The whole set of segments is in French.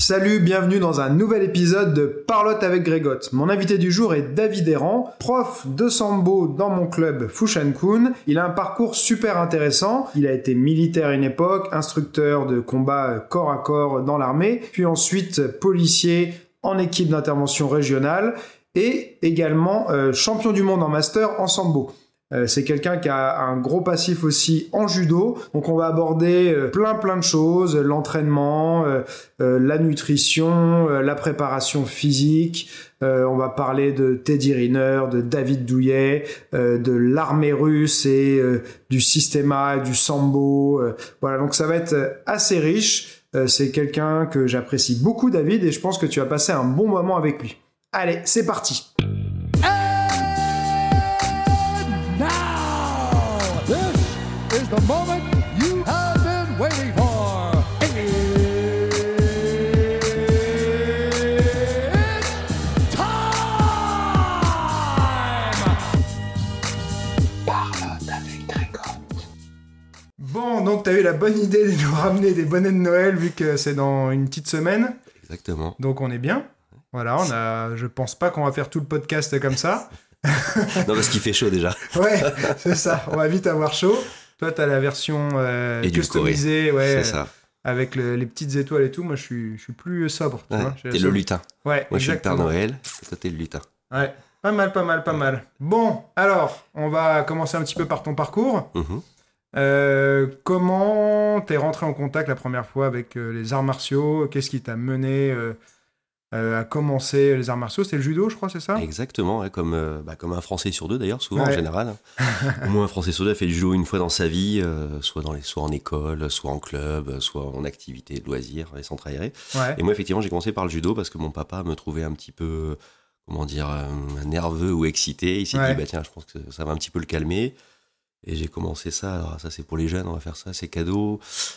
Salut, bienvenue dans un nouvel épisode de Parlotte avec Grégotte. Mon invité du jour est David Errand, prof de sambo dans mon club Fushan-kun. Il a un parcours super intéressant. Il a été militaire à une époque, instructeur de combat corps à corps dans l'armée, puis ensuite policier en équipe d'intervention régionale et également champion du monde en master en sambo. C'est quelqu'un qui a un gros passif aussi en judo, donc on va aborder plein de choses, l'entraînement, la nutrition, la préparation physique, on va parler de Teddy Riner, de David Douillet, de l'armée russe et du systema, du sambo, voilà, donc ça va être assez riche, c'est quelqu'un que j'apprécie beaucoup David et je pense que tu vas passer un bon moment avec lui. Allez, c'est parti. The moment you have been waiting for. It's time! Parlotte avec Grégotte. Bon, donc t'as eu la bonne idée de nous ramener des bonnets de Noël vu que c'est dans une petite semaine. Exactement. Donc on est bien. Voilà, je pense pas qu'on va faire tout le podcast comme ça. Non, parce qu'il fait chaud déjà. Ouais, c'est ça. On va vite avoir chaud. Toi, t'as la version customisée, ouais, c'est ça. avec les petites étoiles et tout. Moi, je suis plus sobre. Tu vois, t'es le lutin. Ouais, moi, je suis le Père exactement. Noël. Toi, t'es le lutin. Ouais, pas mal. Bon, alors, on va commencer un petit peu par ton parcours. Comment t'es rentré en contact la première fois avec les arts martiaux? Qu'est-ce qui t'a mené à commencer les arts martiaux? C'était le judo, je crois, c'est ça? Exactement, ouais, comme un Français sur deux d'ailleurs, souvent Ouais. en général. Au moins un Français sur deux a fait du judo une fois dans sa vie, soit en école, soit en club, soit en activité de loisirs, les centres aérés. Ouais. Et moi, effectivement, j'ai commencé par le judo parce que mon papa me trouvait un petit peu, nerveux ou excité. Il s'est dit, tiens, je pense que ça va un petit peu le calmer. Et j'ai commencé ça, alors ça c'est pour les jeunes, on va faire ça, c'est cadeau.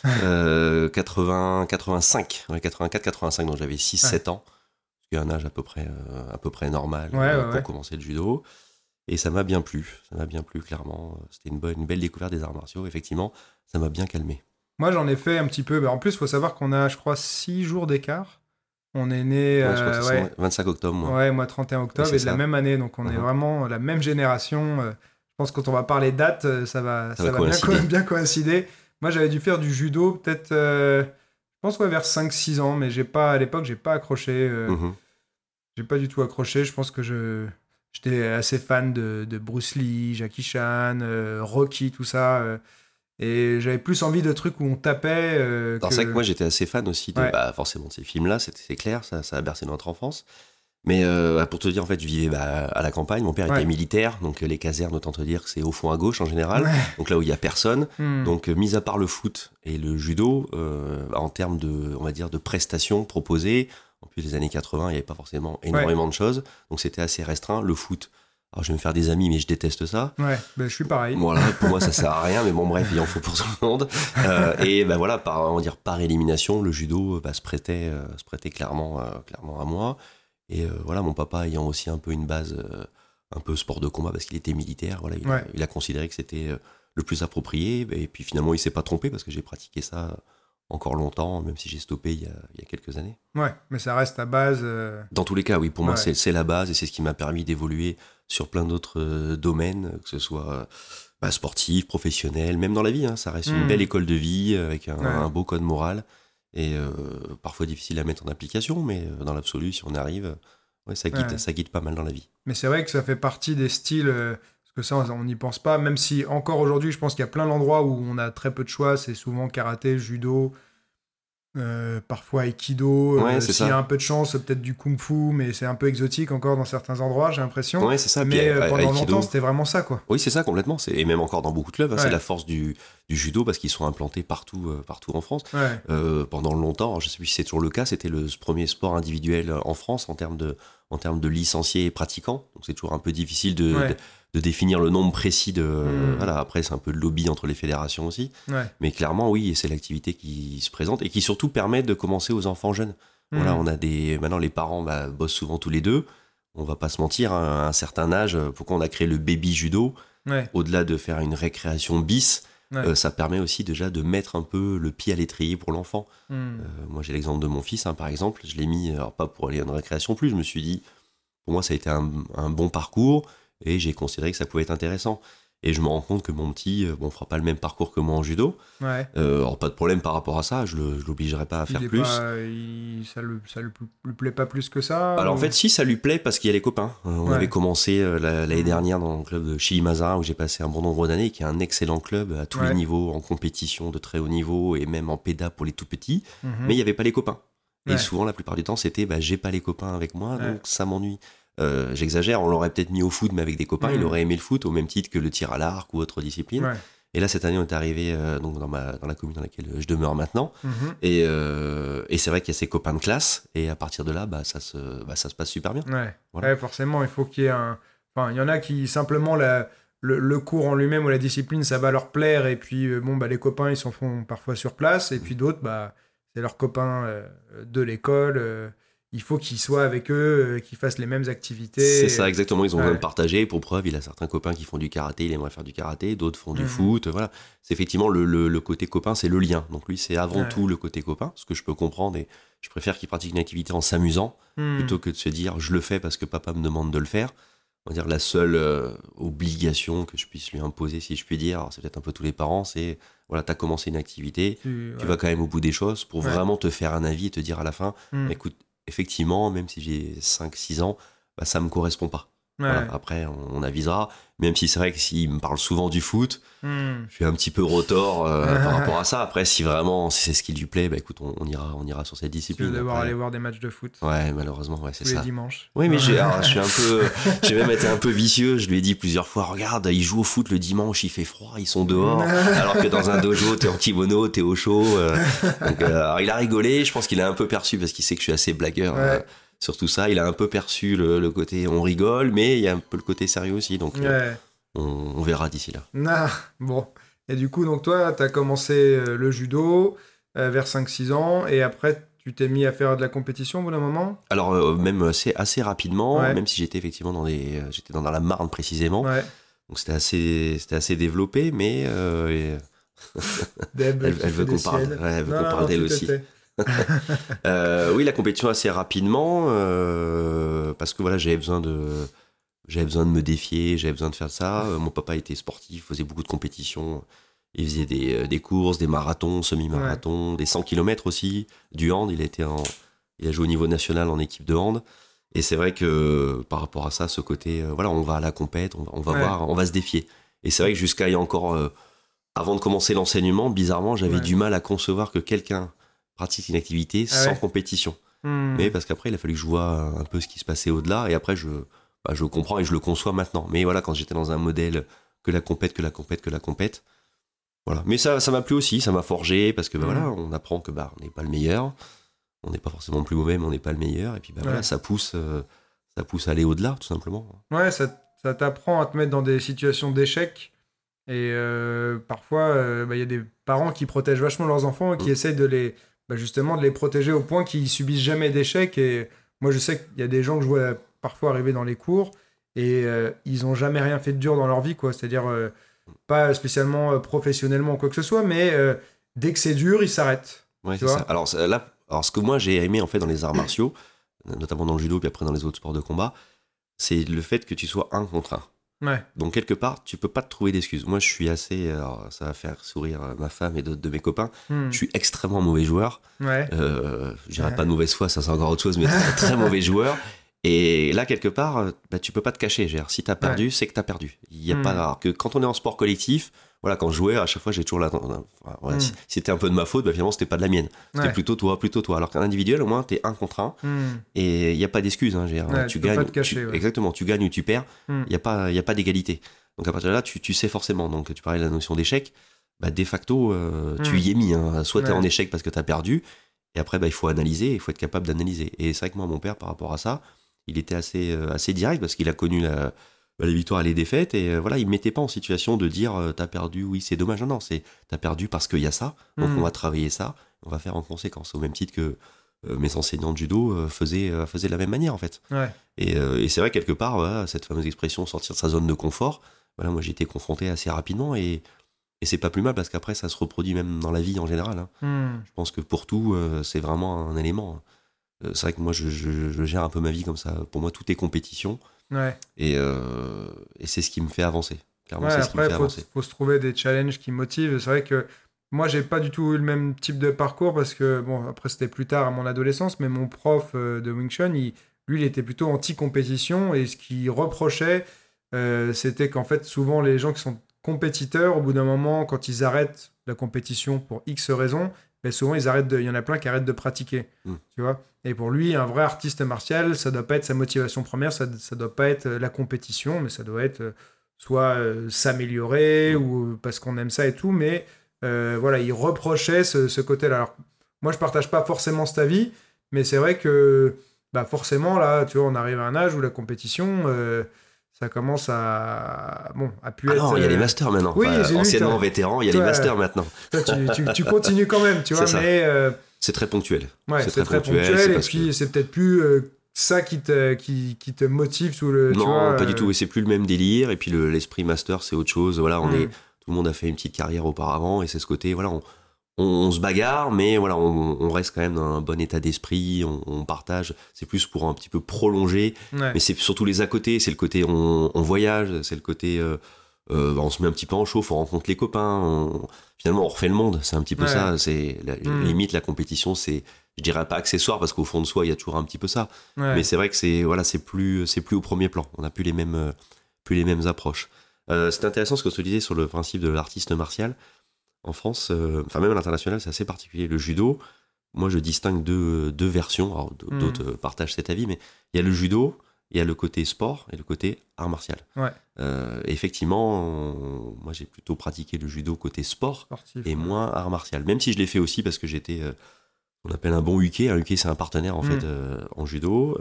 85, 84-85, donc j'avais 6-7 ans. Ce qui est un âge à peu près normal pour commencer le judo. Et ça m'a bien plu, clairement. C'était une belle découverte des arts martiaux, effectivement, ça m'a bien calmé. Moi, j'en ai fait un petit peu. En plus, il faut savoir qu'on a, je crois, 6 jours d'écart. On est né... je crois que c'est 25 octobre, moi. Ouais, moi 31 octobre, et de la même année. Donc, on est vraiment la même génération. Je pense que quand on va parler date, ça va bien coïncider. Moi, j'avais dû faire du judo, peut-être, je pense, vers 5-6 ans. Mais à l'époque, j'ai pas accroché. J'ai pas du tout accroché. Je pense que j'étais assez fan de Bruce Lee, Jackie Chan, Rocky, tout ça. Et j'avais plus envie de trucs où on tapait. C'est vrai que moi j'étais assez fan aussi forcément de ces films-là, c'est clair, ça a bercé notre enfance. Mais pour te dire, en fait, je vivais à la campagne, mon père était militaire, donc les casernes, autant te dire que c'est au fond à gauche en général, donc là où il y a personne. Donc mis à part le foot et le judo, en termes de, on va dire, de prestations proposées, en plus des années 80, il n'y avait pas forcément énormément de choses, donc c'était assez restreint. Le foot, alors je vais me faire des amis, mais je déteste ça. Ouais, je suis pareil. Voilà, pour moi ça sert à rien, mais bon bref, il en faut pour tout le monde. Et voilà, par élimination, le judo se prêtait clairement à moi. Et voilà, mon papa ayant aussi un peu une base un peu sport de combat parce qu'il était militaire, voilà, il a considéré que c'était le plus approprié. Et puis finalement, il s'est pas trompé parce que j'ai pratiqué ça encore longtemps, même si j'ai stoppé il y a quelques années. Ouais, mais ça reste ta base. Dans tous les cas, oui, pour moi, c'est la base et c'est ce qui m'a permis d'évoluer sur plein d'autres domaines, que ce soit sportif, professionnel, même dans la vie. Ça reste une belle école de vie avec un beau code moral. Et parfois difficile à mettre en application, mais dans l'absolu, si on arrive, ça guide pas mal dans la vie. Mais c'est vrai que ça fait partie des styles, parce que ça, on n'y pense pas, même si encore aujourd'hui, je pense qu'il y a plein d'endroits où on a très peu de choix, c'est souvent karaté, judo, parfois aikido, s'il y a un peu de chance, peut-être du kung-fu, mais c'est un peu exotique encore dans certains endroits, j'ai l'impression. Ouais, c'est ça. Mais puis, pendant aikido, longtemps, c'était vraiment ça, quoi. Oui, c'est ça, complètement. Et même encore dans beaucoup de clubs, c'est la force du judo, parce qu'ils sont implantés partout en France. Pendant longtemps, alors je sais plus si c'est toujours le cas, c'était le premier sport individuel en France en termes de licenciés et pratiquants. Donc c'est toujours un peu difficile de définir le nombre précis voilà, après c'est un peu le lobby entre les fédérations aussi, mais clairement oui, c'est l'activité qui se présente et qui surtout permet de commencer aux enfants jeunes. Voilà, maintenant les parents bossent souvent tous les deux, on va pas se mentir, à un certain âge, pourquoi on a créé le baby judo, au-delà de faire une récréation bis, ça permet aussi déjà de mettre un peu le pied à l'étrier pour l'enfant. Moi, j'ai l'exemple de mon fils, par exemple. Je l'ai mis, alors pas pour aller à une récréation plus, je me suis dit, pour moi, ça a été un bon parcours et j'ai considéré que ça pouvait être intéressant. Et je me rends compte que mon petit, fera pas le même parcours que moi en judo. Alors pas de problème par rapport à ça, je l'obligerai pas à faire plus. Ça lui plaît pas plus que ça. Alors en fait, si, ça lui plaît parce qu'il y a les copains. On avait commencé l'année dernière dans le club de Chili-Mazarin où j'ai passé un bon nombre d'années, qui est un excellent club à tous les niveaux, en compétition de très haut niveau et même en péda pour les tout petits. Mais il y avait pas les copains. Et souvent, la plupart du temps, c'était j'ai pas les copains avec moi, donc ça m'ennuie. J'exagère, on l'aurait peut-être mis au foot mais avec des copains, il aurait aimé le foot au même titre que le tir à l'arc ou autre discipline. Et là cette année on est arrivé donc dans la commune dans laquelle je demeure maintenant et c'est vrai qu'il y a ses copains de classe et à partir de là ça se passe super bien. Voilà. Forcément il faut qu'il y ait il y en a qui simplement le cours en lui-même ou la discipline ça va leur plaire et puis les copains ils s'en font parfois sur place et puis d'autres c'est leurs copains de l'école. Il faut qu'ils soient avec eux, qu'ils fassent les mêmes activités. C'est ça, exactement. Ils ont besoin de partager. Pour preuve, il a certains copains qui font du karaté, il aimerait faire du karaté. D'autres font du foot. Voilà. C'est effectivement le côté copain, c'est le lien. Donc lui, c'est avant tout le côté copain, ce que je peux comprendre. Et je préfère qu'il pratique une activité en s'amusant plutôt que de se dire je le fais parce que papa me demande de le faire. On va dire la seule obligation que je puisse lui imposer, si je puis dire, alors c'est peut-être un peu tous les parents, c'est voilà, t'as commencé une activité, tu vas quand même au bout des choses pour vraiment te faire un avis et te dire à la fin, écoute, effectivement, même si j'ai 5-6 ans, ça me correspond pas. Voilà, après, on avisera. Même si c'est vrai que s'il me parle souvent du foot, je suis un petit peu rotor par rapport à ça. Après, si vraiment c'est ce qui lui plaît, écoute, on ira sur cette discipline. Tu vas devoir aller voir des matchs de foot. Ouais, malheureusement, c'est ça. Tous les dimanches. Oui, mais j'ai même été un peu vicieux. Je lui ai dit plusieurs fois, regarde, il joue au foot le dimanche, il fait froid, ils sont dehors. Alors que dans un dojo, t'es en kimono, t'es au chaud. Donc, alors, il a rigolé. Je pense qu'il a un peu perçu parce qu'il sait que je suis assez blagueur. Sur tout ça, il a un peu perçu le côté on rigole, mais il y a un peu le côté sérieux aussi, donc on verra d'ici là. Bon, et du coup, donc toi, t'as commencé le judo vers 5-6 ans, et après, tu t'es mis à faire de la compétition au bout d'un moment ? Alors, même assez rapidement, même si j'étais effectivement j'étais dans la Marne précisément, donc c'était assez développé, mais elle veut qu'on parle, elle veut qu'on parle d'elle aussi. Oui, la compétition assez rapidement parce que voilà, j'avais besoin de me défier, j'avais besoin de faire ça. Mon papa était sportif, faisait beaucoup de compétitions, il faisait des courses, des marathons, semi-marathons, des 100 km aussi, du hand. Il a joué au niveau national en équipe de hand. Et c'est vrai que par rapport à ça, ce côté voilà, on va à la compète, on va voir, on va se défier. Et c'est vrai que jusqu'à il y a encore avant de commencer l'enseignement, bizarrement, j'avais du mal à concevoir que quelqu'un pratique une activité sans compétition. Mais parce qu'après, il a fallu que je vois un peu ce qui se passait au-delà. Et après, je comprends et je le conçois maintenant. Mais voilà, quand j'étais dans un modèle que la compète. Voilà. Mais ça m'a plu aussi, ça m'a forgé. Parce que voilà, on apprend que on n'est pas le meilleur. On n'est pas forcément le plus mauvais, mais on n'est pas le meilleur. Et puis voilà, ça pousse à aller au-delà, tout simplement. Ouais, ça t'apprend à te mettre dans des situations d'échec. Et parfois, y a des parents qui protègent vachement leurs enfants et qui essayent justement de les protéger au point qu'ils subissent jamais d'échecs. Et moi, je sais qu'il y a des gens que je vois parfois arriver dans les cours et ils ont jamais rien fait de dur dans leur vie, quoi. C'est-à-dire pas spécialement professionnellement ou quoi que ce soit, mais dès que c'est dur, ils s'arrêtent. Ouais, c'est ça. Alors ce que moi j'ai aimé en fait dans les arts martiaux, notamment dans le judo puis après dans les autres sports de combat, c'est le fait que tu sois 1 contre 1. Donc quelque part tu peux pas te trouver d'excuses. Moi je suis assez, alors, ça va faire sourire ma femme et d'autres de mes copains, je suis extrêmement mauvais joueur, je dirais pas de mauvaise foi, ça c'est encore autre chose, mais très, très mauvais joueur. Et là quelque part tu peux pas te cacher, si t'as perdu c'est que t'as perdu. Il y a pas, alors que quand on est en sport collectif, voilà, quand je jouais à chaque fois j'ai toujours si c'était un peu de ma faute, finalement c'était pas de la mienne, c'était plutôt toi, alors qu'un individuel au moins t'es 1 contre 1 et il y a pas d'excuse, tu gagnes, exactement, tu gagnes ou tu perds, il y a pas d'égalité. Donc à partir de là tu sais forcément. Donc tu parlais de la notion d'échec, de facto tu y es mis, soit t'es en échec parce que t'as perdu et après il faut analyser, il faut être capable d'analyser. Et c'est vrai que moi mon père par rapport à ça, il était assez direct parce qu'il a connu les victoires et les défaites, et voilà, il me mettait pas en situation de dire t'as perdu, oui c'est dommage, non, c'est t'as perdu parce qu'il y a ça, donc on va travailler ça, on va faire en conséquence, au même titre que mes enseignants de judo faisaient de la même manière en fait. Et c'est vrai quelque part, voilà, cette fameuse expression sortir de sa zone de confort, voilà, moi j'ai été confronté assez rapidement et Et c'est pas plus mal parce qu'après, ça se reproduit même dans la vie en général. Hein. Je pense que pour tout, c'est vraiment un élément. C'est vrai que moi, je gère un peu ma vie comme ça. Pour moi, tout est compétition. Ouais. Et c'est ce qui me fait avancer. Clairement, c'est ce qui me après, fait avancer. Faut se trouver des challenges qui motivent. C'est vrai que moi, j'ai pas du tout eu le même type de parcours parce que, bon, après, c'était plus tard à mon adolescence, mais mon prof de Wing Chun, lui, il était plutôt anti-compétition et ce qu'il reprochait, c'était qu'en fait, souvent, les gens qui sont compétiteurs, au bout d'un moment, quand ils arrêtent la compétition pour X raisons, ben souvent, il y en a plein qui arrêtent de pratiquer, tu vois. Et pour lui, un vrai artiste martial, ça doit pas être sa motivation première, ça doit pas être la compétition, mais ça doit être soit s'améliorer ou parce qu'on aime ça et tout, mais voilà, il reprochait ce côté-là. Alors, moi, je partage pas forcément cet avis, mais c'est vrai que bah, forcément, là, tu vois, on arrive à un âge où la compétition, ça commence à pu être... Non, il y a les masters maintenant. Oui, anciennement vétéran, il y a les masters maintenant. Toi, tu continues quand même, tu vois, mais... c'est très ponctuel. Ouais, c'est très ponctuel et puis c'est peut-être plus... ça qui te motive sous le... Non, tu vois, pas du tout. Et c'est plus le même délire. Et puis l'esprit master, c'est autre chose. Voilà, tout le monde a fait une petite carrière auparavant. Et c'est ce côté, voilà, on se bagarre, mais voilà, on reste quand même dans un bon état d'esprit. On partage. C'est plus pour un petit peu prolonger. Ouais. Mais c'est surtout les à côté. C'est le côté on voyage. C'est le côté on se met un petit peu en chauffe. On rencontre les copains. Finalement, on refait le monde. C'est un petit peu ça. C'est limite la compétition. C'est, je dirais pas accessoire parce qu'au fond de soi, il y a toujours un petit peu ça. Ouais. Mais c'est vrai que c'est plus au premier plan. On n'a plus les mêmes approches. C'est intéressant ce que tu disais sur le principe de l'artiste martial. En France, enfin même à l'international, c'est assez particulier. Le judo, moi je distingue deux versions. Alors d'autres partagent cet avis, mais il y a le judo, il y a le côté sport et le côté art martial. Ouais. Effectivement, moi j'ai plutôt pratiqué le judo côté sport sportif, et moins art martial. Même si je l'ai fait aussi parce que j'étais, on appelle un bon uke. Un uke c'est un partenaire en fait en judo.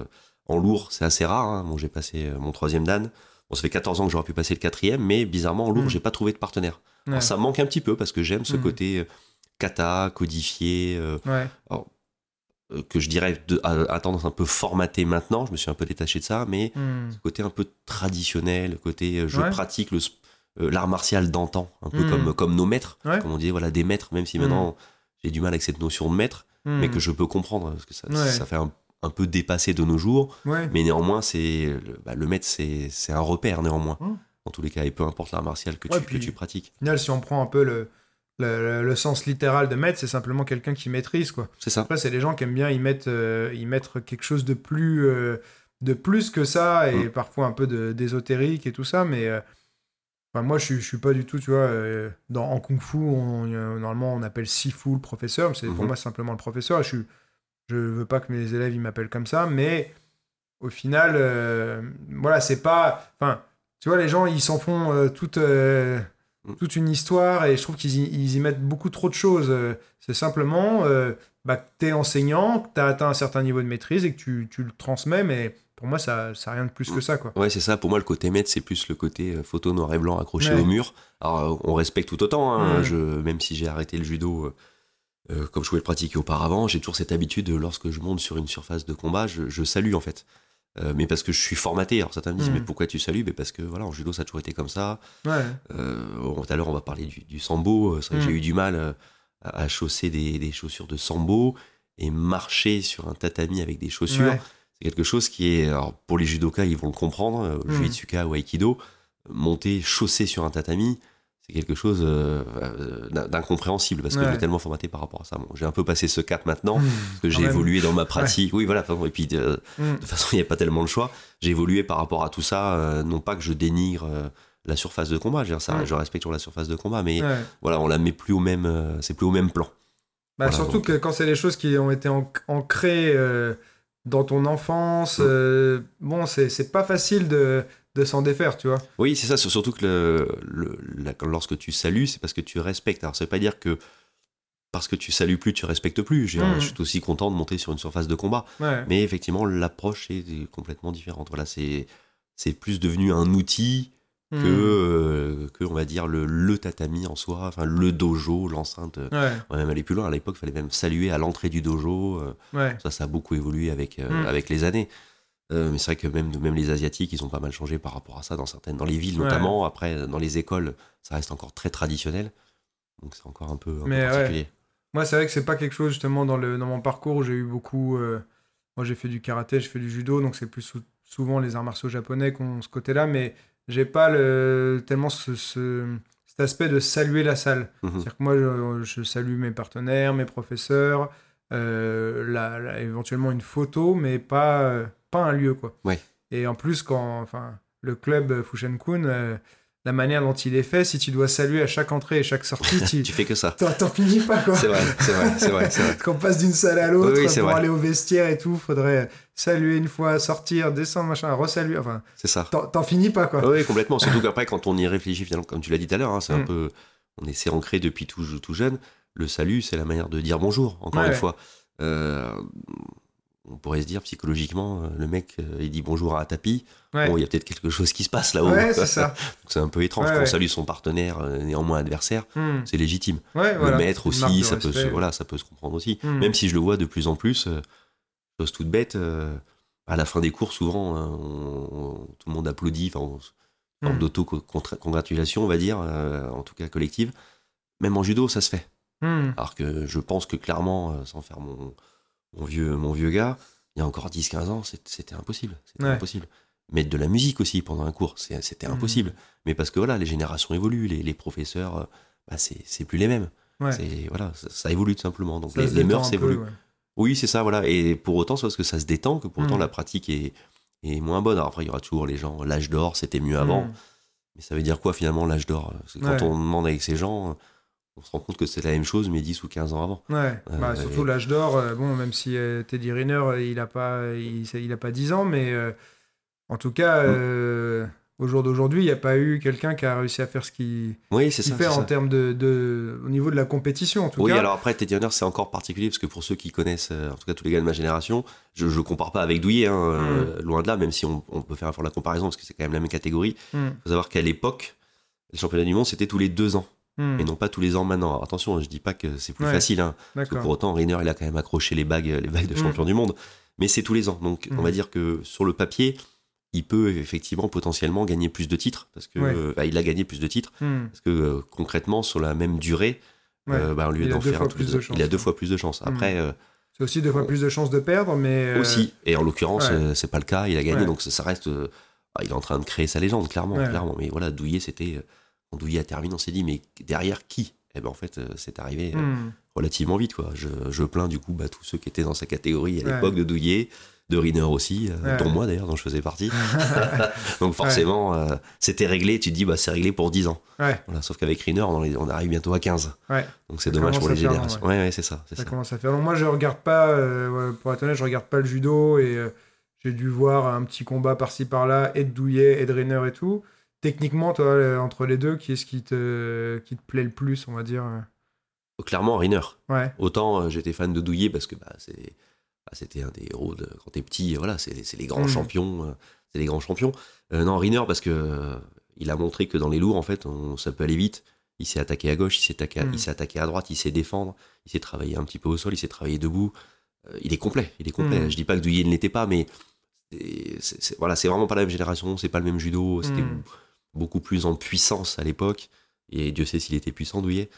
En lourd c'est assez rare. Hein. Bon, j'ai passé mon 3e dan. Bon, ça fait 14 ans que j'aurais pu passer le 4e, mais bizarrement en lourd j'ai pas trouvé de partenaire. Ouais. Alors, ça manque un petit peu parce que j'aime ce côté kata, codifié, alors, que je dirais à tendance un peu formaté maintenant. Je me suis un peu détaché de ça, mais ce côté un peu traditionnel, côté je pratique l'art martial d'antan, un peu comme nos maîtres, comme on disait, voilà, des maîtres, même si maintenant j'ai du mal avec cette notion de maître, mais que je peux comprendre parce que ça fait un peu dépassé de nos jours, mais néanmoins le maître c'est un repère néanmoins. En tous les cas, et peu importe l'art martial que tu pratiques. Au final, si on prend un peu le sens littéral de maître, c'est simplement quelqu'un qui maîtrise, quoi. C'est ça. Après, c'est les gens qui aiment bien y mettre quelque chose de plus que ça, et parfois un peu d'ésotérique et tout ça, mais enfin, moi, je suis pas du tout, tu vois, en Kung Fu, normalement, on appelle Sifu le professeur, mais c'est pour moi simplement le professeur. Je veux pas que mes élèves ils m'appellent comme ça, mais au final, voilà, c'est pas... Enfin, tu vois, les gens, ils s'en font toute une histoire et je trouve qu'ils y mettent beaucoup trop de choses. C'est simplement que t'es enseignant, que t'as atteint un certain niveau de maîtrise et que tu le transmets, mais pour moi, ça n'a rien de plus que ça, quoi. Ouais, c'est ça. Pour moi, le côté maître, c'est plus le côté photo noir et blanc accroché au mur. Alors, on respecte tout autant, hein. Même si j'ai arrêté le judo... comme je pouvais le pratiquer auparavant, j'ai toujours cette habitude, lorsque je monte sur une surface de combat, je salue en fait. Mais parce que je suis formaté. Alors certains me disent mais pourquoi tu salues? Mais parce que voilà, en judo ça a toujours été comme ça. Tout à l'heure on va parler du sambo. C'est vrai que j'ai eu du mal à chausser des chaussures de sambo et marcher sur un tatami avec des chaussures. C'est quelque chose qui est, alors pour les judokas ils vont le comprendre, Juitsuka ou Aikido, monter chaussé sur un tatami, c'est quelque chose d'incompréhensible parce que je suis tellement formaté par rapport à ça. Bon, j'ai un peu passé ce cap maintenant parce que j'ai évolué dans ma pratique. Oui, voilà. Et puis de toute façon, il n'y a pas tellement le choix. J'ai évolué par rapport à tout ça. Non pas que je dénigre la surface de combat. Je respecte toujours la surface de combat, mais voilà, on la met plus au même. C'est plus au même plan. Voilà, surtout que quand c'est des choses qui ont été ancrées dans ton enfance, bon, c'est pas facile de s'en défaire, tu vois. Oui, c'est ça, surtout que lorsque tu salues, c'est parce que tu respectes. Alors, ça veut pas dire que parce que tu salues plus, tu respectes plus. Je suis aussi content de monter sur une surface de combat. Mais effectivement, l'approche est complètement différente. Voilà, c'est plus devenu un outil que on va dire, le tatami en soi, enfin, le dojo, l'enceinte. On va même aller plus loin. À l'époque, il fallait même saluer à l'entrée du dojo. Ça a beaucoup évolué avec les années. Mais c'est vrai que même les Asiatiques, ils ont pas mal changé par rapport à ça dans les villes notamment. Après, dans les écoles, ça reste encore très traditionnel. Donc c'est encore un peu particulier. Moi, c'est vrai que c'est pas quelque chose, justement, dans mon parcours où j'ai eu beaucoup... Moi, j'ai fait du karaté, j'ai fait du judo, donc c'est plus souvent les arts martiaux japonais qui ont ce côté-là, mais j'ai pas tellement cet aspect de saluer la salle. C'est-à-dire que moi, je salue mes partenaires, mes professeurs, éventuellement une photo, mais pas un lieu, quoi. Ouais. Et en plus, le club Fushenkun, la manière dont il est fait, si tu dois saluer à chaque entrée et chaque sortie, tu fais que ça. T'en finis pas, quoi. C'est vrai. Qu'on passe d'une salle à l'autre pour vrai. aller au vestiaire et tout, faudrait saluer une fois, sortir, descendre, machin, resaluer. Enfin, c'est ça. T'en finis pas, quoi. Oui, complètement. Surtout qu'après, quand on y réfléchit, finalement, comme tu l'as dit tout à l'heure, c'est un peu, on s'est ancré depuis tout jeune. Le salut, c'est la manière de dire bonjour. Encore une fois. On pourrait se dire psychologiquement, le mec il dit bonjour à un tapis, bon il y a peut-être quelque chose qui se passe là-haut. C'est ça. C'est un peu étrange. Quand on salue son partenaire, néanmoins adversaire, c'est légitime. Le maître aussi, ça peut se comprendre aussi. Même si je le vois de plus en plus, chose toute bête, à la fin des cours souvent, tout le monde applaudit, en d'auto-congratulation on va dire, en tout cas collective. Même en judo ça se fait. Alors que je pense que clairement, sans faire mon vieux gars, il y a encore 10-15 ans, c'était impossible. Impossible. Mettre de la musique aussi pendant un cours, c'était impossible. Mais parce que les générations évoluent, les professeurs, c'est plus les mêmes. Ça évolue tout simplement. Donc les mœurs évoluent. Oui, c'est ça, voilà. Et pour autant, c'est parce que ça se détend que pour autant la pratique est moins bonne. Alors après, il y aura toujours les gens, l'âge d'or, c'était mieux avant. Mais ça veut dire quoi finalement, l'âge d'or? Parce que quand on demande avec ces gens... on se rend compte que c'est la même chose, mais 10 ou 15 ans avant. Surtout l'âge d'or, même si Teddy Riner, il a pas 10 ans, mais en tout cas, au jour d'aujourd'hui, il n'y a pas eu quelqu'un qui a réussi à faire ce qu'il fait en termes au niveau de la compétition, en tout cas. Oui, alors après, Teddy Riner, c'est encore particulier, parce que pour ceux qui connaissent, en tout cas tous les gars de ma génération, je ne compare pas avec Douillet, loin de là, même si on peut faire la comparaison, parce que c'est quand même la même catégorie. Il faut savoir qu'à l'époque, les championnats du monde, c'était tous les 2 ans. Et non pas tous les ans maintenant. Alors, attention, je dis pas que c'est plus facile, parce que pour autant Riner il a quand même accroché les bagues de champion du monde, mais c'est tous les ans, donc on va dire que sur le papier il peut effectivement potentiellement gagner plus de titres, parce que il a gagné plus de titres, parce que concrètement sur la même durée au lieu d'en faire il a 2 fois plus de chance. Après c'est aussi 2 fois plus de chances de perdre, mais aussi, et en l'occurrence c'est pas le cas, il a gagné, donc ça reste il est en train de créer sa légende clairement. Mais voilà, Douillet, c'était quand Douillet a terminé, on s'est dit, mais derrière qui? Eh ben en fait, c'est arrivé relativement vite, quoi. Je plains du coup tous ceux qui étaient dans sa catégorie à l'époque de Douillet, de Riner aussi, dont moi d'ailleurs, dont je faisais partie. Donc forcément, c'était réglé, tu te dis, c'est réglé pour 10 ans. Voilà, sauf qu'avec Riner, on arrive bientôt à 15. Donc c'est dommage pour les générations. C'est ça. Ça commence à faire long. Moi, je regarde pas, pour être honnête, je regarde pas le judo, et j'ai dû voir un petit combat par-ci par-là, et de Douillet, et de Riner et tout. Techniquement, toi, entre les deux, qui est-ce qui te plaît le plus, on va dire? Clairement, Riner. Autant j'étais fan de Douillet parce que c'était un des héros quand t'es petit. Voilà, c'est les grands champions. C'est les grands champions. Non, Riner parce que il a montré que dans les lourds, en fait, ça peut aller vite. Il s'est attaqué à gauche, il s'est attaqué à droite, il sait défendre, il sait travailler un petit peu au sol, il sait travailler debout. Il est complet. Je dis pas que Douillet ne l'était pas, mais c'est vraiment pas la même génération. C'est pas le même judo. C'était beaucoup plus en puissance à l'époque, et Dieu sait s'il était puissant, Douillet.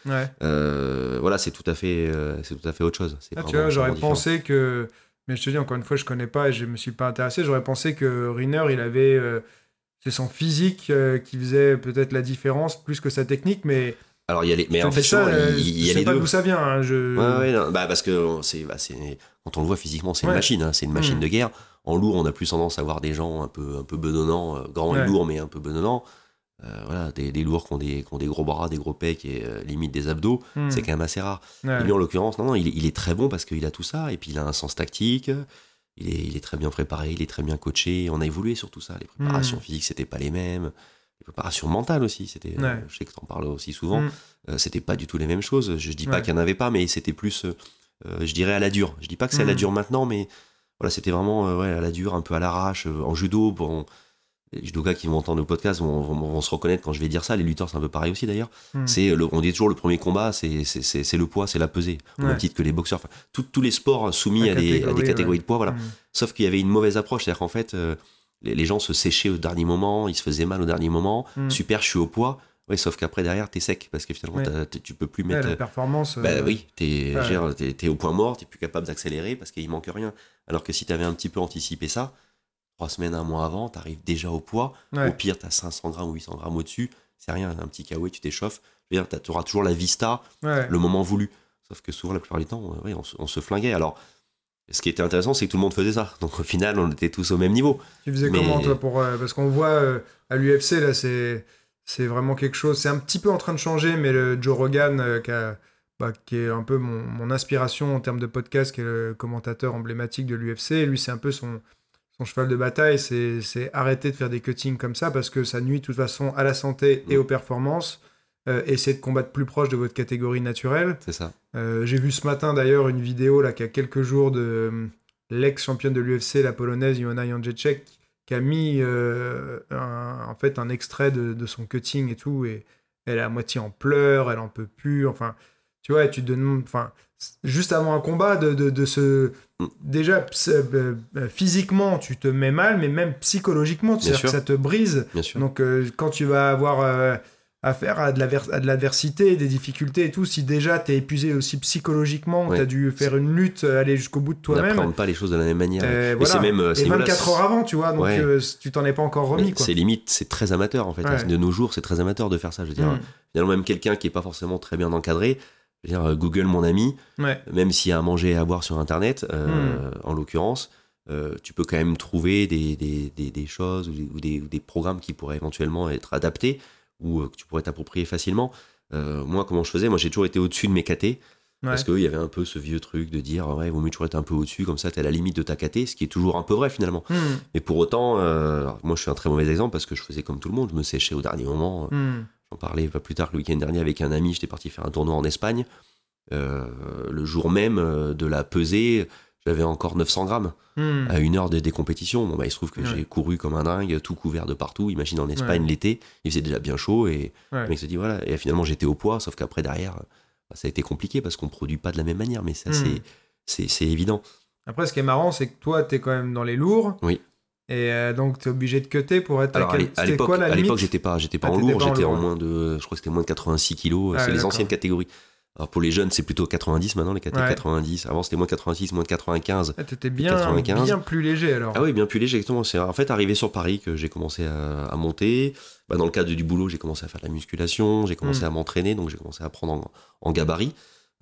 C'est tout à fait autre chose. Tu vois, j'aurais pensé que, mais je te dis encore une fois, je connais pas et je me suis pas intéressé, j'aurais pensé que Riner, il avait c'est son physique qui faisait peut-être la différence plus que sa technique, mais alors mais en fait ça, il y a les deux. Je sais pas d'où ça vient, parce que quand on le voit physiquement, c'est une machine, c'est une machine de guerre. En lourd, on a plus tendance à voir des gens un peu bedonnants, grands et lourds, mais un peu bedonnants. Des lourds qui ont des gros bras, des gros pecs et limite des abdos, c'est quand même assez rare. Et lui, en l'occurrence, il est très bon parce qu'il a tout ça, et puis il a un sens tactique, il est très bien préparé, il est très bien coaché. On a évolué sur tout ça. Les préparations physiques, c'était pas les mêmes. Les préparations mentales aussi, c'était. Je sais que t'en parles aussi souvent. C'était pas du tout les mêmes choses. Je dis pas qu'il y en avait pas, mais c'était plus, je dirais à la dure. Je dis pas que c'est à la dure maintenant, mais voilà, c'était vraiment à la dure, un peu à l'arrache. En judo, les judokas qui vont entendre le podcast vont se reconnaître quand je vais dire ça. Les lutteurs, c'est un peu pareil aussi d'ailleurs. On dit toujours le premier combat, c'est le poids, c'est la pesée. Au même titre que les boxeurs. Enfin, tous les sports soumis à des catégories de poids. Voilà. Sauf qu'il y avait une mauvaise approche. C'est-à-dire qu'en fait, les gens se séchaient au dernier moment, ils se faisaient mal au dernier moment. Super, je suis au poids. Ouais, sauf qu'après, derrière, t'es sec. Parce que finalement, tu peux plus mettre. La performance. Oui, t'es au point mort, t'es plus capable d'accélérer parce qu'il manque rien. Alors que si t'avais un petit peu anticipé ça, 3 semaines, 1 mois avant, t'arrives déjà au poids. Au pire, t'as 500 grammes ou 800 grammes au-dessus. C'est rien, un petit KO et tu t'échauffes. Je veux dire, t'auras toujours la vista, le moment voulu. Sauf que souvent, la plupart du temps, on se flinguait. Alors, ce qui était intéressant, c'est que tout le monde faisait ça. Donc au final, on était tous au même niveau. Tu faisais comment, toi, parce qu'on voit à l'UFC, là, c'est vraiment quelque chose. C'est un petit peu en train de changer, mais le Joe Rogan, qui est un peu mon inspiration en termes de podcast, qui est le commentateur emblématique de l'UFC, lui, c'est un peu son cheval de bataille, c'est arrêter de faire des cuttings comme ça, parce que ça nuit de toute façon à la santé et aux performances. Essayer de combattre plus proche de votre catégorie naturelle. C'est ça. J'ai vu ce matin d'ailleurs une vidéo là, qui a quelques jours de l'ex-championne de l'UFC, la polonaise Joanna Jędrzejczyk, qui a mis un extrait de son cutting et tout, et elle est à moitié en pleurs, elle en peut plus, enfin, tu vois, tu te demandes, enfin, juste avant un combat, déjà, physiquement, tu te mets mal, mais même psychologiquement, c'est-à-dire que ça te brise. Donc, quand tu vas avoir affaire à de l'adversité, des difficultés et tout, si déjà t'es épuisé aussi psychologiquement, t'as dû faire une lutte, aller jusqu'au bout de toi-même. N'apprends pas les choses de la même manière. Voilà. C'est même, et 24 heures avant, tu vois, donc tu t'en es pas encore remis. Quoi. C'est limite, c'est très amateur en fait. De nos jours, c'est très amateur de faire ça. Je veux dire, finalement, même quelqu'un qui est pas forcément très bien encadré, je veux dire, Google mon ami, même s'il y a à manger et à boire sur Internet, en l'occurrence, tu peux quand même trouver des choses ou des programmes qui pourraient éventuellement être adaptés ou que tu pourrais t'approprier facilement. Moi, comment je faisais ? Moi, j'ai toujours été au-dessus de mes KT, parce qu'il y avait un peu ce vieux truc de dire il vaut mieux toujours être un peu au-dessus, comme ça, t'es à la limite de ta KT, ce qui est toujours un peu vrai, finalement. Mais pour autant, moi, je suis un très mauvais exemple, parce que je faisais comme tout le monde, je me séchais au dernier moment. J'en parlais pas plus tard que le week-end dernier avec un ami, j'étais parti faire un tournoi en Espagne. Le jour même de la pesée, j'avais encore 900 grammes à 1 heure des compétitions. Bon, il se trouve que j'ai couru comme un dingue, tout couvert de partout. Imagine en Espagne l'été, il faisait déjà bien chaud et le mec se dit voilà. Et finalement j'étais au poids, sauf qu'après derrière, ça a été compliqué parce qu'on produit pas de la même manière, mais ça c'est évident. Après, ce qui est marrant, c'est que toi, t'es quand même dans les lourds. Oui. Et donc t'es obligé de cutter pour être. Alors à l'époque, j'étais pas en lourd, j'étais en moins de, je crois que c'était moins de 86 kilos. C'est les anciennes catégories. Alors pour les jeunes, c'est plutôt 90 maintenant, les catégories 90. Avant, c'était moins de 86, moins de 95. T'étais bien plus léger alors. Ah oui, bien plus léger, exactement. C'est en fait arrivé sur Paris que j'ai commencé à monter. Dans le cadre du boulot, j'ai commencé à faire de la musculation, j'ai commencé à m'entraîner, donc j'ai commencé à prendre en gabarit.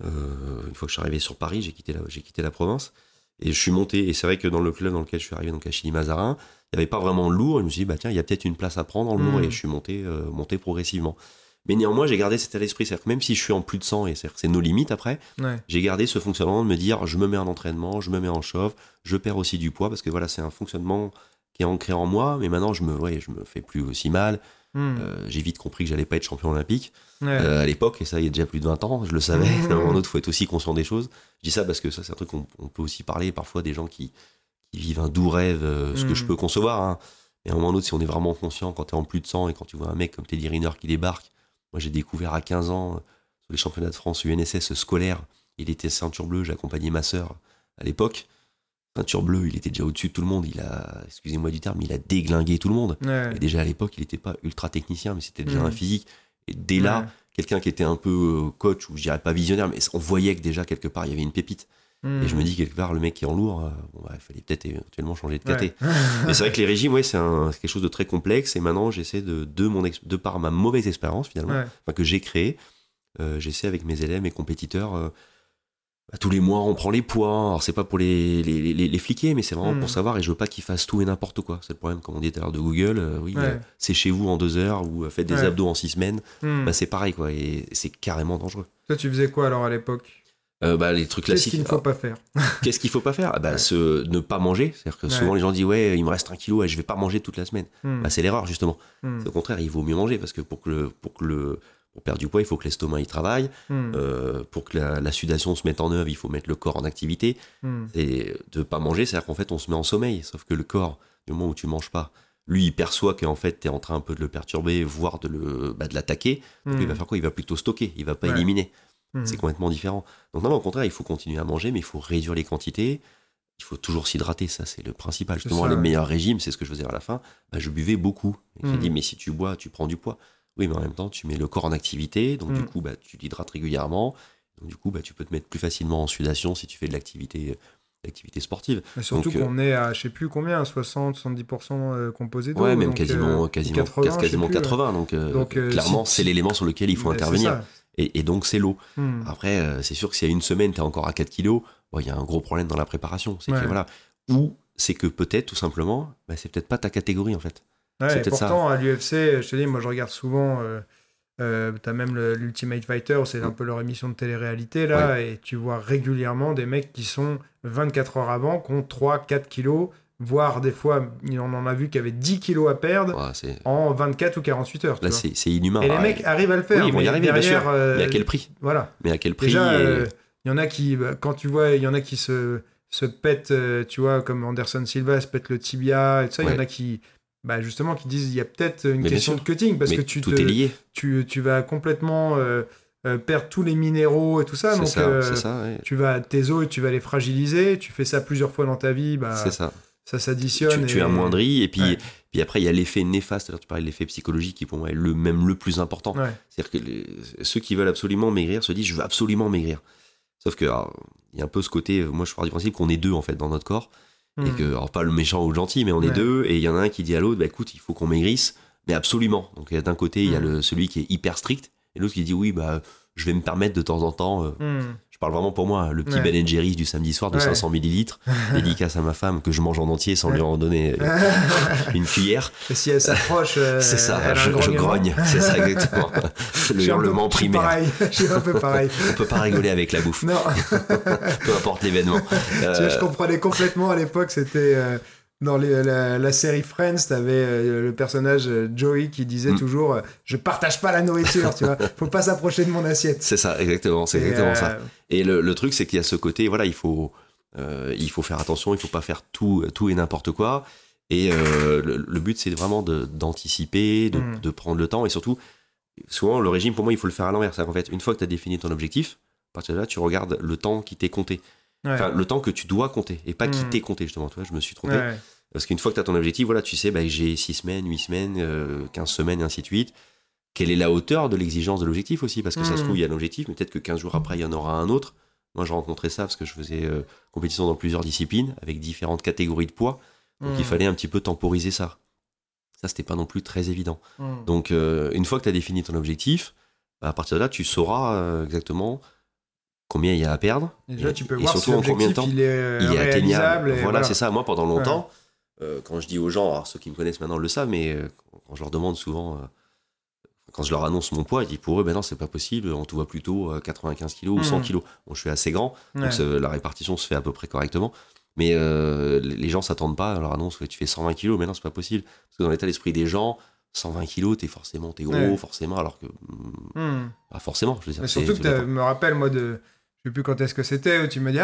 Une fois que je suis arrivé sur Paris, j'ai quitté la province et je suis monté. Et c'est vrai que dans le club dans lequel je suis arrivé, donc à Chilly-Mazarin, il n'y avait pas vraiment de lourd. Et je me suis dit, tiens, il y a peut-être une place à prendre dans le lourd, et je suis monté progressivement. Mais néanmoins, j'ai gardé cet état d'esprit. C'est-à-dire que même si je suis en plus de 100, et c'est nos limites après, j'ai gardé ce fonctionnement de me dire, je me mets en entraînement, je me mets en chauffe, je perds aussi du poids, parce que voilà, c'est un fonctionnement qui est ancré en moi, mais maintenant, je me fais plus aussi mal. J'ai vite compris que j'allais pas être champion olympique à l'époque, et ça, il y a déjà plus de 20 ans, je le savais. À un moment donné, il faut être aussi conscient des choses. Je dis ça parce que ça, c'est un truc qu'on peut aussi parler parfois des gens qui vivent un doux rêve, ce que je peux concevoir. Hein. Mais à un moment donné, si on est vraiment conscient, quand t'es en plus de 100 et quand tu vois un mec comme Teddy Riner qui débarque. Moi, j'ai découvert à 15 ans, sur les championnats de France UNSS scolaires, il était ceinture bleue, j'ai accompagné ma sœur à l'époque. Ceinture bleue, il était déjà au-dessus de tout le monde, excusez-moi du terme, il a déglingué tout le monde. Et déjà à l'époque, il n'était pas ultra technicien, mais c'était déjà un physique. Et dès là, quelqu'un qui était un peu coach, ou je dirais pas visionnaire, mais on voyait que déjà quelque part, il y avait une pépite. Et je me dis quelque part, le mec qui est en lourd, il fallait peut-être éventuellement changer de KT. Mais c'est vrai que les régimes, c'est quelque chose de très complexe. Et maintenant, j'essaie de par ma mauvaise expérience finalement, que j'ai créée, j'essaie avec mes élèves, mes compétiteurs, tous les mois, on prend les poids. Alors c'est pas pour les fliquer, mais c'est vraiment pour savoir. Et je veux pas qu'ils fassent tout et n'importe quoi. C'est le problème, comme on dit tout à l'heure de Google. Séchez-vous en 2 heures ou faites des abdos en 6 semaines. C'est pareil, quoi. Et c'est carrément dangereux. Toi, tu faisais quoi alors à l'époque ? Les trucs classiques. Qu'est-ce qu'il ne faut pas faire ? Qu'est-ce qu'il ne faut pas faire ? Ne pas manger. C'est-à-dire que souvent les gens disent il me reste 1 kilo et je ne vais pas manger toute la semaine. C'est l'erreur justement. Au contraire, il vaut mieux manger parce que pour perdre du poids, il faut que l'estomac y travaille. Pour que la sudation se mette en œuvre, il faut mettre le corps en activité. Et de ne pas manger, c'est-à-dire qu'en fait on se met en sommeil. Sauf que le corps, du moment où tu ne manges pas, lui, il perçoit qu'en fait, tu es en train un peu de le perturber, voire de l'attaquer. Donc, il va faire quoi? Il va plutôt stocker, il va pas éliminer. C'est complètement différent. Donc, non, au contraire, il faut continuer à manger, mais il faut réduire les quantités. Il faut toujours s'hydrater, ça, c'est le principal. Justement, les meilleurs régimes, c'est ce que je faisais à la fin. Je buvais beaucoup. Et j'ai dit, mais si tu bois, tu prends du poids. Oui, mais en même temps, tu mets le corps en activité. Donc, du coup, tu l'hydrates régulièrement. Donc, du coup, tu peux te mettre plus facilement en sudation si tu fais de l'activité sportive. Mais surtout qu'on est à, je sais plus combien, 60-70% composé d'eau. Ouais, même quasiment 80. Donc clairement, c'est l'élément sur lequel il faut intervenir. Et donc, c'est l'eau. Après, c'est sûr que si à une semaine, tu es encore à 4 kilos, il y a un gros problème dans la préparation. C'est que, voilà. Ou c'est que peut-être, tout simplement, c'est peut-être pas ta catégorie, en fait. Ouais, et pourtant, à l'UFC, je te dis, moi, je regarde souvent... t'as même l'Ultimate Fighter, c'est un peu leur émission de télé-réalité là, et tu vois régulièrement des mecs qui sont 24 heures avant, qui ont 3-4 kilos, voire des fois, on en a vu qui avaient 10 kilos à perdre en 24 ou 48 heures. Là, c'est inhumain. Et les mecs arrivent à le faire. Oui, ils vont y arriver, derrière, bien sûr. Mais à quel prix? Voilà. Mais à quel prix? Déjà, il y en a qui, quand tu vois, il y en a qui se pètent, tu vois, comme Anderson Silva se pète le tibia et tout ça, il y en a qui... justement, qui disent il y a peut-être une question de cutting parce que tout est lié. Tu vas complètement perdre tous les minéraux et tout ça. Tu vas tes os, tu vas les fragiliser. Tu fais ça plusieurs fois dans ta vie. C'est ça. Ça s'additionne. Tu amoindris et puis après il y a l'effet néfaste. Alors, tu parlais de l'effet psychologique qui pour moi est le plus important. C'est-à-dire que ceux qui veulent absolument maigrir se disent je veux absolument maigrir. Sauf que il y a un peu ce côté. Moi je pars du principe qu'on est deux en fait dans notre corps. Et que, alors pas le méchant ou le gentil, mais on est deux, et il y en a un qui dit à l'autre, écoute, il faut qu'on maigrisse, mais absolument. Donc d'un côté, il y a celui qui est hyper strict, et l'autre qui dit, oui, je vais me permettre de temps en temps, je parle vraiment pour moi, le petit Ben & Jerry's du samedi soir de 500 millilitres, dédicace à ma femme, que je mange en entier sans lui en donner une cuillère. Et si elle s'approche, c'est ça, je grogne, c'est ça exactement. Le hurlement primaire. Je suis un peu pareil. On peut pas rigoler avec la bouffe. Non. Peu importe l'événement. Tu vois, je comprenais complètement à l'époque, c'était... Dans la série Friends, t'avais le personnage Joey qui disait toujours je partage pas la nourriture, tu vois, faut pas s'approcher de mon assiette. C'est ça, exactement, c'est exactement ça. Et le truc, c'est qu'il y a ce côté, voilà, il faut faire attention, il faut pas faire tout et n'importe quoi. Et le but, c'est vraiment d'anticiper, de prendre le temps, et surtout, souvent, le régime, pour moi, il faut le faire à l'envers. C'est-à-dire qu'en fait, une fois que tu as défini ton objectif, à partir de là, tu regardes le temps qui t'est compté. Enfin, le temps que tu dois compter et pas qui t'est compté, justement. Tu vois, je me suis trompé. Parce qu'une fois que tu as ton objectif, voilà, tu sais, j'ai 6 semaines, 8 semaines, 15 semaines, et ainsi de suite. Quelle est la hauteur de l'exigence de l'objectif aussi? Parce que ça se trouve, il y a l'objectif, mais peut-être que 15 jours après, il y en aura un autre. Moi, j'ai rencontré ça parce que je faisais compétition dans plusieurs disciplines avec différentes catégories de poids. Donc, il fallait un petit peu temporiser ça. Ça, c'était pas non plus très évident. Donc, une fois que tu as défini ton objectif, à partir de là, tu sauras exactement combien il y a à perdre. Et déjà, tu peux voir surtout si en combien de temps il est atteignable. Voilà, c'est ça. Moi, pendant longtemps, quand je dis aux gens, alors ceux qui me connaissent maintenant le savent, mais quand je leur demande souvent, quand je leur annonce mon poids, ils disent pour eux, non, c'est pas possible, on te voit plutôt 95 kilos ou 100 kilos. Bon, je suis assez grand, donc la répartition se fait à peu près correctement. Mais les gens s'attendent pas à leur annonce, tu fais 120 kilos, mais non, c'est pas possible. Parce que dans l'état d'esprit des gens, 120 kilos, t'es gros, forcément, alors que pas forcément. Je veux dire, mais surtout que je me rappelle, moi, je sais plus quand est-ce que c'était, où tu me dis,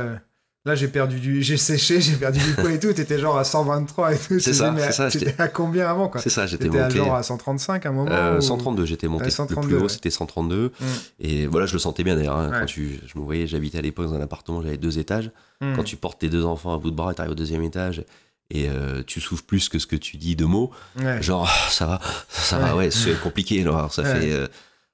là, j'ai séché, j'ai perdu du poids et tout, t'étais genre à 123 et tout. C'est ça, t'étais à combien avant, quoi? C'est ça, j'étais monté. T'étais genre à 135 à un moment? 132, j'étais monté. 132, le plus haut, c'était 132. Et voilà, je le sentais bien d'ailleurs. Quand je me voyais, j'habitais à l'époque dans un appartement, j'avais 2 étages. Quand tu portes tes 2 enfants à bout de bras et t'arrives au 2e étage, et tu souffles plus que ce que tu dis de mots, genre, ça va, c'est compliqué, alors ça fait...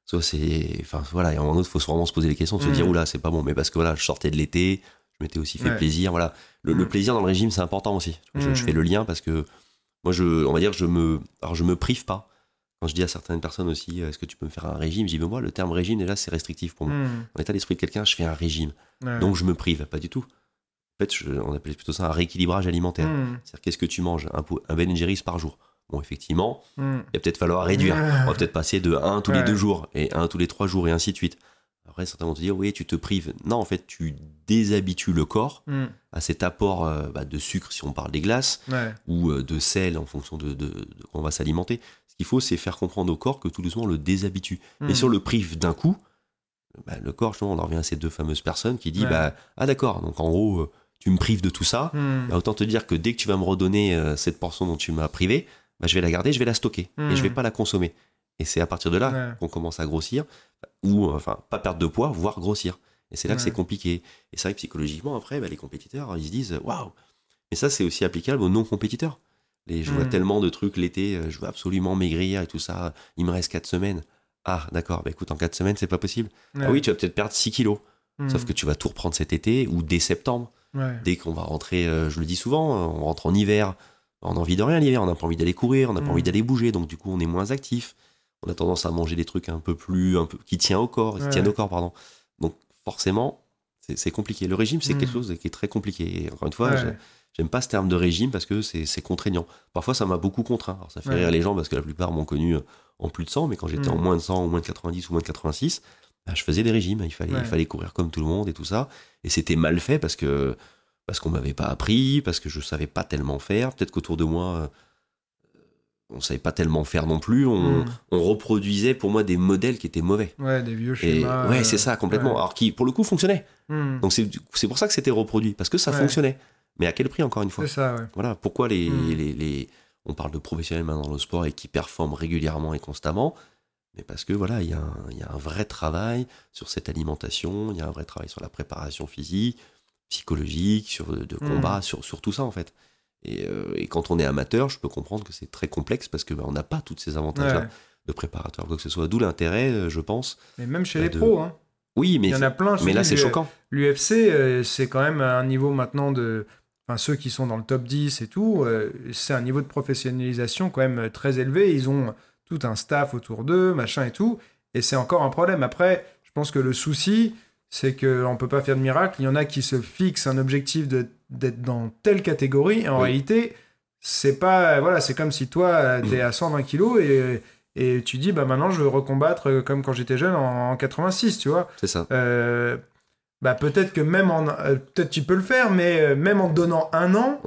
enfin voilà, et à un moment donné, il faut vraiment se poser les questions, de se dire, oula, c'est pas bon, mais parce que voilà, je sortais de l'été, je m'étais aussi fait plaisir, voilà. Le plaisir dans le régime, c'est important aussi. Je fais le lien parce que moi, on va dire, je me prive pas. Quand je dis à certaines personnes aussi, est-ce que tu peux me faire un régime? Je dis, mais moi, le terme régime, déjà, c'est restrictif pour moi. Dans l'état d'esprit de quelqu'un, je fais un régime. Donc, je me prive, pas du tout. En fait, on appelle plutôt ça un rééquilibrage alimentaire. C'est-à-dire, qu'est-ce que tu manges? Un Ben & Jerry's par jour. Bon, effectivement, il va peut-être falloir réduire. On va peut-être passer de 1 tous les 2 jours et 1 tous les 3 jours et ainsi de suite. Après, certains vont te dire, oui, tu te prives. Non, en fait, tu déshabitues le corps à cet apport de sucre, si on parle des glaces, ou de sel en fonction de comment on va s'alimenter. Ce qu'il faut, c'est faire comprendre au corps que tout doucement, on le déshabitue. Et si on le prive d'un coup, le corps, justement, on en revient à ces 2 fameuses personnes qui disent, ah d'accord, donc en gros, tu me prives de tout ça, bah, autant te dire que dès que tu vas me redonner cette portion dont tu m'as privé, bah, je vais la garder, je vais la stocker et je vais pas la consommer. Et c'est à partir de là qu'on commence à grossir, ou enfin pas perdre de poids, voire grossir. Et c'est là que c'est compliqué. Et c'est vrai que psychologiquement, après, bah, les compétiteurs, ils se disent waouh. Mais ça, c'est aussi applicable aux non-compétiteurs. Je vois tellement de trucs l'été, je veux absolument maigrir et tout ça, il me reste 4 semaines. Ah, d'accord, bah écoute, en 4 semaines, c'est pas possible. Ah oui, tu vas peut-être perdre 6 kilos. Sauf que tu vas tout reprendre cet été ou dès septembre. Dès qu'on va rentrer, je le dis souvent, on rentre en hiver, on a envie de rien l'hiver, on n'a pas envie d'aller courir, on n'a pas envie d'aller bouger, donc du coup, on est moins actif. On a tendance à manger des trucs un peu qui tiennent au corps, pardon. Donc forcément, c'est compliqué. Le régime, c'est quelque chose qui est très compliqué. Et encore une fois, j'aime pas ce terme de régime parce que c'est contraignant. Parfois, ça m'a beaucoup contraint. Alors, ça fait rire les gens parce que la plupart m'ont connu en plus de 100, mais quand j'étais en moins de 100, ou moins de 90 ou moins de 86, bah, je faisais des régimes. Il fallait courir comme tout le monde et tout ça. Et c'était mal fait parce qu'on m'avait pas appris, parce que je savais pas tellement faire. Peut-être qu'autour de moi, on savait pas tellement faire non plus. On reproduisait pour moi des modèles qui étaient mauvais. Ouais, des vieux schémas. Ouais, c'est ça, complètement. Alors qui, pour le coup, fonctionnaient. Donc c'est pour ça que c'était reproduit, parce que ça fonctionnait. Mais à quel prix, encore une fois? C'est ça, Voilà, pourquoi on parle de professionnels maintenant dans le sport et qui performent régulièrement et constamment, mais parce que voilà, il y a un vrai travail sur cette alimentation, il y a un vrai travail sur la préparation physique, psychologique, de combat, sur tout ça en fait. Et quand on est amateur, je peux comprendre que c'est très complexe parce que on n'a pas tous ces avantages-là de préparateur, quoi que ce soit. D'où l'intérêt, je pense. Mais même chez les pros, hein. Oui, mais il y en a plein. Mais là, c'est choquant. L'UFC, c'est quand même un niveau maintenant de... Enfin, ceux qui sont dans le top 10 et tout, c'est un niveau de professionnalisation quand même très élevé. Ils ont tout un staff autour d'eux, machin et tout. Et c'est encore un problème. Après, je pense que le souci, c'est qu'on ne peut pas faire de miracle. Il y en a qui se fixent un objectif d'être dans telle catégorie. Et en réalité, c'est pas... Voilà, c'est comme si toi, t'es à 120 kilos et tu dis, bah maintenant, je veux recombattre comme quand j'étais jeune en 86, tu vois. C'est ça. Bah peut-être que même peut-être tu peux le faire, mais même en te donnant 1 an,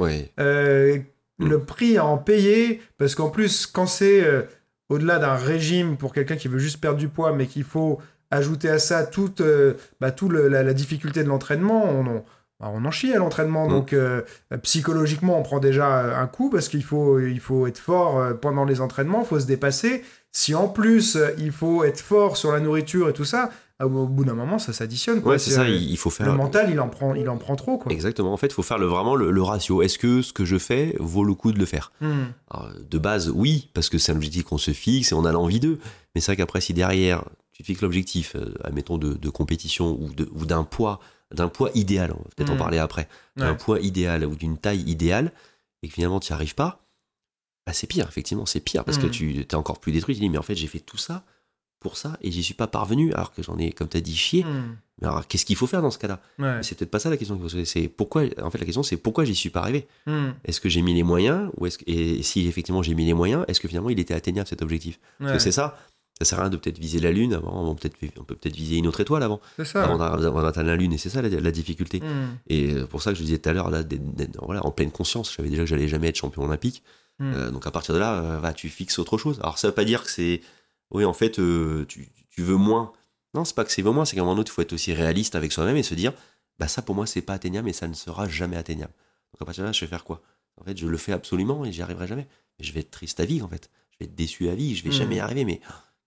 le prix à en payer, parce qu'en plus, quand c'est au-delà d'un régime pour quelqu'un qui veut juste perdre du poids, mais qu'il faut ajouter à ça toute la difficulté de l'entraînement, on en chie à l'entraînement, donc psychologiquement on prend déjà un coup parce qu'il faut être fort pendant les entraînements, il faut se dépasser. Si en plus il faut être fort sur la nourriture et tout ça, au bout d'un moment ça s'additionne, quoi. Ouais, c'est ça, il faut faire... Le mental il en prend trop, quoi. Exactement, en fait il faut faire vraiment le ratio. Est-ce que ce que je fais vaut le coup de le faire? Alors, de base oui, parce que c'est un objectif qu'on se fixe et on a l'envie d'eux, mais c'est vrai qu'après si derrière tu te fixes l'objectif, admettons de compétition ou d'un poids idéal, on va peut-être en parler après, d'un poids idéal ou d'une taille idéale, et que finalement tu n'y arrives pas, bah c'est pire, effectivement, c'est pire, parce que tu es encore plus détruit, tu te dis, mais en fait j'ai fait tout ça pour ça, et j'y suis pas parvenu, alors que j'en ai, comme tu as dit, chié. Mais alors qu'est-ce qu'il faut faire dans ce cas-là? C'est peut-être pas ça la question qu'il faut se poser, c'est pourquoi, en fait la question c'est pourquoi j'y suis pas arrivé. Est-ce que j'ai mis les moyens, et si effectivement j'ai mis les moyens, est-ce que finalement il était atteignable cet objectif? Parce que c'est ça. Ça sert à rien de peut-être viser la Lune avant, on peut peut-être viser une autre étoile avant. C'est ça. Avant d'atteindre la Lune, et c'est ça la difficulté. Et pour ça que je disais tout à l'heure, là, voilà, en pleine conscience, je savais déjà que j'allais jamais être champion olympique. Donc à partir de là, tu fixes autre chose. Alors ça veut pas dire que c'est... Oui, en fait, tu veux moins. Non, c'est pas que c'est moins, c'est qu'à un moment donné, il faut être aussi réaliste avec soi-même et se dire, bah ça pour moi, c'est pas atteignable et ça ne sera jamais atteignable. Donc à partir de là, je vais faire quoi? En fait, je le fais absolument et j'y arriverai jamais. Et je vais être triste à vie, en fait. Je vais être déçu à vie, je vais jamais y arriver, mais...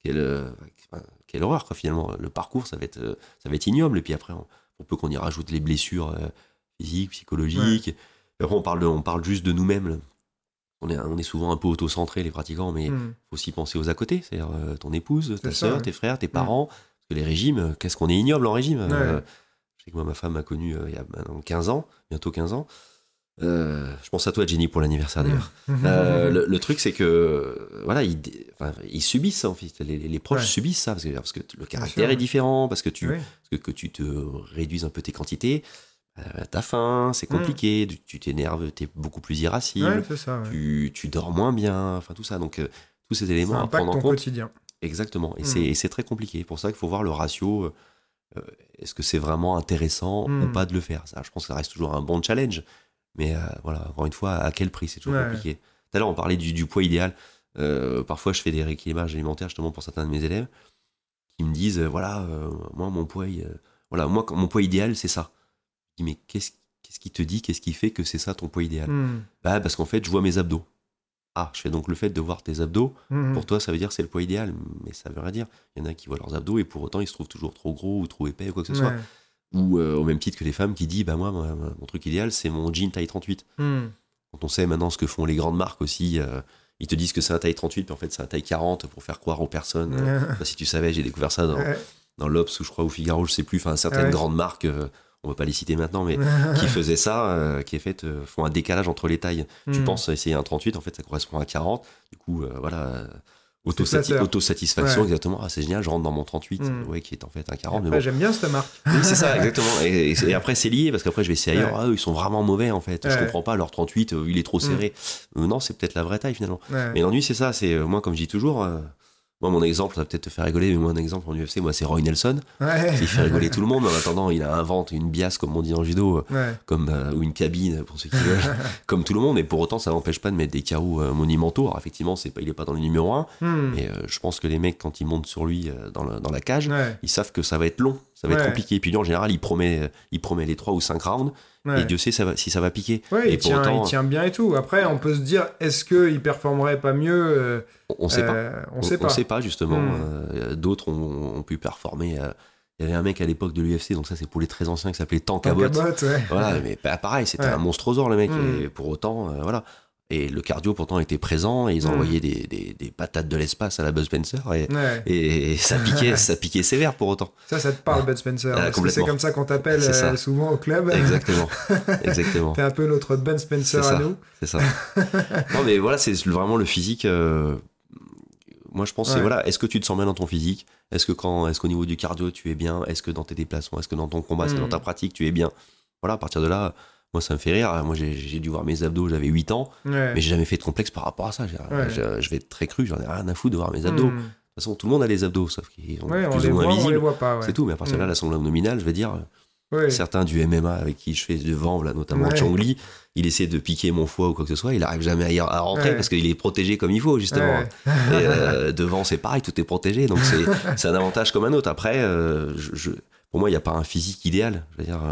Quelle horreur, quoi, finalement. Le parcours, ça va être ignoble. Et puis après, on peut qu'on y rajoute les blessures physiques, psychologiques. Et après, on parle juste de nous-mêmes. On est souvent un peu auto-centrés, les pratiquants, mais il faut aussi penser aux à côté. C'est-à-dire ton épouse, ta sœur, tes frères, tes parents. Parce que les régimes, qu'est-ce qu'on est ignoble en régime. Je sais que moi, ma femme m'a connu il y a maintenant 15 ans, bientôt 15 ans. Je pense à toi, Jenny, pour l'anniversaire d'ailleurs. Le truc, c'est que voilà, ils subissent ça en fait. Les proches subissent ça parce que le caractère est différent, parce que que tu te réduises un peu tes quantités. T'as faim, c'est compliqué, tu t'énerves, t'es beaucoup plus irascible, tu dors moins bien, enfin tout ça. Donc tous ces éléments à prendre en compte. Quotidien. Exactement. Et c'est très compliqué. C'est pour ça qu'il faut voir le ratio. Est-ce que c'est vraiment intéressant ou pas de le faire? Ça, je pense que ça reste toujours un bon challenge. Mais voilà, encore une fois, à quel prix? C'est toujours compliqué. Tout à l'heure, on parlait du poids idéal. Parfois, je fais des rééquilibrages alimentaires justement pour certains de mes élèves qui me disent moi, mon poids idéal, c'est ça. Je dis, mais qu'est-ce Qu'est-ce qui te dit, qu'est-ce qui fait que c'est ça ton poids idéal? Bah, parce qu'en fait, je vois mes abdos. Ah, je fais donc le fait de voir tes abdos, pour toi, ça veut dire que c'est le poids idéal, mais ça veut rien dire. Il y en a qui voient leurs abdos et pour autant, ils se trouvent toujours trop gros ou trop épais ou quoi que ce soit. Ou au même titre que les femmes qui disent, bah moi, mon truc idéal, c'est mon jean taille 38. Quand on sait maintenant ce que font les grandes marques aussi, ils te disent que c'est un taille 38, puis en fait, c'est un taille 40 pour faire croire aux personnes. Si tu savais, j'ai découvert ça dans l'Obs, ou je crois, ou Figaro, je sais plus, enfin, certaines grandes marques... on va pas les citer maintenant, mais qui faisaient ça, qui font un décalage entre les tailles. Tu penses essayer un 38, en fait, ça correspond à un 40. Du coup, voilà, autosatisfaction, exactement. Ah, c'est génial, je rentre dans mon 38, qui est en fait un 40. Après, mais bon. j'aime bien cette marque. Oui, c'est ça, exactement. Et après, c'est lié, parce qu'après, je vais essayer ailleurs. Ah, eux, ils sont vraiment mauvais, en fait. Je comprends pas, leur 38, il est trop serré. Non, c'est peut-être la vraie taille, finalement. Mais l'ennui, c'est ça. C'est, moi, comme je dis toujours... Moi, mon exemple, ça va peut-être te faire rigoler, mais moi, un exemple en UFC, moi, c'est Roy Nelson. Il fait rigoler tout le monde, mais en attendant, il invente une biasse, comme on dit en judo, ou une cabine, pour ceux qui veulent, comme tout le monde, et pour autant, ça n'empêche pas de mettre des KO monumentaux. Alors, effectivement, il n'est pas dans le numéro 1, mais je pense que les mecs, quand ils montent sur lui dans la cage, ils savent que ça va être long, ça va être compliqué. Et puis, lui, en général, il promet les 3 ou 5 rounds. Et Dieu sait si ça va piquer. Et il tient bien et tout. Après, on peut se dire, est-ce qu'il performerait pas mieux On sait pas. On sait pas, justement. D'autres ont pu performer. Il y avait un mec à l'époque de l'UFC, donc ça c'est pour les très anciens, qui s'appelait Tank Abbott. Voilà, mais pareil, c'était un monstrosaure le mec. Et pour autant, voilà. Et le cardio pourtant était présent, et ils envoyaient des patates de l'espace à la Bud Spencer, et ça piquait sévère pour autant. Ça te parle, Bud Spencer, parce que c'est comme ça qu'on t'appelle souvent au club. Exactement. T'es un peu notre Bud Spencer à nous. C'est ça. Non mais voilà, c'est vraiment le physique. Moi je pense c'est voilà, est-ce que tu te sens bien dans ton physique? Est-ce qu'au niveau du cardio tu es bien? Est-ce que dans tes déplacements, est-ce que dans ton combat, est-ce que dans ta pratique tu es bien? Voilà, à partir de là, moi ça me fait rire. Moi j'ai dû voir mes abdos, j'avais 8 ans, mais j'ai jamais fait de complexe par rapport à ça. Je vais être très cru, j'en ai rien à foutre de voir mes abdos. De toute façon, tout le monde a les abdos, sauf qu'ils sont plus ou moins visibles. On les voit pas, c'est tout, mais à partir de là, la sangle abdominale, je vais dire... Certains du MMA avec qui je fais devant, là, notamment Chong Li, il essaie de piquer mon foie ou quoi que ce soit, il arrive jamais à rentrer parce qu'il est protégé comme il faut, justement. Et devant, c'est pareil, tout est protégé, donc c'est un avantage comme un autre. Après, pour moi, il n'y a pas un physique idéal. Je veux dire,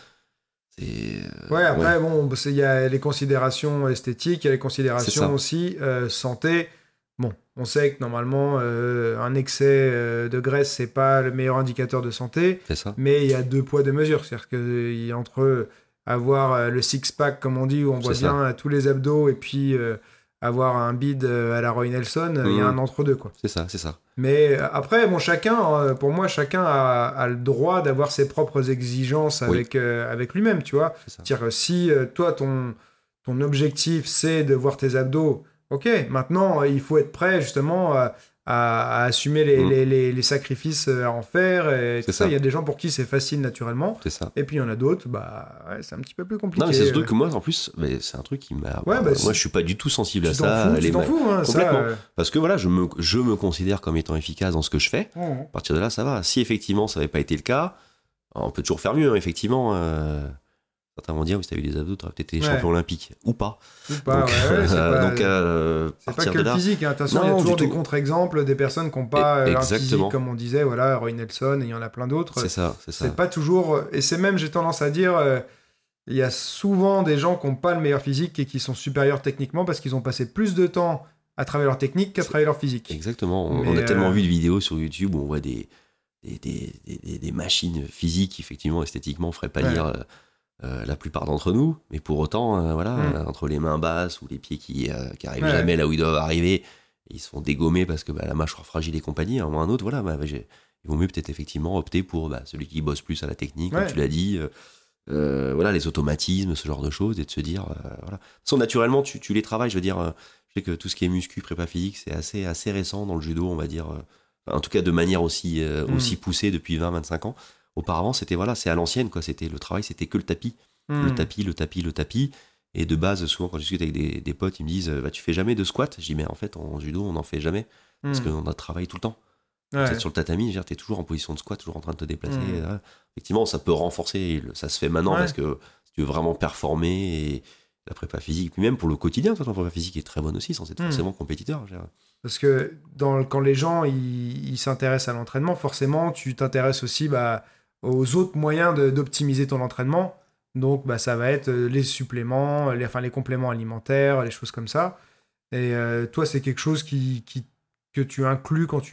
après, bon, il y a les considérations esthétiques, il y a les considérations aussi santé. Bon, on sait que normalement, un excès de graisse, c'est pas le meilleur indicateur de santé. C'est ça. Mais il y a 2 poids, 2 mesures. C'est-à-dire qu'il y a entre avoir le six-pack, comme on dit, où on voit bien tous les abdos, et puis avoir un bide à la Roy Nelson, il y a un entre-deux, quoi. C'est ça. Mais après, bon, pour moi, chacun a le droit d'avoir ses propres exigences avec lui-même, tu vois. C'est-à-dire, si toi, ton objectif, c'est de voir tes abdos... Ok, maintenant, il faut être prêt justement à assumer les sacrifices à en faire. Et tout ça. Il y a des gens pour qui c'est facile naturellement. C'est ça. Et puis il y en a d'autres, c'est un petit peu plus compliqué. Non, mais c'est surtout que moi, en plus, c'est un truc qui m'a... moi, je suis pas du tout sensible à ça. Tu t'en fous, complètement. Parce que voilà, je me considère comme étant efficace dans ce que je fais. À partir de là, ça va. Si effectivement, ça n'avait pas été le cas, on peut toujours faire mieux, effectivement. Certains vont dire, oui, si t'as eu des abdos, t'aurais peut-être été champion olympique. Ou pas. C'est pas que le physique. Attention, il y a toujours des contre-exemples, des personnes qui n'ont pas un physique, comme on disait, voilà, Roy Nelson, et il y en a plein d'autres. C'est ça. C'est pas toujours... Et c'est même, j'ai tendance à dire, il y a souvent des gens qui n'ont pas le meilleur physique et qui sont supérieurs techniquement parce qu'ils ont passé plus de temps à travailler leur technique qu'à travailler leur physique. Exactement. On a tellement vu de vidéos sur YouTube où on voit des machines physiques qui, effectivement, esthétiquement, feraient pâlir... la plupart d'entre nous, mais pour autant, entre les mains basses ou les pieds qui arrivent jamais là où ils doivent arriver, ils se font dégommer parce que la mâchoire fragile et compagnie, à un moment ou un autre, il vaut mieux peut-être effectivement opter pour celui qui bosse plus à la technique, comme tu l'as dit, les automatismes, ce genre de choses, et de se dire, voilà. De toute façon, naturellement, tu les travailles, je veux dire, je sais que tout ce qui est muscu, prépa physique, c'est assez récent dans le judo, on va dire, en tout cas de manière aussi poussée depuis 20-25 ans. Auparavant, c'était c'est à l'ancienne, quoi. Le travail, c'était que le tapis. Le tapis. Et de base, souvent, quand je discute avec des potes, ils me disent tu fais jamais de squat? Je dis, mais en fait, en judo, on n'en fait jamais. Parce qu'on a travaillé tout le temps. Peut-être sur le tatami, t'es toujours en position de squat, toujours en train de te déplacer. Effectivement, ça peut renforcer. Ça se fait maintenant parce que si tu veux vraiment performer, et la prépa physique, puis même pour le quotidien, toi, ton prépa physique est très bonne aussi, sans être forcément compétiteur. Parce que quand les gens ils s'intéressent à l'entraînement, forcément, tu t'intéresses aussi aux autres moyens d'optimiser ton entraînement. Donc, ça va être les suppléments, les compléments alimentaires, les choses comme ça. Et toi, c'est quelque chose que tu inclus quand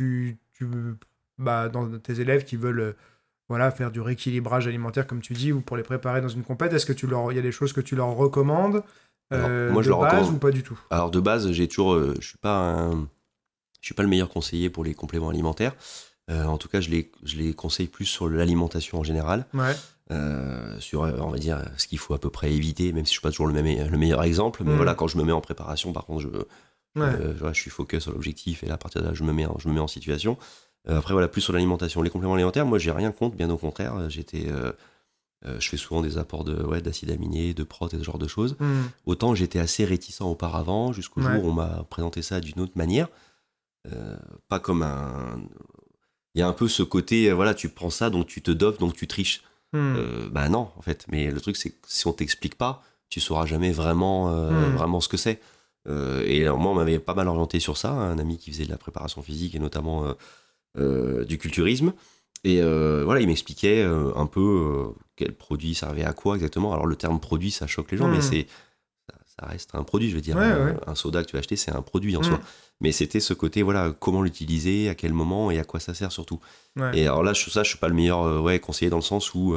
dans tes élèves qui veulent faire du rééquilibrage alimentaire, comme tu dis, ou pour les préparer dans une compète. Est-ce que il y a des choses que tu leur recommandes moi, de base ou pas du tout? Alors, de base, je suis pas le meilleur conseiller pour les compléments alimentaires. En tout cas, je les conseille plus sur l'alimentation en général. Ouais. Sur, on va dire, ce qu'il faut à peu près éviter, même si je suis pas toujours le meilleur exemple. Mais voilà, quand je me mets en préparation, par contre, je suis focus sur l'objectif et là, à partir de là, je me mets en situation. Après, voilà, plus sur l'alimentation. Les compléments alimentaires, moi, j'ai rien contre, bien au contraire. Je fais souvent des apports d'acides aminés, de prot et ce genre de choses. Autant j'étais assez réticent auparavant, jusqu'au jour où on m'a présenté ça d'une autre manière. Pas comme il y a un peu ce côté, tu prends ça, donc tu te dopes, donc tu triches. Non, en fait. Mais le truc, c'est que si on t'explique pas, tu sauras jamais vraiment ce que c'est. Et alors, moi, on m'avait pas mal orienté sur ça, un ami qui faisait de la préparation physique et notamment du culturisme. Et il m'expliquait un peu quel produit servait à quoi exactement. Alors, le terme produit, ça choque les gens, mais ça reste un produit, je veux dire. Un soda que tu vas acheter, c'est un produit en soi. Mais c'était ce côté, comment l'utiliser, à quel moment et à quoi ça sert surtout. Ouais. Et alors là, je suis pas le meilleur conseiller dans le sens où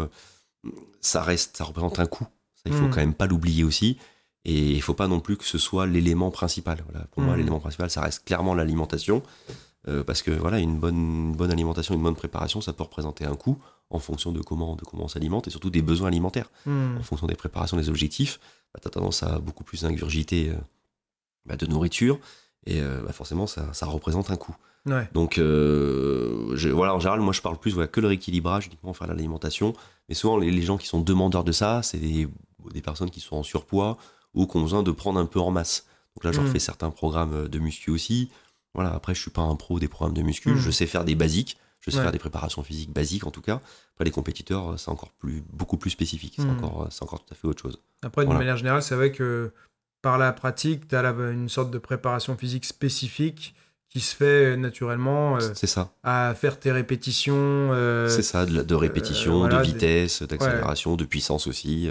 ça représente un coût. Ça, il faut quand même pas l'oublier aussi. Et il faut pas non plus que ce soit l'élément principal. Voilà. Pour moi, l'élément principal, ça reste clairement l'alimentation. Parce que une bonne alimentation, une bonne préparation, ça peut représenter un coût en fonction de comment on s'alimente et surtout des besoins alimentaires. En fonction des préparations, des objectifs, tu as tendance à beaucoup plus ingurgiter de nourriture et forcément ça représente un coût. Ouais. Donc en général, moi je parle plus que le rééquilibrage, uniquement faire de l'alimentation, mais souvent les gens qui sont demandeurs de ça, c'est des personnes qui sont en surpoids ou qui ont besoin de prendre un peu en masse. Donc là, je leur fais certains programmes de muscu aussi. Voilà, après, je suis pas un pro des programmes de muscu. Je sais faire des basiques. Je sais faire des préparations physiques basiques, en tout cas. Après, les compétiteurs, c'est beaucoup plus spécifique. C'est encore tout à fait autre chose. Après, d'une manière générale, c'est vrai que par la pratique, tu as une sorte de préparation physique spécifique qui se fait naturellement c'est ça. À faire tes répétitions. C'est ça, de répétition, de vitesse, d'accélération, de puissance aussi.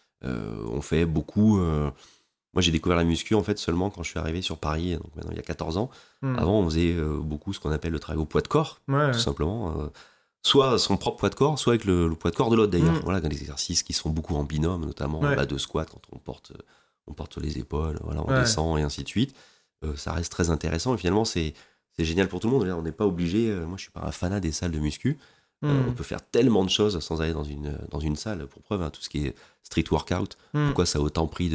On fait beaucoup... Moi, j'ai découvert la muscu en fait seulement quand je suis arrivé sur Paris, donc maintenant il y a 14 ans. Avant, on faisait beaucoup ce qu'on appelle le travail au poids de corps, tout simplement. Soit son propre poids de corps, soit avec le poids de corps de l'autre d'ailleurs. Voilà, dans les exercices qui sont beaucoup en binôme, notamment en bas de squat, quand on porte sur les épaules, on descend et ainsi de suite. Ça reste très intéressant et finalement, c'est génial pour tout le monde. On n'est pas obligé, moi je suis pas un fanat des salles de muscu. On peut faire tellement de choses sans aller dans une salle. Pour preuve, tout ce qui est street workout, pourquoi ça a autant pris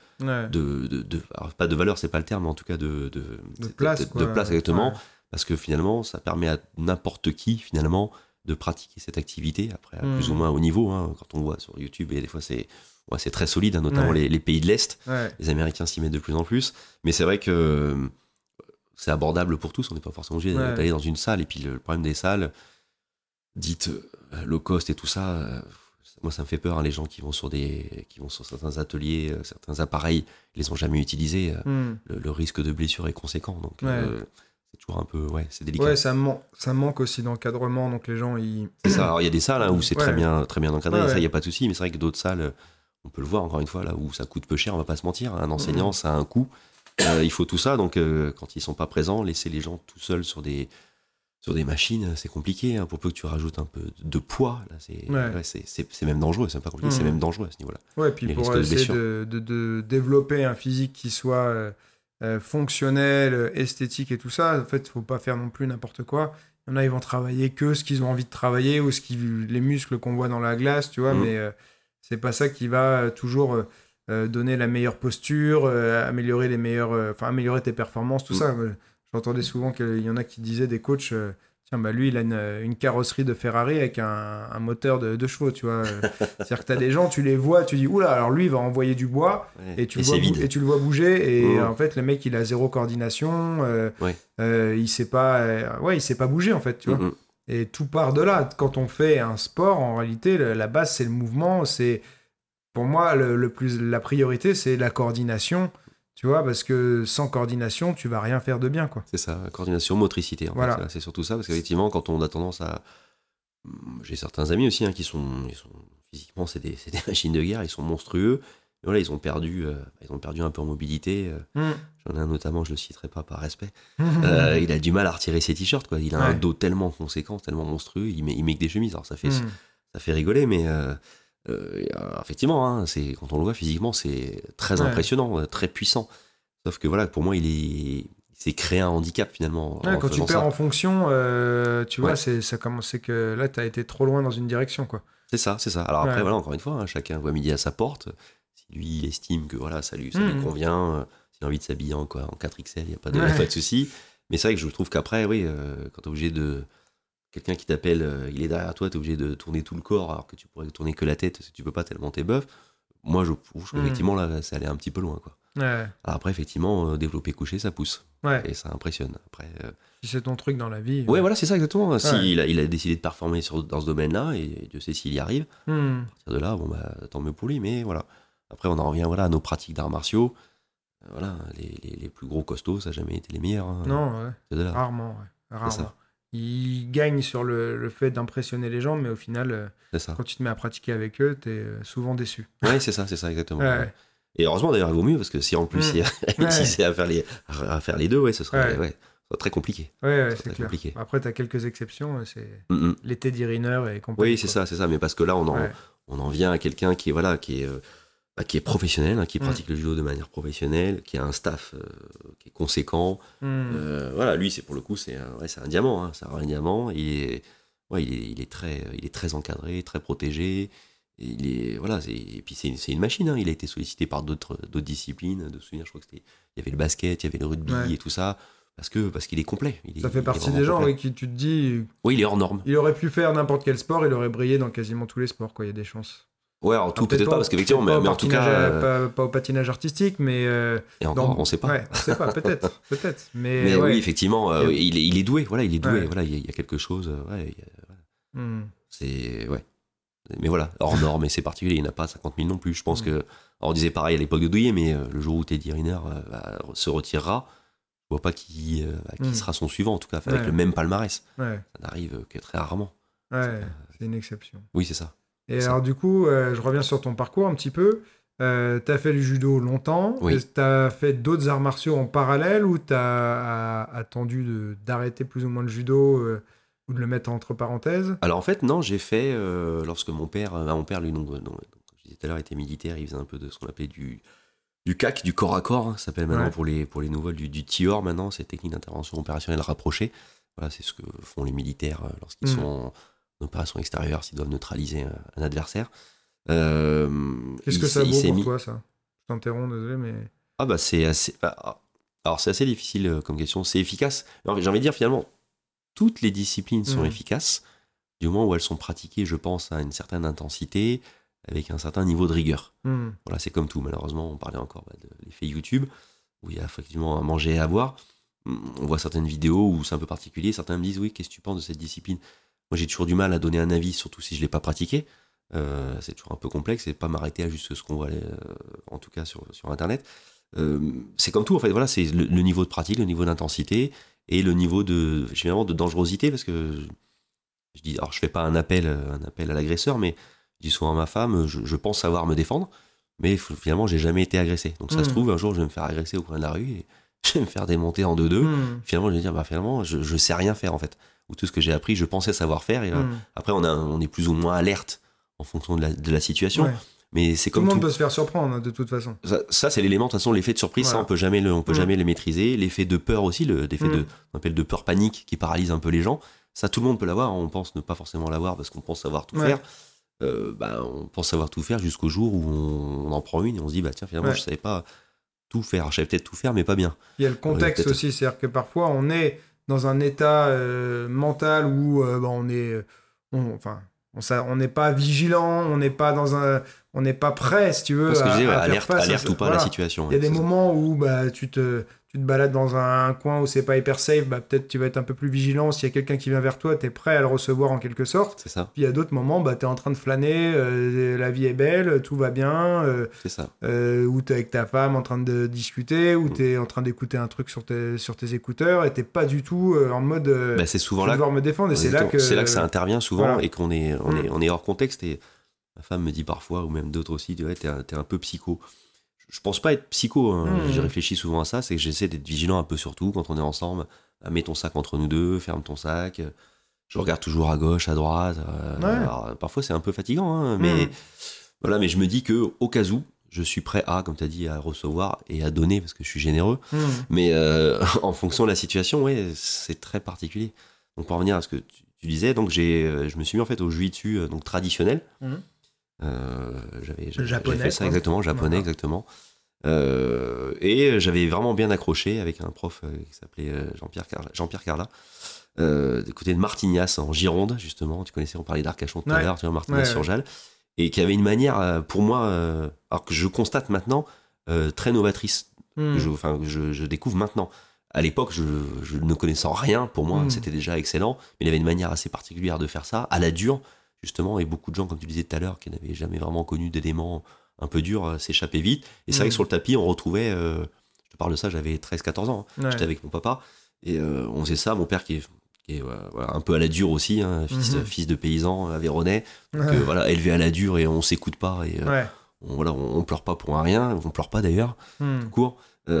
alors pas de valeur, c'est pas le terme, mais en tout cas de place exactement, parce que finalement, ça permet à n'importe qui finalement de pratiquer cette activité après à plus ou moins haut niveau. Quand on voit sur YouTube, et des fois c'est très solide, notamment les pays de l'Est. Les Américains s'y mettent de plus en plus, mais c'est vrai que c'est abordable pour tous. On n'est pas forcément obligé d'aller dans une salle. Et puis le problème des salles dites low cost et tout ça, moi ça me fait peur, les gens qui vont sur certains ateliers, certains appareils, ils les ont jamais utilisés, le risque de blessure est conséquent, donc c'est toujours un peu c'est délicat. Ça manque aussi d'encadrement, donc les gens c'est ça. Alors il y a des salles où c'est très bien encadré, ça il y a pas de souci, mais c'est vrai que d'autres salles, on peut le voir encore une fois là où ça coûte peu cher, on va pas se mentir, un enseignant ça a un coût, il faut tout ça, donc quand ils sont pas présents, laisser les gens tout seuls sur des machines, c'est compliqué, pour peu que tu rajoutes un peu de poids, là, c'est même dangereux, c'est pas compliqué, c'est même dangereux à ce niveau-là. Ouais, puis pour essayer de développer un physique qui soit fonctionnel, esthétique et tout ça, en fait, il faut pas faire non plus n'importe quoi. Il y en a, ils vont travailler que ce qu'ils ont envie de travailler ou les muscles qu'on voit dans la glace, tu vois, mais c'est pas ça qui va toujours donner la meilleure posture, améliorer tes performances, tout ça. J'entendais souvent qu'il y en a qui disaient, des coachs, lui, il a une carrosserie de Ferrari avec un moteur de chevaux, tu vois. C'est-à-dire que tu as des gens, tu les vois, tu dis, oula, alors lui, il va envoyer du bois, et tu le vois bouger, et en fait, le mec, il a zéro coordination, il sait pas bouger, en fait, tu vois. Et tout part de là. Quand on fait un sport, en réalité, la base, c'est le mouvement. Pour moi, la priorité, c'est la coordination. Tu vois, parce que sans coordination, tu vas rien faire de bien, quoi. C'est ça, coordination, motricité. En fait, c'est surtout ça, parce qu'effectivement, quand on a tendance à... J'ai certains amis aussi qui sont physiquement, c'est des machines de guerre, ils sont monstrueux. Et voilà, ils ont perdu un peu en mobilité. J'en ai un notamment, je le citerai pas par respect. Il a du mal à retirer ses t-shirts, quoi. Il a un dos tellement conséquent, tellement monstrueux, il met que des chemises. Alors ça fait rigoler, mais effectivement, hein, quand on le voit physiquement, c'est très impressionnant, très puissant. Sauf que voilà, pour moi, il s'est créé un handicap finalement. Quand tu perds en fonction, tu vois, c'est que là, tu as été trop loin dans une direction, quoi. C'est ça. Alors après, voilà, encore une fois, hein, chacun voit midi à sa porte. Si lui, il estime que voilà, ça lui convient, s'il a envie de s'habiller en 4XL, il n'y a pas de souci. Mais c'est vrai que je trouve qu'après, oui, quand tu es obligé de. Quelqu'un qui t'appelle, il est derrière toi, tu es obligé de tourner tout le corps alors que tu pourrais tourner que la tête si tu peux pas tellement t'es bœuf. Moi, je trouve qu'effectivement, là, ça allait un petit peu loin, quoi. Alors après, effectivement, développer couché, ça pousse. Et ça impressionne. Après, si c'est ton truc dans la vie. Ouais, voilà, c'est ça exactement. Si il a décidé de performer dans ce domaine-là, et Dieu sait s'il y arrive, à partir de là, bon, bah, tant mieux pour lui, mais voilà. Après, on en revient à nos pratiques d'arts martiaux. Voilà, les plus gros costauds, ça n'a jamais été les meilleurs. Hein. Non, rarement. Ils gagnent sur le fait d'impressionner les gens, mais au final, quand tu te mets à pratiquer avec eux, t'es souvent déçu. Ouais, c'est ça, exactement. Et heureusement, d'ailleurs, il vaut mieux, parce que si en plus, si c'est à faire les deux, ce serait très compliqué. C'est clair. Compliqué. Après, t'as quelques exceptions, c'est l'été d'Iriner et compagnie. Oui, c'est ça, mais parce que là, on en vient à quelqu'un qui est professionnel, hein, qui pratique le judo de manière professionnelle, qui a un staff qui est conséquent. Voilà, lui, pour le coup, c'est un diamant. Hein, c'est un diamant. Il est très encadré, très protégé. Et puis c'est une machine. Hein, il a été sollicité par d'autres disciplines. De souvenir, je crois que il y avait le basket, il y avait le rugby et tout ça. Parce qu'il est complet. Ça fait partie des gens qui tu te dis. Oui, il est hors norme. Il aurait pu faire n'importe quel sport, il aurait brillé dans quasiment tous les sports. Il y a des chances. Ouais, alors tout peut-être pas, parce qu'effectivement, mais en tout cas. Pas au patinage artistique, mais. Et encore, on sait pas. Ouais, on sait pas, peut-être. Mais oui, effectivement, il est doué, voilà, il est doué, voilà, il y a quelque chose, c'est. Ouais. Mais voilà, hors norme, et c'est particulier, il n'y en a pas 50 000 non plus. Je pense que. Alors, on disait pareil à l'époque de Douillet, mais le jour où Teddy Riner se retirera, je vois pas qui sera son suivant, en tout cas, avec le même palmarès. Ça n'arrive que très rarement. C'est une exception. Oui, c'est ça. Et alors du coup, je reviens sur ton parcours un petit peu. T'as fait le judo longtemps. T'as fait d'autres arts martiaux en parallèle ou t'as attendu d'arrêter plus ou moins le judo ou de le mettre entre parenthèses? Alors en fait, non, j'ai fait lorsque mon père lui, comme je disais tout à l'heure, était militaire, il faisait un peu de ce qu'on appelait du CAC, du corps à corps, hein, ça s'appelle maintenant pour les nouveaux, du TIOR maintenant, c'est technique d'intervention opérationnelle rapprochée. Voilà, c'est ce que font les militaires lorsqu'ils sont en opération extérieure, s'ils doivent neutraliser un adversaire. Qu'est-ce que ça vaut pour toi, ça? Je t'interromps, désolé, mais... Ah bah c'est assez... Alors c'est assez difficile comme question, c'est efficace. Alors, j'ai envie de dire finalement, toutes les disciplines sont efficaces, du moment où elles sont pratiquées, je pense, à une certaine intensité, avec un certain niveau de rigueur. Voilà, c'est comme tout, malheureusement, on parlait encore de l'effet YouTube, où il y a effectivement à manger et à boire. On voit certaines vidéos où c'est un peu particulier, certains me disent, oui, qu'est-ce que tu penses de cette discipline? Moi, j'ai toujours du mal à donner un avis, surtout si je ne l'ai pas pratiqué. C'est toujours un peu complexe, et pas m'arrêter à juste ce qu'on voit, en tout cas sur Internet. C'est comme tout, en fait, voilà, c'est le niveau de pratique, le niveau d'intensité, et le niveau finalement, de dangerosité, parce que je fais pas un appel à l'agresseur, mais je dis souvent à ma femme, je pense savoir me défendre, mais finalement, j'ai jamais été agressé. Donc ça se trouve, un jour, je vais me faire agresser au coin de la rue, et je vais me faire démonter en 2-2. Finalement, je vais dire, finalement, je sais rien faire, en fait. Ou tout ce que j'ai appris, je pensais savoir faire, et après, on est plus ou moins alerte en fonction de la situation. Mais c'est comme tout le monde peut se faire surprendre, de toute façon. Ça c'est l'élément, de toute façon, l'effet de surprise, ça, on peut jamais le maîtriser. L'effet de peur aussi, l'effet on appelle de peur panique, qui paralyse un peu les gens. Ça, tout le monde peut l'avoir. On pense ne pas forcément l'avoir parce qu'on pense savoir tout faire. On pense savoir tout faire jusqu'au jour où on en prend une et on se dit, tiens, finalement, je savais pas tout faire. Je savais peut-être tout faire, mais pas bien. Il y a le contexte aussi, c'est-à-dire que parfois, on est dans un état mental où on n'est pas vigilant, on n'est pas prêt, si tu veux, alerte ou pas à la situation. Il y a des moments où tu te balades dans un coin où c'est pas hyper safe, peut-être tu vas être un peu plus vigilant. S'il y a quelqu'un qui vient vers toi, t'es prêt à le recevoir en quelque sorte. C'est ça. Puis il y a d'autres moments, t'es en train de flâner, la vie est belle, tout va bien. C'est ça. Ou t'es avec ta femme en train de discuter, ou t'es en train d'écouter un truc sur tes écouteurs, et t'es pas du tout en mode c'est souvent je vais devoir me défendre. Et c'est là que ça intervient souvent, et qu'on est hors contexte. Et Ma femme me dit parfois, ou même d'autres aussi, ouais, t'es un peu psycho. Je pense pas être psycho, hein. J'ai réfléchi souvent à ça, c'est que j'essaie d'être vigilant un peu sur tout quand on est ensemble. Mets ton sac entre nous deux, ferme ton sac. Je regarde toujours à gauche, à droite. Alors, parfois c'est un peu fatigant, hein, mais voilà, mais je me dis que au cas où, je suis prêt à, comme tu as dit, à recevoir et à donner parce que je suis généreux. Mais en fonction de la situation, ouais, c'est très particulier. Donc pour revenir à ce que tu disais, donc je me suis mis en fait au jiu-jitsu donc traditionnel. J'avais fait ça exactement, japonais exactement. Et j'avais vraiment bien accroché avec un prof qui s'appelait Jean-Pierre Carla. Du côté de Martignas en Gironde justement, tu connaissais, on parlait d'Arcachon tout à l'heure, tu vois, Martignas sur Jalles, et qui avait une manière pour moi, alors que je constate maintenant, très novatrice, que je découvre maintenant. À l'époque, je ne connaissais rien, pour moi c'était déjà excellent, mais il avait une manière assez particulière de faire ça, à la dure justement, et beaucoup de gens, comme tu disais tout à l'heure, qui n'avaient jamais vraiment connu d'éléments un peu durs, s'échappaient vite, et c'est vrai que sur le tapis on retrouvait, je te parle de ça, j'avais 13-14 ans, j'étais avec mon papa, et on faisait ça, mon père qui est un peu à la dure aussi, hein, fils de paysan aveyronais, donc élevé à la dure, et on s'écoute pas, et on pleure pas pour un rien, on pleure pas d'ailleurs, tout court.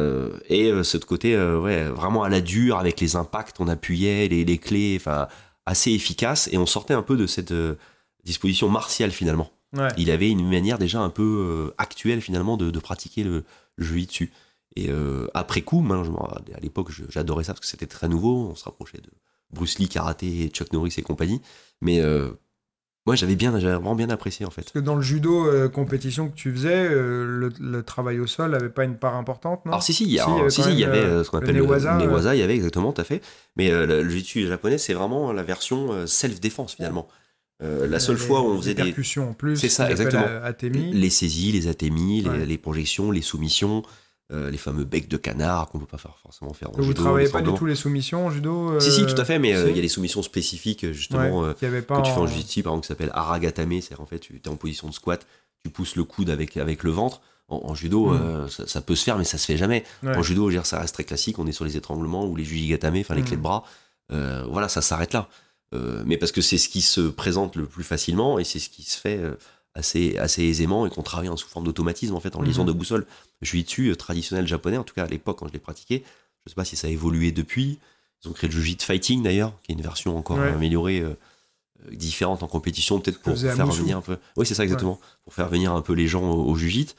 Ce côté vraiment à la dure, avec les impacts, on appuyait les clés, enfin assez efficace, et on sortait un peu de cette disposition martiale finalement. Il avait une manière déjà un peu actuelle finalement de pratiquer le jiu-jitsu. Et après coup, à l'époque j'adorais ça parce que c'était très nouveau, on se rapprochait de Bruce Lee, karaté, Chuck Norris et compagnie, mais moi j'avais vraiment bien apprécié en fait. Parce que dans le judo compétition que tu faisais, le travail au sol n'avait pas une part importante, non? Alors il y avait ce qu'on appelle le newaza, il y avait exactement, tout à fait, mais le jiu-jitsu japonais c'est vraiment la version self-défense finalement. La seule fois où on faisait des percussions en plus, c'est ça exactement, les saisies, les atémis, les projections, les soumissions, les fameux becs de canard qu'on peut pas forcément faire en judo. Vous travaillez pas du tout les soumissions en judo? Si, tout à fait, mais il y a des soumissions spécifiques justement que tu fais en jiu-jitsu, par exemple, qui s'appelle aragatame, c'est en fait tu es en position de squat, tu pousses le coude avec le ventre. En judo, ça peut se faire, mais ça se fait jamais. En judo, ça reste très classique, on est sur les étranglements ou les jujigatame, enfin les clés de bras. Ça s'arrête là. Mais parce que c'est ce qui se présente le plus facilement et c'est ce qui se fait assez aisément et qu'on travaille sous forme d'automatisme en fait, en liaison de boussole. Jiu-jitsu traditionnel japonais, en tout cas à l'époque quand je l'ai pratiqué, je sais pas si ça a évolué depuis. Ils ont créé le Jiu-Jitsu Fighting d'ailleurs, qui est une version encore améliorée, différente en compétition, peut-être pour faire revenir un peu. Oui, c'est ça exactement, pour faire venir un peu les gens au Jiu-Jitsu.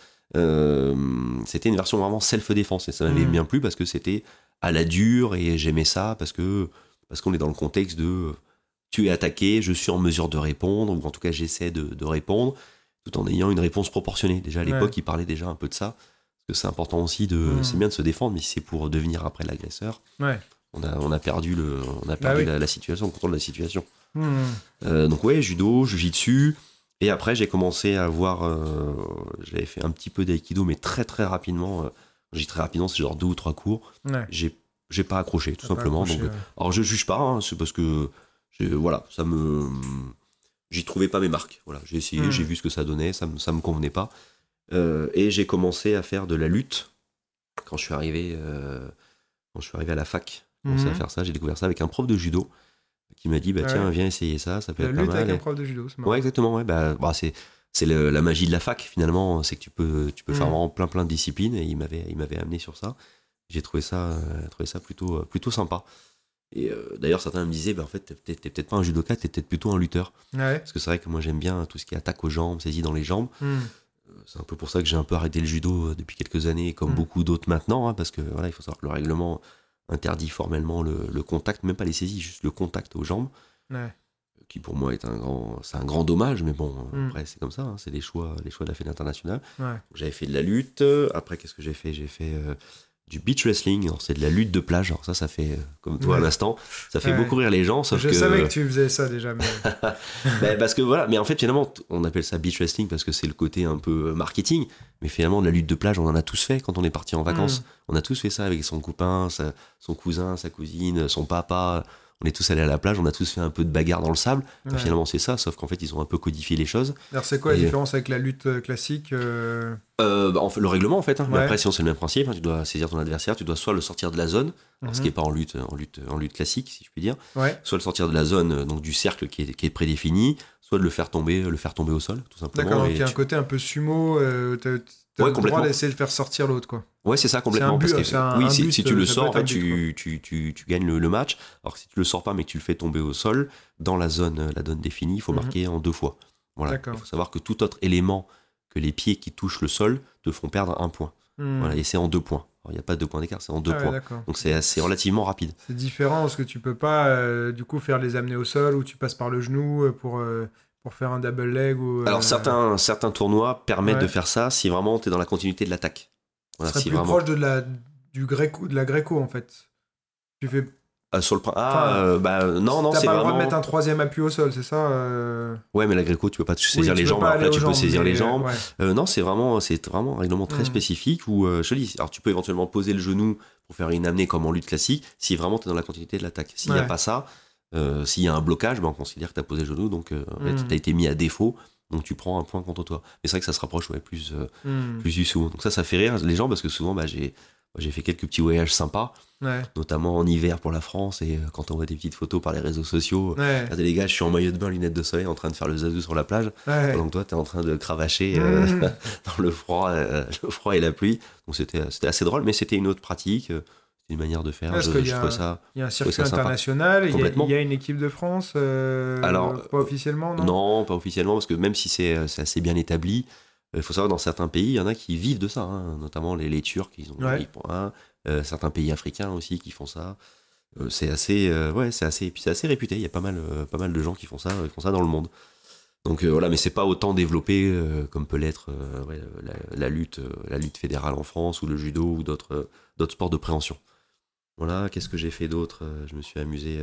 C'était une version vraiment self-défense et ça m'avait bien plu parce que c'était à la dure et j'aimais ça parce qu'on est dans le contexte de tu es attaqué, je suis en mesure de répondre, ou en tout cas j'essaie de répondre, tout en ayant une réponse proportionnée. Déjà à l'époque, il parlait déjà un peu de ça, parce que c'est important aussi c'est bien de se défendre, mais si c'est pour devenir après l'agresseur, on a perdu la situation, le contrôle de la situation. Donc judo, jiu-jitsu, et après j'ai commencé à voir, j'avais fait un petit peu d'aïkido, mais très très rapidement, je dis très rapidement, c'est genre 2 ou 3 cours, j'ai pas accroché, tout simplement. Alors je juge pas, hein, c'est parce que j'y trouvais pas mes marques. Voilà, j'ai essayé, j'ai vu ce que ça donnait, ça me convenait pas. Et j'ai commencé à faire de la lutte quand je suis arrivé à la fac. J'ai commencé à faire ça, j'ai découvert ça avec un prof de judo qui m'a dit tiens, viens essayer ça peut être pas mal. La lutte avec un prof de judo, c'est marrant. Ouais, exactement. C'est la magie de la fac finalement, c'est que tu peux faire vraiment plein de disciplines, et il m'avait amené sur ça. J'ai trouvé ça plutôt sympa. Et d'ailleurs certains me disaient en fait t'es peut-être pas un judoka, t'es peut-être plutôt un lutteur, parce que c'est vrai que moi j'aime bien tout ce qui est attaque aux jambes, saisie dans les jambes. C'est un peu pour ça que j'ai un peu arrêté le judo depuis quelques années, comme beaucoup d'autres maintenant, hein, parce que il faut savoir que le règlement interdit formellement le contact, même pas les saisies, juste le contact aux jambes, qui pour moi est un grand dommage, mais bon, après c'est comme ça, hein, c'est les choix de la Fédération internationale. J'avais fait de la lutte, après qu'est-ce que j'ai fait du beach wrestling, alors c'est de la lutte de plage, alors ça fait, comme toi à l'instant, ça fait beaucoup rire les gens, sauf que... Je savais que tu faisais ça déjà, mais... parce que mais en fait finalement, on appelle ça beach wrestling parce que c'est le côté un peu marketing, mais finalement la lutte de plage, on en a tous fait quand on est parti en vacances, on a tous fait ça avec son copain, son cousin, sa cousine, son papa, on est tous allés à la plage, on a tous fait un peu de bagarre dans le sable. Enfin, finalement, c'est ça, sauf qu'en fait, ils ont un peu codifié les choses. Alors, c'est quoi la différence avec la lutte classique En fait, le règlement, en fait. Mais après, sinon, c'est le même principe. Tu dois saisir ton adversaire, tu dois soit le sortir de la zone, ce qui n'est pas en lutte classique, si je puis dire, soit le sortir de la zone, donc du cercle qui est prédéfini, soit de le faire tomber au sol, tout simplement. D'accord, donc il y a un côté un peu sumo, t'as le droit d'essayer de faire sortir l'autre, quoi. Ouais, c'est ça, complètement. Si tu le sors, en fait, tu gagnes le match. Alors que si tu le sors pas, mais que tu le fais tomber au sol, dans la zone définie, il faut marquer en 2 fois. Voilà. Il faut savoir que tout autre élément que les pieds qui touchent le sol te font perdre 1 point. Voilà, et c'est en 2 points. Il n'y a pas de 2 points d'écart, c'est en 2 points. D'accord. Donc c'est relativement rapide. C'est différent parce que tu peux pas du coup faire les amener au sol ou tu passes par le genou pour faire un double leg ou. Alors certains tournois permettent de faire ça si vraiment tu es dans la continuité de l'attaque. Voilà, ce serait plus proche de la gréco en fait. Tu fais. Sur le non, t'as c'est pas le droit vraiment... de mettre un 3e appui au sol, c'est ça Ouais, mais la gréco, tu peux pas saisir les jambes. Après, tu peux saisir les jambes. Ouais. Non, c'est vraiment un règlement très spécifique où, je te dis, alors tu peux éventuellement poser le genou pour faire une amenée comme en lutte classique, si vraiment tu es dans la continuité de l'attaque. S'il n'y a pas ça, s'il y a un blocage, on considère que tu as posé le genou, donc tu as été mis à défaut, donc tu prends un point contre toi. Mais c'est vrai que ça se rapproche plus du sumo. Donc ça fait rire les gens parce que souvent, j'ai fait quelques petits voyages sympas, notamment en hiver pour la France, et quand on voit des petites photos par les réseaux sociaux, regardez les gars, je suis en maillot de bain, lunettes de soleil, en train de faire le zazou sur la plage, pendant que toi t'es en train de cravacher dans le froid et la pluie. Donc c'était assez drôle, mais c'était une autre pratique, c'était une manière de faire. Il y a un circuit international, il y a une équipe de France, alors, pas officiellement, non ? Non, pas officiellement, parce que même si c'est assez bien établi, il faut savoir, dans certains pays, il y en a qui vivent de ça, notamment les Turcs, ils ont une ligue pour un. Certains pays africains aussi qui font ça. C'est assez réputé. Il y a pas mal de gens qui font ça dans le monde. Donc voilà, mais c'est pas autant développé comme peut l'être la lutte fédérale en France ou le judo ou d'autres sports de préhension. Voilà, qu'est-ce que j'ai fait d'autre ? Je me suis amusé.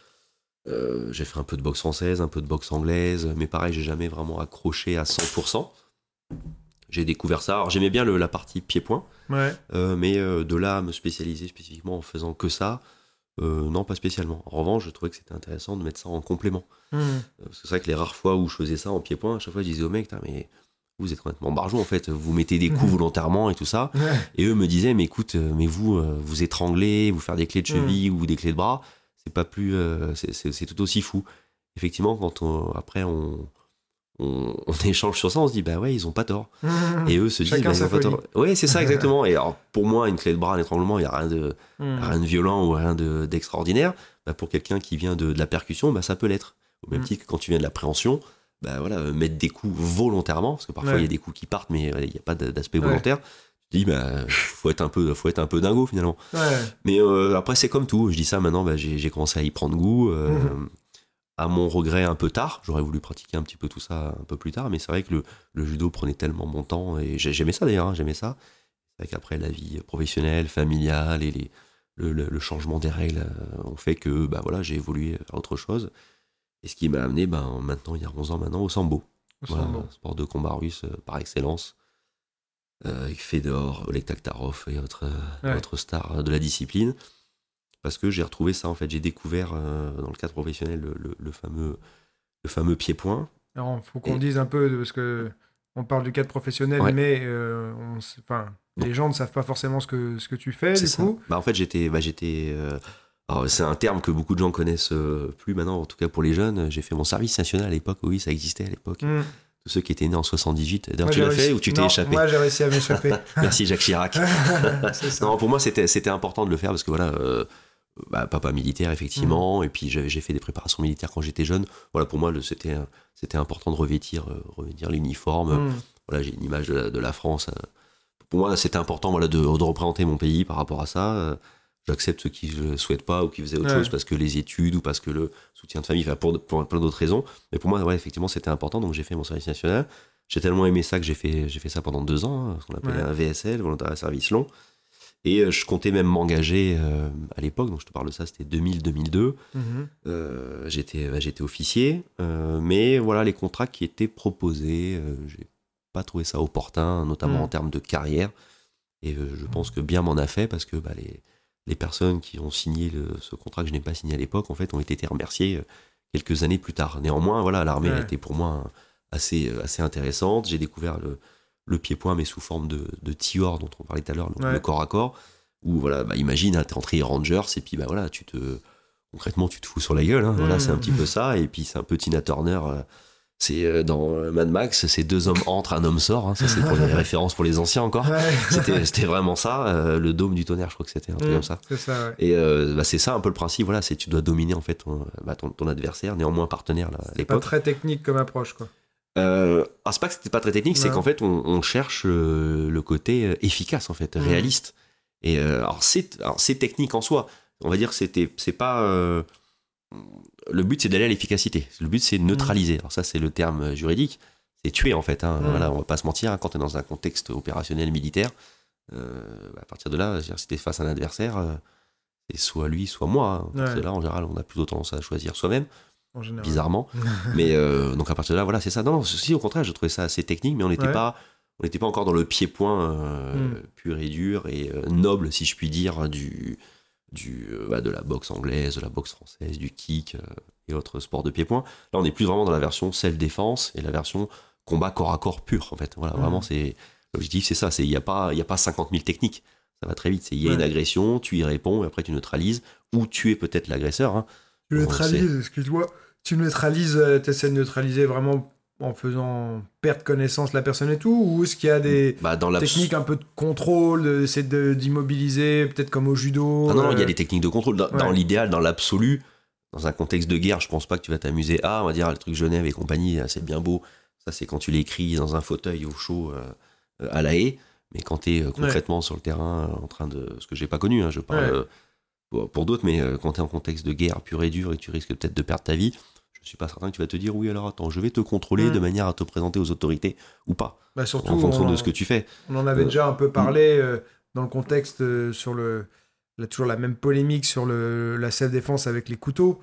J'ai fait un peu de boxe française, un peu de boxe anglaise, mais pareil, j'ai jamais vraiment accroché à 100%. J'ai découvert ça. Alors j'aimais bien la partie pied-point, mais de là à me spécialiser spécifiquement en faisant que ça, non, pas spécialement. En revanche, je trouvais que c'était intéressant de mettre ça en complément. Parce que c'est vrai que les rares fois où je faisais ça en pied-point, à chaque fois je disais aux mecs, mais vous êtes complètement barjou en fait, vous mettez des coups volontairement et tout ça. Et eux me disaient, mais écoute, mais vous étranglez, vous faire des clés de cheville ou des clés de bras, c'est pas plus, c'est tout aussi fou. Effectivement, quand après on échange sur ça, on se dit bah ouais, ils ont pas tort. Et eux se disent chacun ils ont pas tort. Ouais, c'est ça exactement. Et alors pour moi, une clé de bras, un étranglement, il y a rien de violent ou rien d'extraordinaire. Bah, pour quelqu'un qui vient de la percussion, bah ça peut l'être. Au même titre que quand tu viens de la préhension, bah voilà, mettre des coups volontairement, parce que parfois il y a des coups qui partent, mais il n'y a pas d'aspect volontaire. Tu dis bah faut être un peu dingo finalement. Mais après c'est comme tout. Je dis ça maintenant, bah, j'ai commencé à y prendre goût. À mon regret un peu tard, j'aurais voulu pratiquer un petit peu tout ça un peu plus tard, mais c'est vrai que le judo prenait tellement mon temps, et j'aimais ça d'ailleurs, j'aimais ça. C'est vrai qu'après la vie professionnelle, familiale et le changement des règles ont fait que bah, voilà, j'ai évolué à autre chose. Et ce qui m'a amené maintenant, il y a 11 ans maintenant, au sambo. Sport de combat russe par excellence, avec Fedor, Oleg Taktarov et autres stars de la discipline. Parce que j'ai retrouvé ça en fait, j'ai découvert dans le cadre professionnel le fameux pied-point. Alors il faut qu'on dise un peu, parce que on parle du cadre professionnel, mais les gens ne savent pas forcément ce que tu fais du coup. En fait alors, c'est un terme que beaucoup de gens connaissent plus maintenant, en tout cas pour les jeunes. J'ai fait mon service national à l'époque, oui, ça existait à l'époque. Tous ceux qui étaient nés en 78. D'ailleurs, tu l'as fait ou tu t'es échappé ? Moi, j'ai réussi à m'échapper. Merci Jacques Chirac. Non, pour moi, c'était important de le faire parce que voilà, papa militaire effectivement, et puis j'ai fait des préparations militaires quand j'étais jeune. Voilà, pour moi, c'était important de revêtir l'uniforme. Voilà, j'ai une image de la France. Pour moi, c'était important, voilà, de représenter mon pays par rapport à ça. J'accepte ceux qui ne le souhaitent pas ou qui faisaient autre chose parce que les études ou parce que le soutien de famille, pour plein d'autres raisons. Mais pour moi, effectivement, c'était important. Donc j'ai fait mon service national. J'ai tellement aimé ça que j'ai fait ça pendant 2 ans, ce qu'on appelait un VSL, volontariat service long. Et je comptais même m'engager à l'époque, donc je te parle de ça, c'était 2000-2002. J'étais officier, mais voilà, les contrats qui étaient proposés, j'ai pas trouvé ça opportun, notamment en termes de carrière. Et je pense que bien m'en a fait parce que les les personnes qui ont signé ce contrat que je n'ai pas signé à l'époque, en fait, ont été remerciées quelques années plus tard. Néanmoins, voilà, l'armée a été pour moi assez intéressante. J'ai découvert le pied-point, mais sous forme de TIOR, dont on parlait tout à l'heure, le corps à corps, où, voilà, imagine, t'es entré Rangers, et puis, voilà, concrètement, tu te fous sur la gueule, hein. Voilà, c'est un petit peu ça, et puis c'est un peu Tina Turner, c'est dans Mad Max, c'est 2 hommes entrent, un homme sort, hein. Ça c'est pour les références pour les anciens encore. C'était vraiment ça, le dôme du tonnerre, je crois que c'était un truc comme ça. C'est ça, ouais. Et c'est ça un peu le principe, voilà, c'est tu dois dominer en fait ton adversaire, néanmoins partenaire là, à l'époque. Pas très technique comme approche, quoi. C'est pas que c'était pas très technique, c'est qu'en fait on cherche le côté efficace en fait, réaliste. Et alors c'est technique en soi. On va dire que c'est pas le but c'est d'aller à l'efficacité. Le but c'est de neutraliser. Alors ça c'est le terme juridique. C'est tuer en fait. Hein. Voilà, on va pas se mentir. Hein, quand t'es dans un contexte opérationnel militaire, à partir de là, si t'es face à un adversaire, c'est soit lui, soit moi. Hein. Parce que là en général, on a plutôt tendance à choisir soi-même. Bizarrement. Mais donc à partir de là, voilà, c'est ça. Non, si au contraire, je trouvais ça assez technique, mais on n'était pas encore dans le pied-point pur et dur et noble, si je puis dire, de la boxe anglaise, de la boxe française, du kick et autres sports de pied-point. Là, on est plus vraiment dans la version self-défense et la version combat corps à corps pur, en fait. Voilà, vraiment, l'objectif, c'est ça. Il n'y a pas 50 000 techniques. Ça va très vite. Il y a une agression, tu y réponds, et après tu neutralises, ou tu es peut-être l'agresseur. Hein. Tu neutralises, excuse-moi. Tu neutralises, t'essaies de neutraliser vraiment en faisant perdre connaissance de la personne et tout, ou est-ce qu'il y a des techniques un peu de contrôle, d'essayer d'immobiliser, peut-être comme au judo? Non, il y a des techniques de contrôle. Dans l'idéal, dans l'absolu, dans un contexte de guerre, je pense pas que tu vas t'amuser on va dire, le truc Genève et compagnie, c'est bien beau. Ça, c'est quand tu l'écris dans un fauteuil au chaud à La Haye. Mais quand t'es concrètement sur le terrain, en train de... Ce que j'ai pas connu, hein, je parle pour d'autres, mais quand t'es en contexte de guerre pure et dure et que tu risques peut-être de perdre ta vie, je suis pas certain que tu vas te dire oui alors attends, je vais te contrôler de manière à te présenter aux autorités ou pas, surtout en fonction de ce que tu fais. On en avait déjà un peu parlé dans le contexte sur toujours la même polémique sur la self-défense avec les couteaux.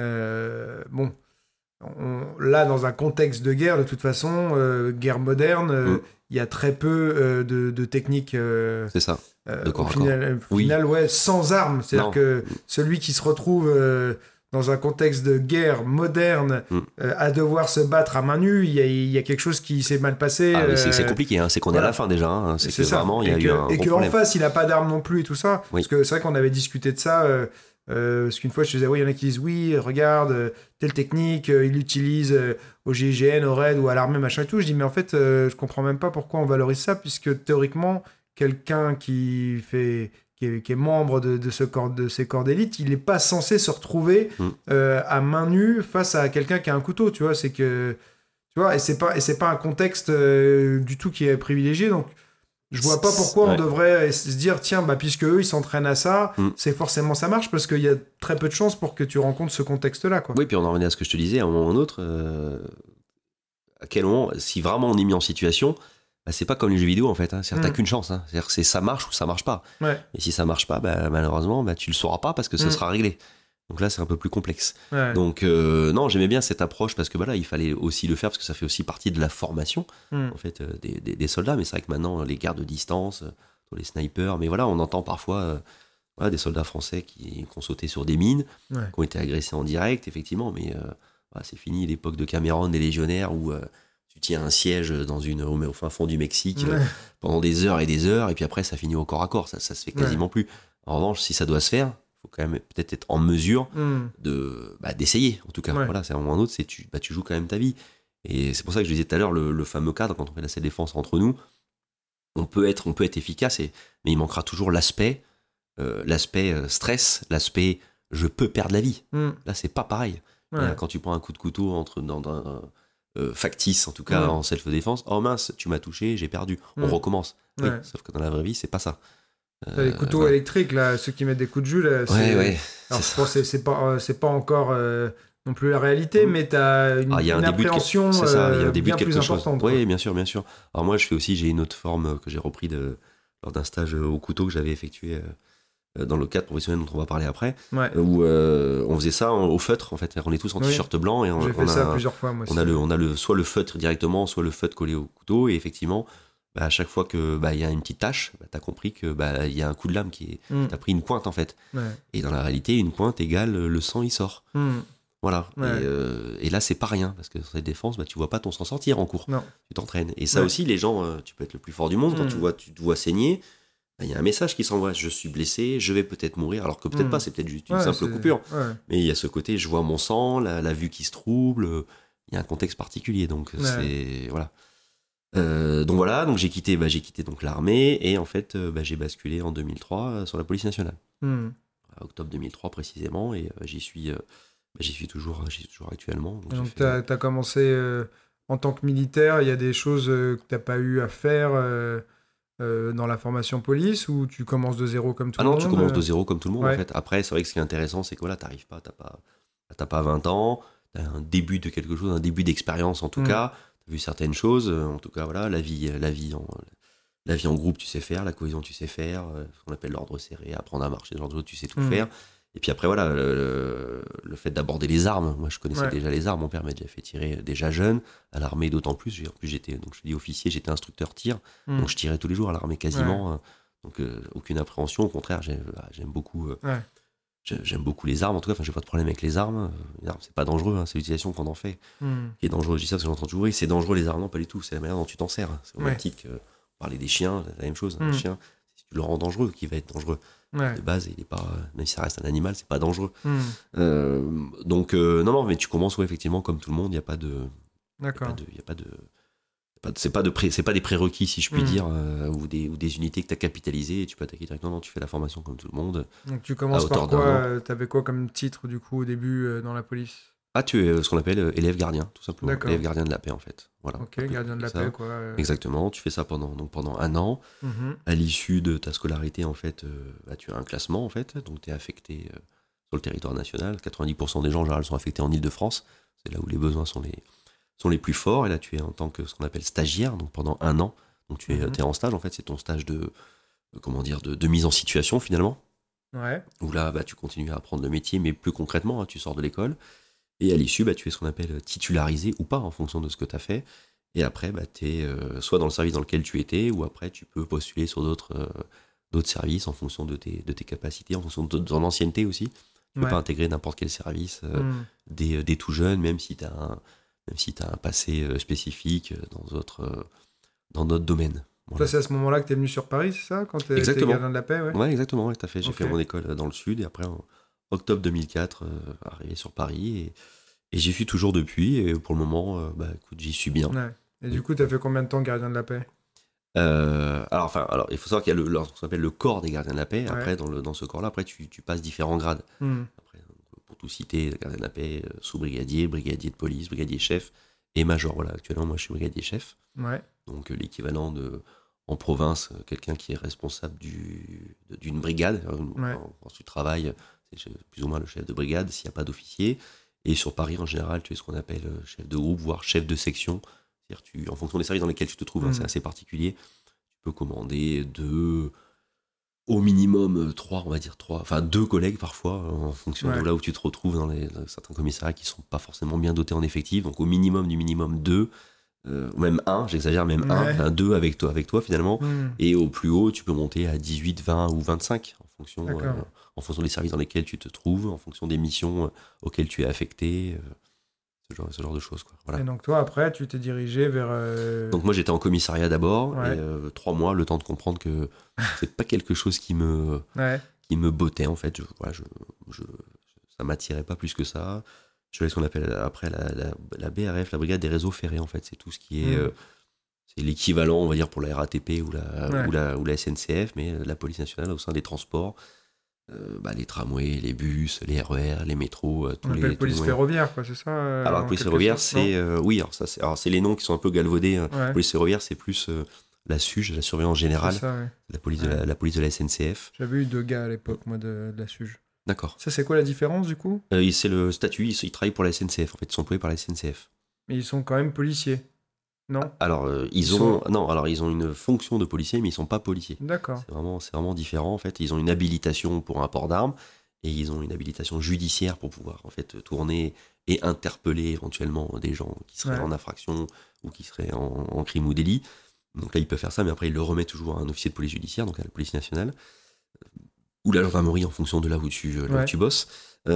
Là dans un contexte de guerre, de toute façon, guerre moderne, il y a très peu de techniques c'est ça, de corps au final, sans armes, c'est-à-dire que celui qui se retrouve dans un contexte de guerre moderne, à devoir se battre à main nue, il y a quelque chose qui s'est mal passé. C'est compliqué, hein. C'est qu'on est à la fin déjà. Hein. C'est que ça. Vraiment, il y a eu un gros problème. Et qu'en face, il n'a pas d'armes non plus et tout ça. Parce que c'est vrai qu'on avait discuté de ça. Parce qu'une fois, je disais, il y en a qui disent, oui, regarde, telle technique, il l'utilise au GIGN, au RAID ou à l'armée, machin et tout. Je dis, mais en fait, je comprends même pas pourquoi on valorise ça, puisque théoriquement, quelqu'un qui est membre de ces corps d'élite, il n'est pas censé se retrouver à main nue face à quelqu'un qui a un couteau, tu vois. C'est que, tu vois, et c'est pas un contexte du tout qui est privilégié, donc je vois pas pourquoi on devrait se dire tiens, puisque eux ils s'entraînent à ça, c'est forcément ça marche, parce qu'il y a très peu de chances pour que tu rencontres ce contexte-là, quoi. Oui, puis on en revenait à ce que je te disais, à un moment ou à un autre, à quel moment, si vraiment on est mis en situation, c'est pas comme les jeux vidéo en fait, hein. C'est-à-dire t'as qu'une chance, hein. C'est-à-dire ça marche ou ça marche pas. Et si ça marche pas, malheureusement, tu le sauras pas parce que ce sera réglé. Donc là, c'est un peu plus complexe. Donc non, j'aimais bien cette approche parce que il fallait aussi le faire parce que ça fait aussi partie de la formation en fait des soldats. Mais c'est vrai que maintenant, les guerres de distance, les snipers, mais voilà, on entend parfois des soldats français qui ont sauté sur des mines, qui ont été agressés en direct, effectivement. Mais c'est fini l'époque de Cameron, des légionnaires où tu tiens un siège au fin fond du Mexique pendant des heures, et puis après ça finit au corps à corps. Ça se fait quasiment plus. En revanche, si ça doit se faire, faut quand même peut-être être en mesure d'essayer, en tout cas. Voilà, c'est un moment ou un autre, tu joues quand même ta vie. Et c'est pour ça que je disais tout à l'heure, le fameux cadre, quand on fait la self-défense entre nous, on peut être efficace, mais il manquera toujours l'aspect stress, l'aspect je peux perdre la vie. Là, c'est pas pareil. Quand tu prends un coup de couteau factice, en tout cas en self-défense, oh mince, tu m'as touché, j'ai perdu, on recommence. Oui, sauf que dans la vraie vie, c'est pas ça. Les couteaux électriques, là, ceux qui mettent des coups de jus, là, c'est pas encore non plus la réalité, mais t'as une appréhension bien plus importante. Oui, bien sûr. Alors moi, j'ai une autre forme que j'ai repris lors d'un stage au couteau que j'avais effectué dans le cadre professionnel dont on va parler après, où on faisait ça au feutre, en fait. On est tous en t-shirt blanc et j'ai fait ça plusieurs fois, moi aussi. On a soit le feutre directement, soit le feutre collé au couteau, et effectivement, à chaque fois que y a une petite tache, t'as compris que il y a un coup de lame qui t'as pris une pointe en fait. Ouais. Et dans la réalité, une pointe égale le sang il sort. Voilà. Ouais. Et là, c'est pas rien parce que dans cette défense, tu vois pas ton sang sortir en cours. Non. Tu t'entraînes. Et ça aussi, les gens, tu peux être le plus fort du monde quand tu te vois saigner. Il y a un message qui s'envoie, je suis blessé, je vais peut-être mourir, alors que peut-être pas, c'est peut-être juste une simple coupure. Ouais. Mais il y a ce côté, je vois mon sang, la vue qui se trouble, il y a un contexte particulier, donc c'est... Voilà. Donc j'ai quitté donc l'armée, et en fait, j'ai basculé en 2003 sur la police nationale. Octobre 2003 précisément, et j'y suis toujours actuellement. Donc t'as commencé en tant que militaire, il y a des choses que t'as pas eu à faire... dans la formation police, ou tu commences de zéro comme tout le monde? Ah non, tu commences de zéro comme tout le monde en fait. Après, c'est vrai que ce qui est intéressant, c'est que voilà, t'arrives pas, t'as pas 20 ans, t'as un début de quelque chose, un début d'expérience en tout cas, t'as vu certaines choses, en tout cas voilà, la vie en groupe tu sais faire, la cohésion tu sais faire, ce qu'on appelle l'ordre serré, apprendre à marcher, ce genre de choses, tu sais tout faire. Et puis après, voilà, le fait d'aborder les armes. Moi, je connaissais déjà les armes. Mon père m'a déjà fait tirer déjà jeune, à l'armée d'autant plus. En plus, j'étais, donc je dis officier, j'étais instructeur tir. Donc, je tirais tous les jours à l'armée quasiment. Donc, aucune appréhension. Au contraire, j'aime beaucoup. J'aime beaucoup les armes. En tout cas, j'ai pas de problème avec les armes. Les armes, c'est pas dangereux. C'est l'utilisation qu'on en fait qui est dangereux. Je dis ça parce que j'entends toujours. Oui, c'est dangereux les armes. Non, pas du tout. C'est la manière dont tu t'en sers. C'est au même titre que parler des chiens. C'est la même chose. Un chien, si tu le rends dangereux, qui va être dangereux. De base, il est pas, même si ça reste un animal, c'est pas dangereux. Donc non, mais tu commences effectivement comme tout le monde. Il y a pas de, c'est pas des prérequis si je puis dire, ou des unités que tu as capitalisées et tu peux attaquer directement. Non, tu fais la formation comme tout le monde. Donc tu commences par quoi? T'avais quoi comme titre du coup au début dans la police? Ah, tu es ce qu'on appelle élève gardien, tout simplement. Élève gardien de la paix, en fait. Voilà. Ok, gardien de la paix, quoi. Exactement, tu fais ça pendant un an. À l'issue de ta scolarité, en fait, tu as un classement, en fait. Donc, tu es affecté sur le territoire national. 90% des gens, en général, sont affectés en Île-de-France. C'est là où les besoins sont les plus forts. Et là, tu es en tant que ce qu'on appelle stagiaire, donc pendant un an. Donc, tu es en stage, en fait. C'est ton stage de mise en situation, finalement. Ouais. Où là, tu continues à apprendre le métier, mais plus concrètement, tu sors de l'école. Et à l'issue, tu es ce qu'on appelle titularisé ou pas en fonction de ce que tu as fait. Et après, tu es soit dans le service dans lequel tu étais, ou après, tu peux postuler sur d'autres services en fonction de tes capacités, en fonction de ton ancienneté aussi. Tu peux pas intégrer n'importe quel service dès tout jeune, même si tu as un passé spécifique dans notre domaine. Voilà. Toi, c'est à ce moment-là que tu es venu sur Paris, c'est ça? Quand tu étais gardien de la paix, Ouais, exactement. Tout à fait. J'ai fait mon école dans le sud, et après... octobre 2004, arrivé sur Paris, et j'y suis toujours depuis, et pour le moment, écoute, j'y suis bien. Ouais. Et du coup, tu as fait combien de temps gardien de la paix? Alors, il faut savoir qu'il y a ce qu'on appelle le corps des gardiens de la paix. Après, dans ce corps-là, après, tu passes différents grades. Après, pour tout citer, gardien de la paix, sous-brigadier, brigadier de police, brigadier chef et major. Voilà, actuellement, moi, je suis brigadier chef. Ouais. Donc, l'équivalent en province, quelqu'un qui est responsable d'une brigade. Quand tu travailles, c'est plus ou moins le chef de brigade s'il n'y a pas d'officier. Et sur Paris, en général, tu es ce qu'on appelle chef de groupe, voire chef de section. C'est-à-dire, en fonction des services dans lesquels tu te trouves, c'est assez particulier. Tu peux commander au minimum 2 collègues parfois, en fonction de là où tu te retrouves dans certains commissariats qui ne sont pas forcément bien dotés en effectif. Donc au minimum du minimum 2, même 1, j'exagère, même 1, 2 avec toi finalement. Et au plus haut, tu peux monter à 18, 20 ou 25 en fonction des services dans lesquels tu te trouves, en fonction des missions auxquelles tu es affecté, ce genre de choses, quoi. Voilà. Et donc toi, après, tu t'es dirigé vers... Donc moi, j'étais en commissariat d'abord, et 3 mois, le temps de comprendre que c'est pas quelque chose qui me bottait, en fait. Ça m'attirait pas plus que ça. Je fais ce qu'on appelle après la BRF, la brigade des réseaux ferrés, en fait. C'est tout ce qui est... c'est l'équivalent, on va dire, pour la RATP ou la SNCF, mais la police nationale au sein des transports. Les tramways, les bus, les RER, les métros, on appelle police ferroviaire, quoi, c'est ça? Alors, la police ferroviaire, c'est... c'est les noms qui sont un peu galvaudés. Police ferroviaire, c'est plus la SUGE, la surveillance générale, ça, la police de la SNCF. J'avais eu 2 gars à l'époque, moi, de la SUGE. D'accord. Ça, c'est quoi la différence, du coup? C'est le statut, ils travaillent pour la SNCF, en fait, ils sont employés par la SNCF. Mais ils sont quand même policiers? Non. Alors, ils ont une fonction de policier, mais ils sont pas policiers. D'accord. C'est vraiment différent, en fait. Ils ont une habilitation pour un port d'armes, et ils ont une habilitation judiciaire pour pouvoir, en fait, tourner et interpeller éventuellement des gens qui seraient en infraction ou qui seraient en crime ou délit. Donc là, il peut faire ça, mais après, il le remet toujours à un officier de police judiciaire, donc à la police nationale, ou la gendarmerie en fonction de là où tu bosses.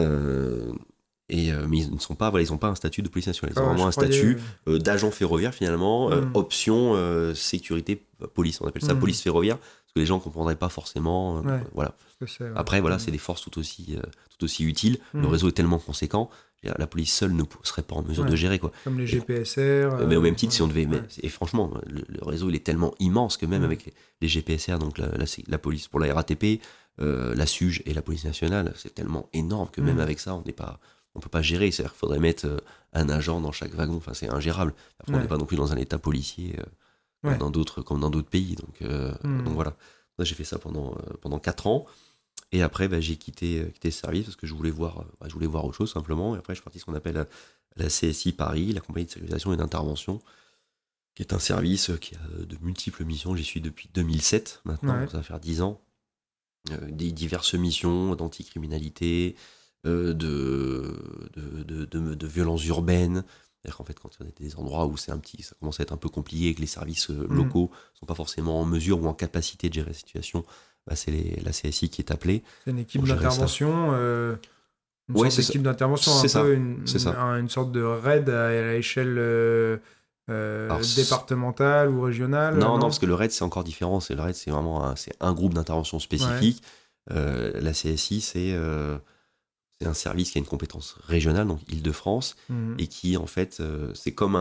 Mais ils n'ont pas un statut de police nationale. Ils ont vraiment un statut d'agent ferroviaire finalement, option sécurité police. On appelle ça police ferroviaire, parce que les gens ne comprendraient pas forcément. Voilà. Après, voilà, c'est des forces tout aussi utiles. Le réseau est tellement conséquent. La police seule ne serait pas en mesure de gérer, quoi. Comme les GPSR. Mais au même titre, si on devait. Et franchement, le réseau il est tellement immense que même avec les GPSR, donc la police pour la RATP, la SUGE et la police nationale, c'est tellement énorme que même avec ça, on peut pas gérer. C'est-à-dire qu'il faudrait mettre un agent dans chaque wagon. Enfin, c'est ingérable. Après, on n'est pas non plus dans un état policier comme dans d'autres pays. Donc voilà. Moi, j'ai fait ça pendant 4 ans. Et après, j'ai quitté le service parce que je voulais voir autre chose simplement. Et après, je suis parti ce qu'on appelle la CSI Paris, la compagnie de sécurisation et d'intervention, qui est un service qui a de multiples missions. J'y suis depuis 2007 maintenant, ça va faire 10 ans. Des diverses missions d'anticriminalité, de violences urbaines. C'est-à-dire qu'en fait, quand il y a des endroits où ça commence à être un peu compliqué et que les services locaux ne sont pas forcément en mesure ou en capacité de gérer la situation, c'est la CSI qui est appelée. C'est une équipe d'intervention. Équipe d'intervention, une sorte de raid à l'échelle départementale ou régionale. Non, parce que le raid c'est encore différent. Le raid c'est vraiment un groupe d'intervention spécifique. La CSI c'est un service qui a une compétence régionale, donc Île-de-France, et qui en fait c'est comme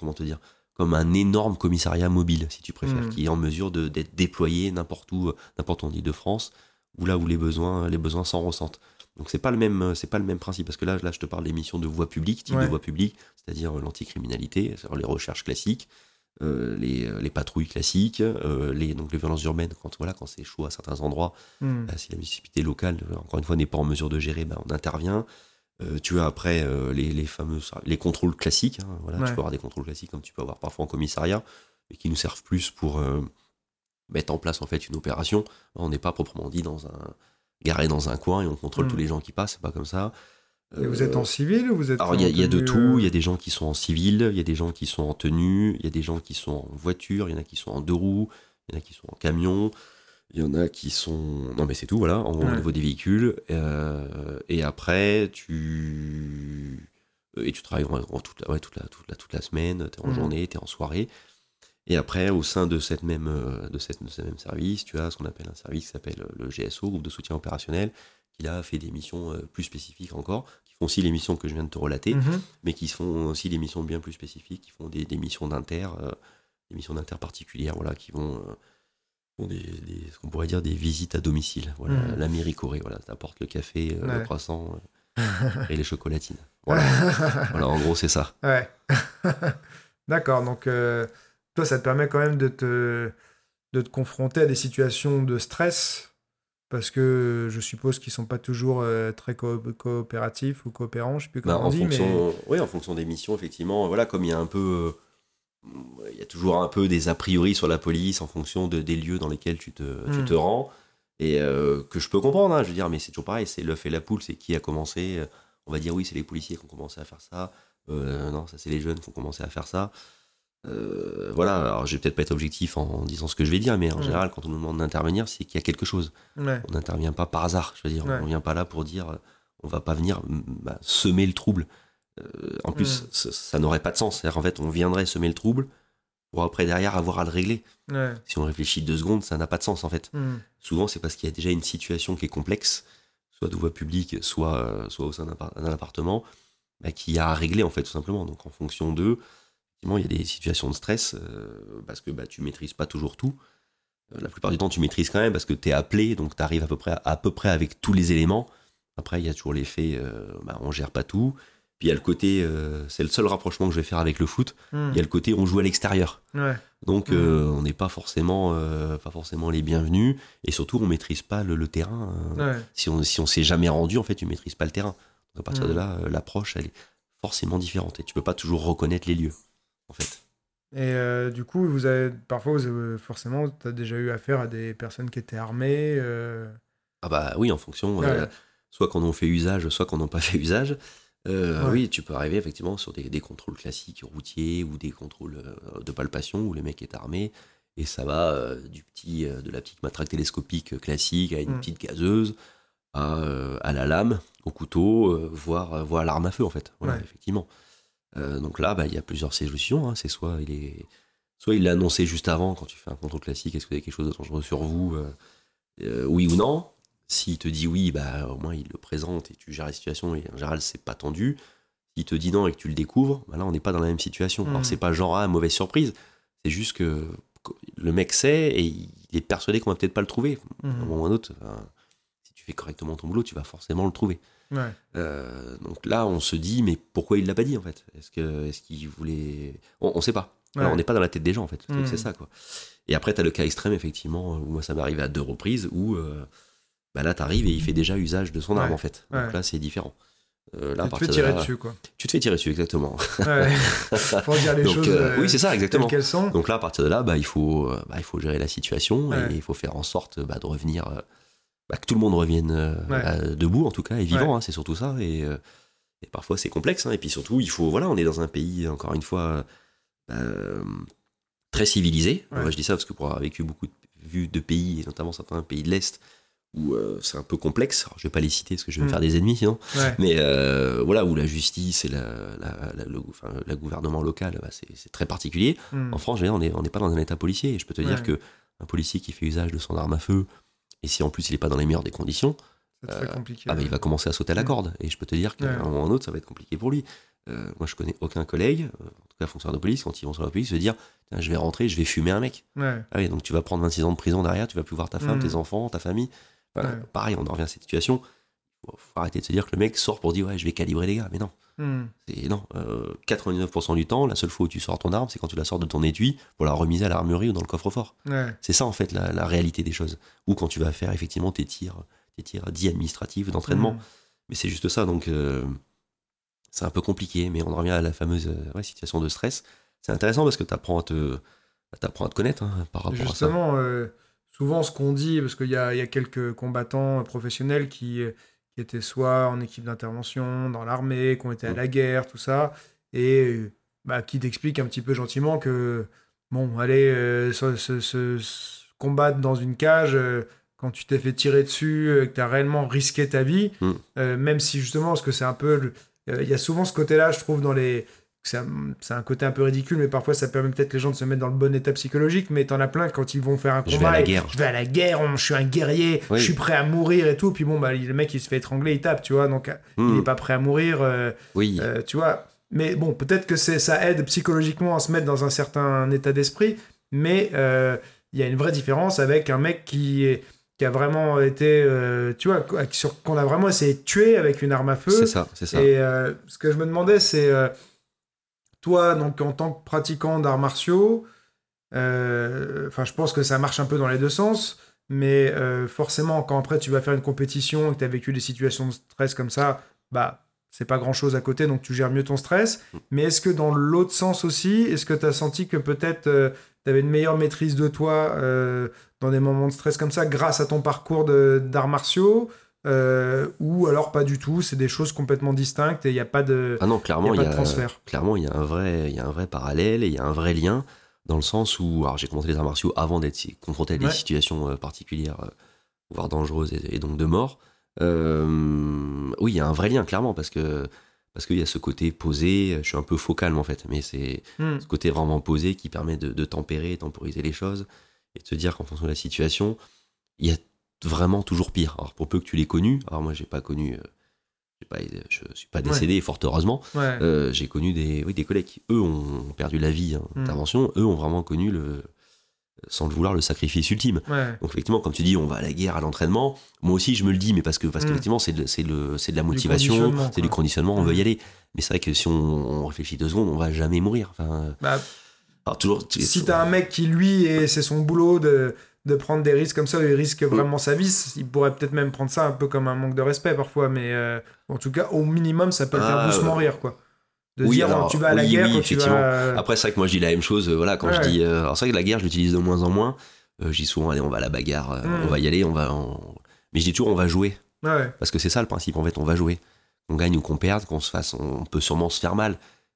un énorme commissariat mobile, si tu préfères, qui est en mesure d'être déployé n'importe où en Île-de-France, ou là où les besoins s'en ressentent. Donc c'est pas le même principe, parce que là je te parle des missions de voie publique, de voie publique, c'est-à-dire l'anticriminalité, c'est-à-dire les recherches classiques, les patrouilles classiques, les violences urbaines, quand c'est chaud à certains endroits, si la municipalité locale, encore une fois, n'est pas en mesure de gérer, on intervient. Tu as après les contrôles classiques, tu peux avoir des contrôles classiques comme tu peux avoir parfois en commissariat, mais qui nous servent plus pour mettre en place en fait une opération. On n'est pas proprement dit garé dans un coin et on contrôle tous les gens qui passent, c'est pas comme ça. Et vous êtes en civil ou vous êtes Alors il y a de tout, il y a des gens qui sont en civil, il y a des gens qui sont en tenue, il y a des gens qui sont en voiture, il y en a qui sont en 2 roues, il y en a qui sont en camion. Il y en a qui sont... Non, mais c'est tout, voilà, au niveau des véhicules. Et après, tu travailles toute la semaine, tu es en journée, tu es en soirée. Et après, au sein de ce même service, tu as ce qu'on appelle un service qui s'appelle le GSO, groupe de soutien opérationnel, qui là fait des missions plus spécifiques encore, qui font aussi les missions que je viens de te relater, mais qui font aussi des missions bien plus spécifiques, qui font des missions d'inter particulières, voilà, qui vont... ce qu'on pourrait dire des visites à domicile. Voilà, la mairie Corée, voilà, t'apportes le café, le croissant et les chocolatines. Voilà. Voilà, en gros, c'est ça. Ouais. D'accord, donc toi, ça te permet quand même de te confronter à des situations de stress, parce que je suppose qu'ils sont pas toujours très coopératifs ou coopérants, je sais plus comment on dit. Oui, en fonction des missions, effectivement. Voilà, comme il y a un peu... il y a toujours un peu des a priori sur la police en fonction des lieux dans lesquels tu te rends, et que je peux comprendre, je veux dire, mais c'est toujours pareil, c'est l'œuf et la poule, c'est qui a commencé. On va dire oui, c'est les policiers qui ont commencé à faire ça, non, ça c'est les jeunes qui ont commencé à faire ça. Voilà, alors je vais peut-être pas être objectif en disant ce que je vais dire, mais en général quand on nous demande d'intervenir, c'est qu'il y a quelque chose. On n'intervient pas par hasard, je veux dire, on vient pas là pour dire on va pas venir semer le trouble. En plus, ça n'aurait pas de sens. C'est-à-dire, en fait, on viendrait semer le trouble pour après, derrière, avoir à le régler. Si on réfléchit 2 secondes, ça n'a pas de sens, en fait. Souvent, c'est parce qu'il y a déjà une situation qui est complexe, soit de voie publique, soit au sein d'un appartement, qui a à régler, en fait, tout simplement. Donc, en fonction d'eux, effectivement, il y a des situations de stress, parce que tu maîtrises pas toujours tout. La plupart du temps, tu maîtrises quand même, parce que tu es appelé, donc tu arrives à peu près avec tous les éléments. Après, il y a toujours l'effet, on gère pas tout. Puis il y a le côté, c'est le seul rapprochement que je vais faire avec le foot, il y a le côté on joue à l'extérieur. Donc on n'est pas forcément les bienvenus, et surtout on maîtrise pas le terrain. Si on s'est jamais rendu, en fait tu maîtrises pas le terrain. Donc à partir de là, l'approche elle est forcément différente, et tu peux pas toujours reconnaître les lieux, en fait. Et du coup, parfois, forcément, tu as déjà eu affaire à des personnes qui étaient armées Ah bah oui, en fonction, soit qu'on en fait usage, soit qu'on n'en pas fait usage. Oui, tu peux arriver effectivement sur des contrôles classiques routiers ou des contrôles de palpation où le mec est armé Et ça va de la petite matraque télescopique classique à une petite gazeuse, à la lame, au couteau, voire l'arme à feu en fait. Voilà, effectivement. Donc là, il y a plusieurs solutions. Hein. C'est soit il l'a annoncé juste avant quand tu fais un contrôle classique, est-ce que vous avez quelque chose de dangereux sur vous, oui ou non. S'il te dit oui, au moins il le présente et tu gères la situation et en général c'est pas tendu. S'il te dit non et que tu le découvres, là on n'est pas dans la même situation. Alors c'est pas genre mauvaise surprise, c'est juste que le mec sait et il est persuadé qu'on va peut-être pas le trouver. À un moment ou à un autre, si tu fais correctement ton boulot, tu vas forcément le trouver. Donc là on se dit mais pourquoi il l'a pas dit en fait ? Est-ce qu'il voulait... On sait pas. Alors, on n'est pas dans la tête des gens en fait. C'est ça quoi. Et après t'as le cas extrême effectivement où moi ça m'est arrivé à 2 reprises où là t'arrives et il fait déjà usage de son arme en fait. Donc là c'est différent. Là, tu te fais tirer dessus quoi. Tu te fais tirer dessus exactement. Faut dire les choses oui c'est ça exactement. telles qu'elles sont. Donc là à partir de là il faut gérer la situation et il faut faire en sorte de revenir que tout le monde revienne debout en tout cas et vivant, c'est surtout ça et parfois c'est complexe et puis surtout il faut on est dans un pays encore une fois très civilisé. Moi je dis ça parce que pour avoir vécu beaucoup de pays et notamment certains pays de l'Est où c'est un peu complexe. Alors, je vais pas les citer parce que je vais me faire des ennemis sinon. Mais où la justice et le gouvernement local, c'est très particulier. En France, on n'est pas dans un état policier. Et je peux te dire que un policier qui fait usage de son arme à feu, et si en plus il est pas dans les meilleures des conditions, c'est très compliqué. Il va commencer à sauter à la corde. Et je peux te dire qu'à un moment ou à un autre, ça va être compliqué pour lui. Moi, je connais aucun collègue, en tout cas fonctionnaire de police, quand ils vont sur la police, se dire je vais rentrer, je vais fumer un mec. Donc tu vas prendre 26 ans de prison derrière, tu vas plus voir ta femme, tes enfants, ta famille. Pareil, on en revient à cette situation. Faut arrêter de se dire que le mec sort pour dire je vais calibrer les gars. Mais non. 99% du temps, la seule fois où tu sors ton arme, c'est quand tu la sors de ton étui pour la remiser à l'armurerie ou dans le coffre-fort. C'est ça en fait la réalité des choses. Ou quand tu vas faire effectivement tes tirs dits administratifs d'entraînement. Mais c'est juste ça, donc c'est un peu compliqué, mais on en revient à la fameuse situation de stress. C'est intéressant parce que t'apprends à te connaître par rapport justement, à ça. Souvent, ce qu'on dit, parce qu'il y a quelques combattants professionnels qui étaient soit en équipe d'intervention, dans l'armée, qui ont été à la guerre, tout ça, et qui t'expliquent un petit peu gentiment que, se combattre dans une cage, quand tu t'es fait tirer dessus, que tu as réellement risqué ta vie, même si justement, parce que c'est un peu... Il y a souvent ce côté-là, je trouve, dans les... C'est un côté un peu ridicule, mais parfois ça permet peut-être les gens de se mettre dans le bon état psychologique, mais t'en as plein quand ils vont faire un combat. Je vais à la guerre, je suis un guerrier, je suis prêt à mourir et tout. Puis le mec il se fait étrangler, il tape, tu vois, donc il est pas prêt à mourir. Tu vois. Mais bon, peut-être que ça aide psychologiquement à se mettre dans un certain état d'esprit, mais il y a une vraie différence avec un mec qui a vraiment été, qu'on a vraiment essayé de tuer avec une arme à feu. C'est ça. Et ce que je me demandais, c'est... toi, donc, en tant que pratiquant d'arts martiaux, je pense que ça marche un peu dans les deux sens, mais forcément, quand après tu vas faire une compétition et que tu as vécu des situations de stress comme ça, c'est pas grand-chose à côté, donc tu gères mieux ton stress. Mais est-ce que dans l'autre sens aussi, est-ce que tu as senti que peut-être tu avais une meilleure maîtrise de toi dans des moments de stress comme ça, grâce à ton parcours d'arts martiaux ou alors pas du tout, c'est des choses complètement distinctes et il n'y a pas de, clairement, y a pas de transfert. Clairement, il y a un vrai parallèle et il y a un vrai lien dans le sens où, alors j'ai commencé les arts martiaux avant d'être confronté à des situations particulières, voire dangereuses et donc de mort. Oui, il y a un vrai lien clairement parce qu'il y a ce côté posé, je suis un peu faux calme en fait, mais c'est ce côté vraiment posé qui permet de temporiser les choses et de se dire qu'en fonction de la situation, il y a vraiment toujours pire. Alors pour peu que tu l'aies connu, alors moi j'ai pas connu, je suis pas décédé fort heureusement, j'ai connu des collègues qui eux ont perdu la vie en intervention, eux ont vraiment connu sans le vouloir le sacrifice ultime. Donc effectivement comme tu dis on va à la guerre, à l'entraînement, moi aussi je me le dis mais parce qu'effectivement c'est de la motivation, c'est du conditionnement, on veut y aller, mais c'est vrai que si on réfléchit 2 secondes on va jamais mourir. Alors, toujours, si t'as un mec qui lui c'est son boulot de prendre des risques comme ça, il risque vraiment sa vie, il pourrait peut-être même prendre ça un peu comme un manque de respect parfois, mais en tout cas au minimum ça peut le faire doucement rire quoi. De dire alors, tu vas à la guerre quand tu vas... Après c'est vrai que moi je dis la même chose, quand je dis... alors c'est vrai que la guerre je l'utilise de moins en moins, je dis souvent allez on va à la bagarre, on va y aller, mais je dis toujours on va jouer, parce que c'est ça le principe en fait, on va jouer, qu'on gagne ou qu'on perde, on peut sûrement se faire mal,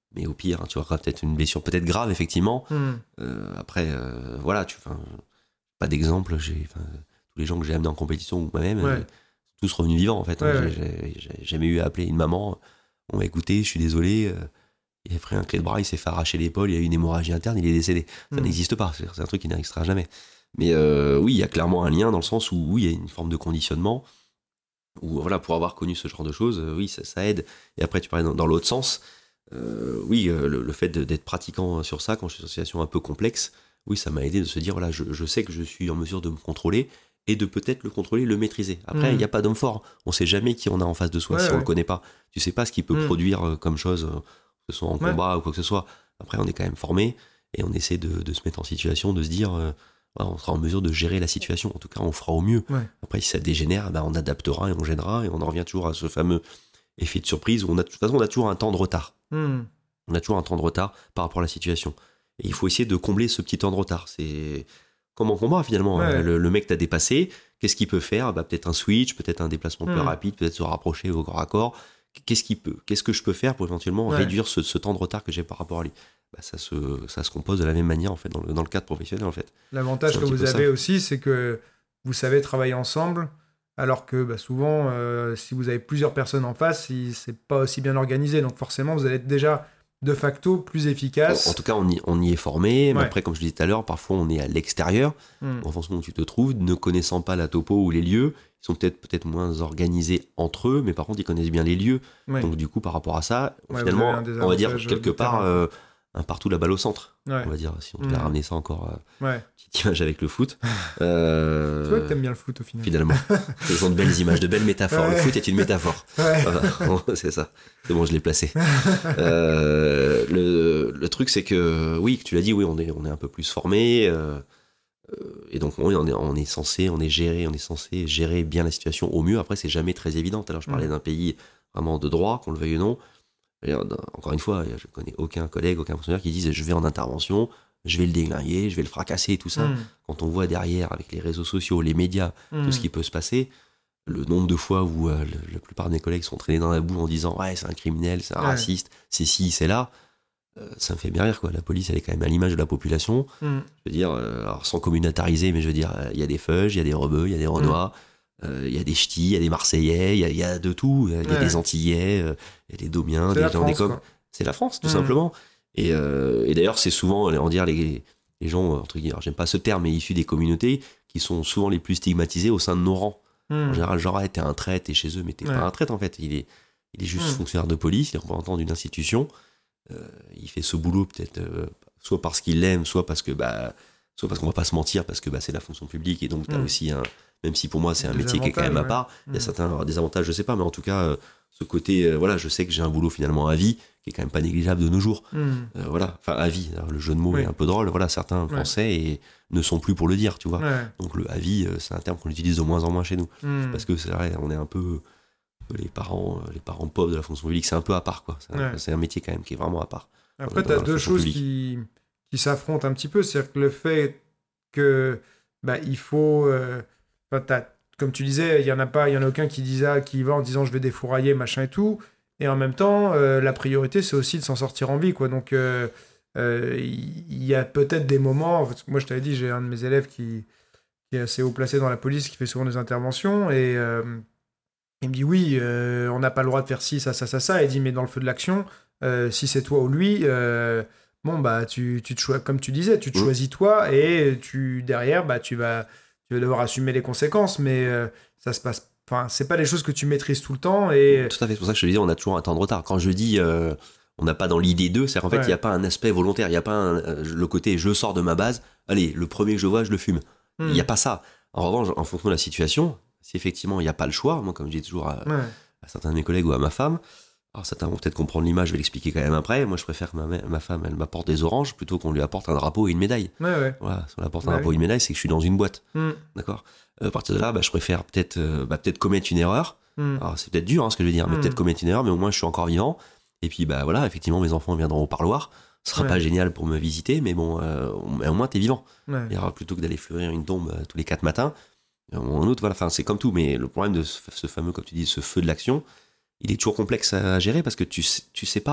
Mais au pire, hein, tu auras peut-être une blessure peut-être grave, effectivement. Après, voilà, pas d'exemple. Tous les gens que j'ai amenés en compétition ou moi-même, tous revenus vivants, en fait. Hein. J'ai jamais eu à appeler une maman. On m'a écouté, je suis désolé. Il a pris un clé de bras, il s'est fait arracher l'épaule, il y a eu une hémorragie interne, il est décédé. Ça n'existe pas, c'est un truc qui n'existera jamais. Mais oui, il y a clairement un lien dans le sens où oui, il y a une forme de conditionnement, où voilà, pour avoir connu ce genre de choses, oui, ça aide. Et après, tu parlais dans l'autre sens, oui, le fait d'être pratiquant sur ça, quand je suis dans une situation un peu complexe, oui, ça m'a aidé de se dire, voilà, je sais que je suis en mesure de me contrôler, et de peut-être le contrôler, le maîtriser. Après, il n'y a pas d'homme fort. On ne sait jamais qui on a en face de soi si on ne le connaît pas. Tu ne sais pas ce qu'il peut produire comme chose, que ce soit en combat ou quoi que ce soit. Après, on est quand même formé et on essaie de se mettre en situation, de se dire, on sera en mesure de gérer la situation. En tout cas, on fera au mieux. Après, si ça dégénère, on adaptera et on gênera et on en revient toujours à ce fameux effet de surprise où de toute façon, on a toujours un temps de retard. On a toujours un temps de retard par rapport à la situation. Et il faut essayer de combler ce petit temps de retard. C'est comme en combat, finalement. Le mec t'a dépassé, qu'est-ce qu'il peut faire ? Peut-être un switch, peut-être un déplacement plus rapide, peut-être se rapprocher au corps à corps. Qu'est-ce que je peux faire pour éventuellement réduire ce temps de retard que j'ai par rapport à lui ? Ça se compose de la même manière, en fait, dans le cadre professionnel, en fait. L'avantage que vous avez aussi, c'est que vous savez travailler ensemble, alors que souvent, si vous avez plusieurs personnes en face, c'est pas aussi bien organisé. Donc forcément, vous allez être déjà de facto plus efficace. En tout cas, on y est formé. Mais après, comme je le disais tout à l'heure, parfois on est à l'extérieur, en fonction où tu te trouves, ne connaissant pas la topo ou les lieux. Ils sont peut-être moins organisés entre eux, mais par contre, ils connaissent bien les lieux. Donc du coup, par rapport à ça, finalement, on va dire quelque part un partout la balle au centre. On va dire, si on devait ramener ça encore, petite image avec le foot. Tu vois que t'aimes bien le foot au final. Finalement, ce sont de belles images, de belles métaphores. Le foot est une métaphore. Voilà, c'est ça. C'est bon, je l'ai placé. Le truc, c'est que, oui, tu l'as dit, oui, on est un peu plus formé. Et donc, oui, on est censé gérer bien la situation au mieux. Après, c'est jamais très évident. Alors, je parlais d'un pays vraiment de droit, qu'on le veuille ou non. Et encore une fois, je connais aucun collègue, aucun fonctionnaire qui dise je vais en intervention, je vais le déglinguer, je vais le fracasser et tout ça. Quand on voit derrière, avec les réseaux sociaux, les médias, tout ce qui peut se passer, le nombre de fois où la plupart de mes collègues sont traînés dans la boue en disant ouais, c'est un criminel, c'est un raciste, c'est ci, c'est là, ça me fait bien rire, quoi. La police, elle est quand même à l'image de la population. Je veux dire, alors sans communautariser, mais je veux dire, il y a des Feuges, il y a des Rebeux, il y a des Renois. Il y a des Ch'tis, il y a des Marseillais, il y a de tout. Il y a des Antillais, il y a des Domiens, des gens des Coms. C'est la France, tout simplement. Et d'ailleurs, c'est souvent, on dirait les gens, entre guillemets, j'aime pas ce terme, mais issus des communautés, qui sont souvent les plus stigmatisés au sein de nos rangs. En général, genre, t'es un traître, t'es chez eux, mais t'es pas un traître, en fait. Il est juste fonctionnaire de police, il est représentant d'une institution. Il fait ce boulot, peut-être, soit parce qu'il l'aime, soit parce qu'on va pas se mentir, parce que c'est la fonction publique, et donc t'as aussi même si pour moi c'est un métier qui est quand même à part, il y a certains désavantages, je sais pas, mais en tout cas, ce côté, je sais que j'ai un boulot finalement à vie, qui est quand même pas négligeable de nos jours. Enfin, à vie, alors, le jeu de mots est un peu drôle, certains pensaient et ne sont plus pour le dire, tu vois. Donc le à vie, c'est un terme qu'on utilise de moins en moins chez nous. Parce que c'est vrai, on est un peu les parents pauvres de la fonction publique, c'est un peu à part, quoi. C'est un métier quand même qui est vraiment à part. Après, t'as deux choses qui s'affrontent un petit peu, c'est-à-dire que le fait que il faut... comme tu disais, il y en a aucun qui va en disant je vais défourailler, machin et tout. Et en même temps, la priorité, c'est aussi de s'en sortir en vie, quoi. Donc, il y a peut-être des moments... Moi, je t'avais dit, j'ai un de mes élèves qui est assez haut placé dans la police, qui fait souvent des interventions, et il me dit oui, on n'a pas le droit de faire ci, ça, ça, ça, ça. Et il dit, mais dans le feu de l'action, si c'est toi ou lui... tu te comme tu disais, tu te choisis toi, et derrière, tu vas devoir assumer les conséquences, mais ça se passe. Enfin, c'est pas des choses que tu maîtrises tout le temps. Et... Tout à fait, c'est pour ça que je te disais, on a toujours un temps de retard. Quand je dis on n'a pas dans l'idée d'eux, c'est qu'en fait, il n'y a pas un aspect volontaire, il n'y a pas le côté je sors de ma base, allez, le premier que je vois, je le fume. Il n'y a pas ça. En revanche, en fonction de la situation, si effectivement il n'y a pas le choix, moi, comme je dis toujours à certains de mes collègues ou à ma femme, alors certains vont peut-être comprendre l'image, je vais l'expliquer quand même après. Moi, je préfère que ma femme, elle m'apporte des oranges plutôt qu'on lui apporte un drapeau et une médaille. Voilà, si on lui apporte un drapeau et une médaille, c'est que je suis dans une boîte. D'accord. À partir de là, je préfère peut-être commettre une erreur. Alors, c'est peut-être dur, ce que je veux dire, mais peut-être commettre une erreur, mais au moins, je suis encore vivant. Et puis, effectivement, mes enfants viendront au parloir. Ce sera pas génial pour me visiter, mais bon, au moins, t'es vivant. Et alors, plutôt que d'aller fleurir une tombe tous les 4 matins, en outre, voilà, enfin, c'est comme tout, mais le problème de ce fameux, comme tu dis, ce feu de l'action, il est toujours complexe à gérer parce que tu sais pas.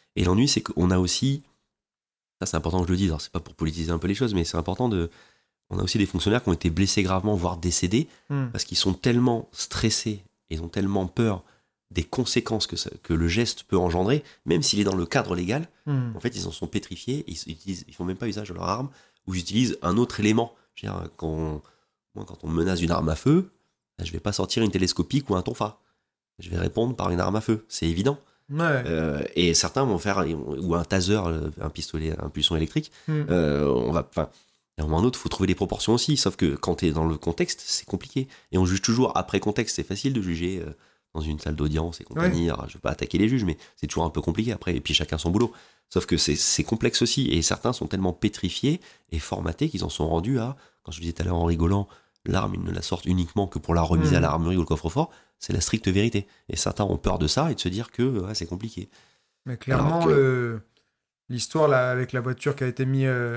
Et l'ennui, c'est qu'on a aussi, ça c'est important que je le dise, alors c'est pas pour politiser un peu les choses, mais c'est important on a aussi des fonctionnaires qui ont été blessés gravement, voire décédés, parce qu'ils sont tellement stressés, ils ont tellement peur des conséquences que le geste peut engendrer, même s'il est dans le cadre légal, en fait ils en sont pétrifiés, ils font même pas usage de leur arme, ou j'utilise un autre élément. Je veux dire, quand on me menace d'une arme à feu, je vais pas sortir une télescopique ou un tonfa. Je vais répondre par une arme à feu, c'est évident. Ouais. Et certains vont faire, ou un taser, un pistolet à impulsion électrique, à un moment ou autre, il faut trouver des proportions aussi, sauf que quand tu es dans le contexte, c'est compliqué. Et on juge toujours après contexte, c'est facile de juger dans une salle d'audience et compagnie. Alors, je ne veux pas attaquer les juges, mais c'est toujours un peu compliqué après, et puis chacun son boulot. Sauf que c'est complexe aussi, et certains sont tellement pétrifiés et formatés qu'ils en sont rendus à, quand je disais tout à l'heure en rigolant, l'arme, ils ne la sortent uniquement que pour la remise à l'armerie ou le coffre-fort, c'est la stricte vérité. Et certains ont peur de ça et de se dire que c'est compliqué. Mais clairement, l'histoire là, avec la voiture qui a été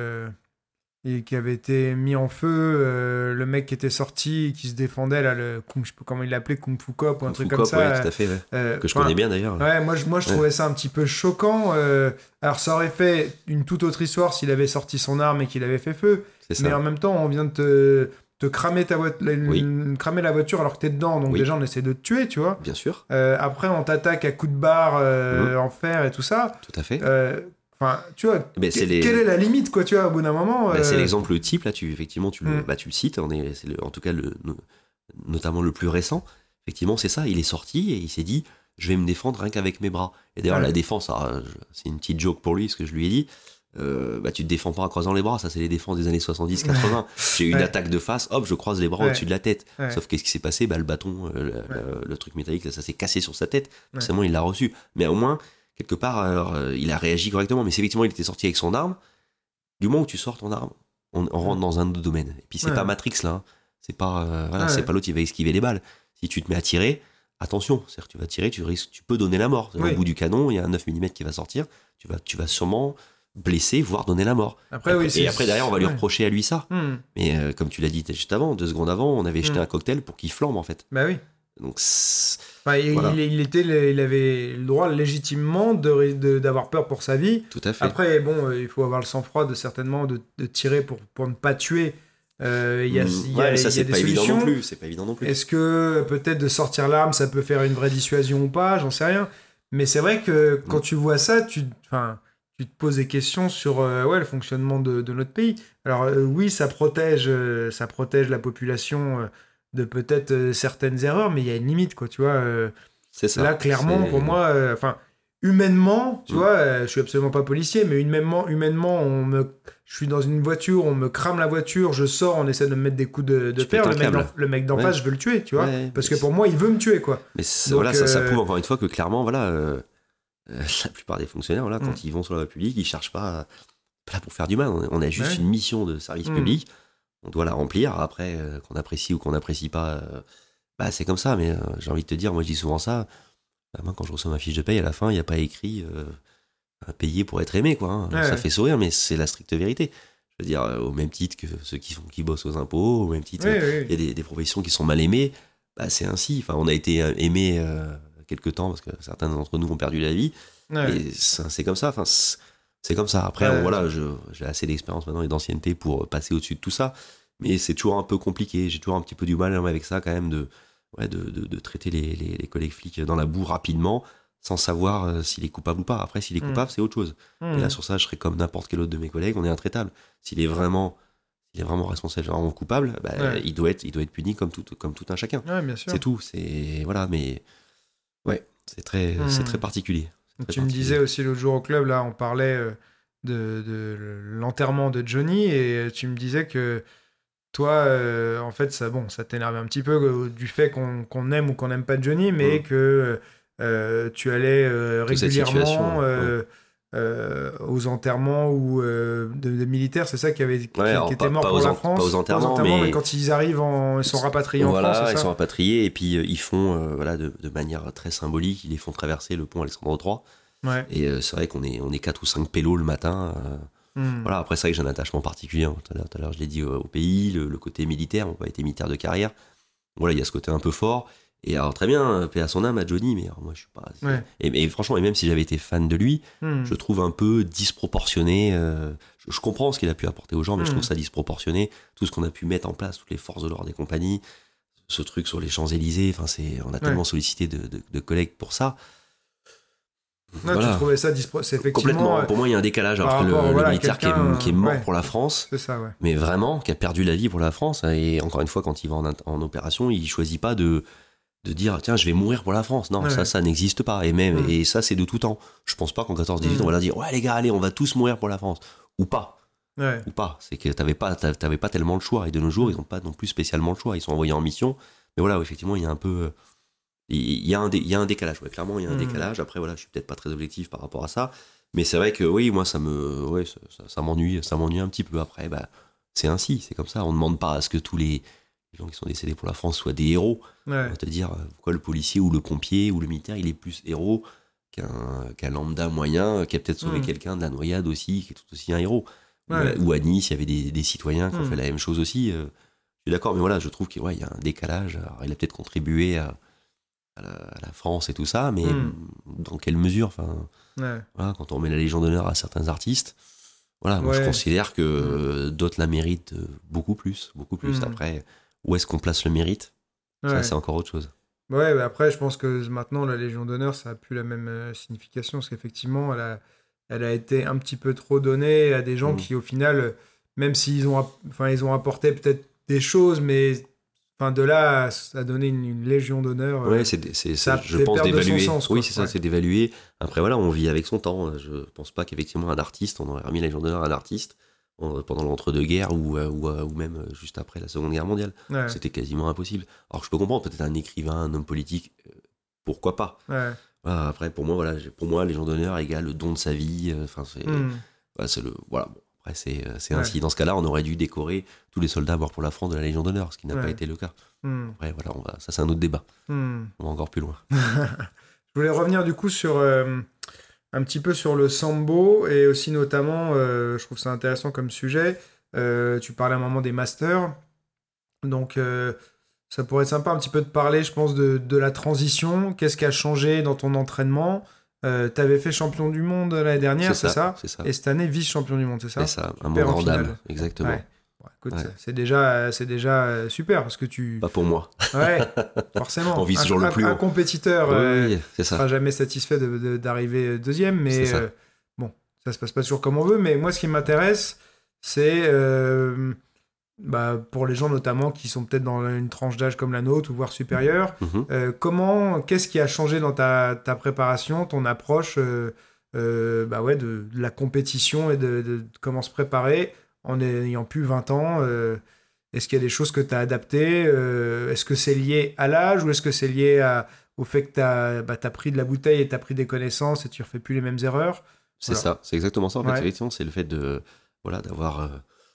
mis en feu, le mec qui était sorti, qui se défendait, là, je sais pas comment il l'appelait, Kung Fu Cop ou un truc comme ça. Ouais, tout à fait, que je connais bien d'ailleurs. Ouais, moi je trouvais ça un petit peu choquant. Alors ça aurait fait une toute autre histoire s'il avait sorti son arme et qu'il avait fait feu. Mais en même temps, on vient de te cramer cramer la voiture alors que t'es dedans, donc déjà on essaie de te tuer, tu vois. Bien sûr. Après on t'attaque à coups de barre en fer et tout ça. Tout à fait. Enfin, tu vois, quelle est la limite, quoi, tu vois, au bout d'un moment. C'est l'exemple type, là, tu le cites, en tout cas notamment le plus récent. Effectivement, c'est ça, il est sorti et il s'est dit, je vais me défendre rien qu'avec mes bras. Et d'ailleurs, la défense, c'est une petite joke pour lui, ce que je lui ai dit. Tu te défends pas en croisant les bras, ça c'est les défenses des années 70-80. J'ai eu une attaque de face, hop, je croise les bras au-dessus de la tête. Sauf qu'est-ce qui s'est passé ? Le bâton, le truc métallique, ça s'est cassé sur sa tête. Forcément, il l'a reçu. Mais au moins, quelque part, il a réagi correctement. Mais c'est effectivement, il était sorti avec son arme. Du moment où tu sors ton arme, on rentre dans un autre domaine. Et puis c'est pas Matrix là. Hein. C'est pas, c'est pas l'autre qui va esquiver les balles. Si tu te mets à tirer, attention, c'est-à-dire que tu vas tirer, tu peux donner la mort. Au bout du canon, il y a un 9 mm qui va sortir. Tu vas sûrement blessé, voire donner la mort. Après, derrière, on va lui reprocher à lui ça. Mais comme tu l'as dit juste avant, 2 secondes avant, on avait jeté un cocktail pour qu'il flambe, en fait. Bah oui. Donc, voilà. il avait le droit légitimement d'avoir peur pour sa vie. Tout à fait. Après, bon, il faut avoir le sang-froid certainement de tirer pour ne pas tuer. Il y a c'est pas évident non plus. C'est pas évident non plus. Est-ce que peut-être de sortir l'arme, ça peut faire une vraie dissuasion ou pas ? J'en sais rien. Mais c'est vrai que quand tu vois ça, tu te poses des questions sur le fonctionnement de notre pays. Alors oui, ça protège la population de peut-être certaines erreurs, mais il y a une limite, quoi, tu vois. C'est ça. Là, clairement, pour moi, humainement, tu vois, je suis absolument pas policier, mais humainement, je suis dans une voiture, on me crame la voiture, je sors, on essaie de me mettre des coups de fer, le mec d'en face, je veux le tuer, tu vois, parce que pour moi, il veut me tuer, quoi. Mais donc, ça prouve encore une fois que clairement, la plupart des fonctionnaires, là, quand ils vont sur la voie publique, ils cherchent pas là pour faire du mal. On a juste une mission de service public. On doit la remplir. Après, qu'on apprécie ou qu'on n'apprécie pas, c'est comme ça. Mais j'ai envie de te dire, moi je dis souvent ça. Moi, quand je reçois ma fiche de paye, à la fin, il n'y a pas écrit payer pour être aimé, quoi. Hein. Ça fait sourire, mais c'est la stricte vérité. Je veux dire, au même titre que ceux qui bossent aux impôts, au même titre, il y a des professions qui sont mal aimées. C'est ainsi. Enfin, on a été aimés quelque temps parce que certains d'entre nous ont perdu la vie. Et c'est comme ça. Enfin, c'est comme ça. Après, j'ai assez d'expérience maintenant et d'ancienneté pour passer au-dessus de tout ça. Mais c'est toujours un peu compliqué. J'ai toujours un petit peu du mal avec ça, quand même, de traiter les collègues flics dans la boue rapidement, sans savoir s'il est coupable ou pas. Après, s'il est coupable, c'est autre chose. Et là, sur ça, je serais comme n'importe quel autre de mes collègues. On est intraitable. S'il est vraiment responsable, vraiment coupable, il doit être puni comme tout un chacun. Bien sûr. C'est tout. Mais c'est très particulier. Tu me disais aussi l'autre jour au club, là, on parlait de l'enterrement de Johnny, et tu me disais que toi, en fait, ça t'énervait un petit peu du fait qu'on aime ou qu'on n'aime pas Johnny, mais que tu allais régulièrement aux enterrements ou de militaires, c'est ça qui était mort pour la France. Pas aux enterrements, mais quand ils arrivent, ils sont rapatriés en France. Voilà, ils sont rapatriés et puis ils font, de manière très symbolique, ils les font traverser le pont Alexandre III. Et c'est vrai qu'on est 4 ou 5 pélos le matin. Voilà, après, c'est vrai que j'ai un attachement particulier. Hein. Tout à l'heure, je l'ai dit au pays, le côté militaire. On n'a pas été militaire de carrière. Voilà, il y a ce côté un peu fort. Et alors très bien, paix à son âme à Johnny, mais alors, moi je suis pas. Et franchement, et même si j'avais été fan de lui, je trouve un peu disproportionné. Je comprends ce qu'il a pu apporter aux gens, mais je trouve ça disproportionné. Tout ce qu'on a pu mettre en place, toutes les forces de l'ordre des compagnies, ce truc sur les Champs-Élysées, enfin on a tellement sollicité de collègues pour ça. Voilà. Tu trouvais ça c'est effectivement complètement. Pour moi, il y a un décalage entre le militaire qui est mort pour la France, c'est ça, mais vraiment qui a perdu la vie pour la France. Et encore une fois, quand il va en opération, il choisit pas de dire tiens, je vais mourir pour la France. Non, ça n'existe pas. Et ça, c'est de tout temps. Je pense pas qu'en 14-18 on va leur dire ouais les gars, allez, on va tous mourir pour la France ou pas. Ou pas. C'est que t'avais pas tellement le choix. Et de nos jours, ils n'ont pas non plus spécialement le choix. Ils sont envoyés en mission. Mais voilà, effectivement, il y a un peu il y a un décalage, clairement il y a un décalage. Après voilà, je suis peut-être pas très objectif par rapport à ça, mais c'est vrai que oui, moi ça m'ennuie un petit peu. Après c'est ainsi, c'est comme ça, on demande pas à ce que tous les gens qui sont décédés pour la France soient des héros. On va te dire pourquoi le policier ou le pompier ou le militaire il est plus héros qu'un lambda moyen qui a peut-être sauvé quelqu'un de la noyade aussi, qui est tout aussi un héros. Ou à Nice, il y avait des citoyens qui ont fait la même chose aussi. Je suis d'accord, mais voilà, je trouve qu'il y a un décalage. Alors, il a peut-être contribué à la France et tout ça, mais dans quelle mesure? Voilà, quand on met la Légion d'honneur à certains artistes, voilà, moi je considère que d'autres la méritent beaucoup plus. Après, où est-ce qu'on place le mérite? Ça, c'est encore autre chose. Après, je pense que maintenant, la Légion d'honneur, ça n'a plus la même signification, parce qu'effectivement, elle a été un petit peu trop donnée à des gens qui, au final, même s'ils ont apporté peut-être des choses, mais de là à donner une Légion d'honneur, je pense d'évaluer. Ça, c'est d'évaluer. Après, voilà, on vit avec son temps. Je pense pas qu'effectivement, un artiste, on aurait remis la Légion d'honneur à un artiste pendant l'entre-deux-guerres ou même juste après la Seconde Guerre mondiale. C'était quasiment impossible. Alors, je peux comprendre, peut-être un écrivain, un homme politique, pourquoi pas. Voilà, après, pour moi, Légion d'honneur égale le don de sa vie. C'est le. Voilà, bon. Après, c'est ainsi. Dans ce cas-là, on aurait dû décorer tous les soldats morts pour la France de la Légion d'honneur, ce qui n'a pas été le cas. Après, voilà, ça, c'est un autre débat. On va encore plus loin. Je voulais revenir du coup sur un petit peu sur le sambo et aussi notamment, je trouve ça intéressant comme sujet. Tu parlais à un moment des masters. Donc, ça pourrait être sympa un petit peu de parler, je pense, de la transition. Qu'est-ce qui a changé dans ton entraînement? T'avais fait champion du monde l'année dernière, c'est ça. Et cette année, vice-champion du monde, c'est ça? C'est ça, un monde en dames, exactement. Bon, écoute, c'est déjà super, parce que Pas pour moi. Forcément. On vise toujours le plus haut. Un compétiteur ne sera jamais satisfait d'arriver deuxième, mais ça se passe pas toujours comme on veut. Mais moi, ce qui m'intéresse, c'est... pour les gens notamment qui sont peut-être dans une tranche d'âge comme la nôtre ou voire supérieure, qu'est-ce qui a changé dans ta préparation, ton approche de la compétition et de comment se préparer en ayant plus 20 ans? Est-ce qu'il y a des choses que tu as adaptées? Est-ce que c'est lié à l'âge ou est-ce que c'est lié au fait que tu as pris de la bouteille et tu as pris des connaissances et tu ne refais plus les mêmes erreurs? C'est ça, c'est exactement ça. En fait, effectivement, c'est le fait d'avoir...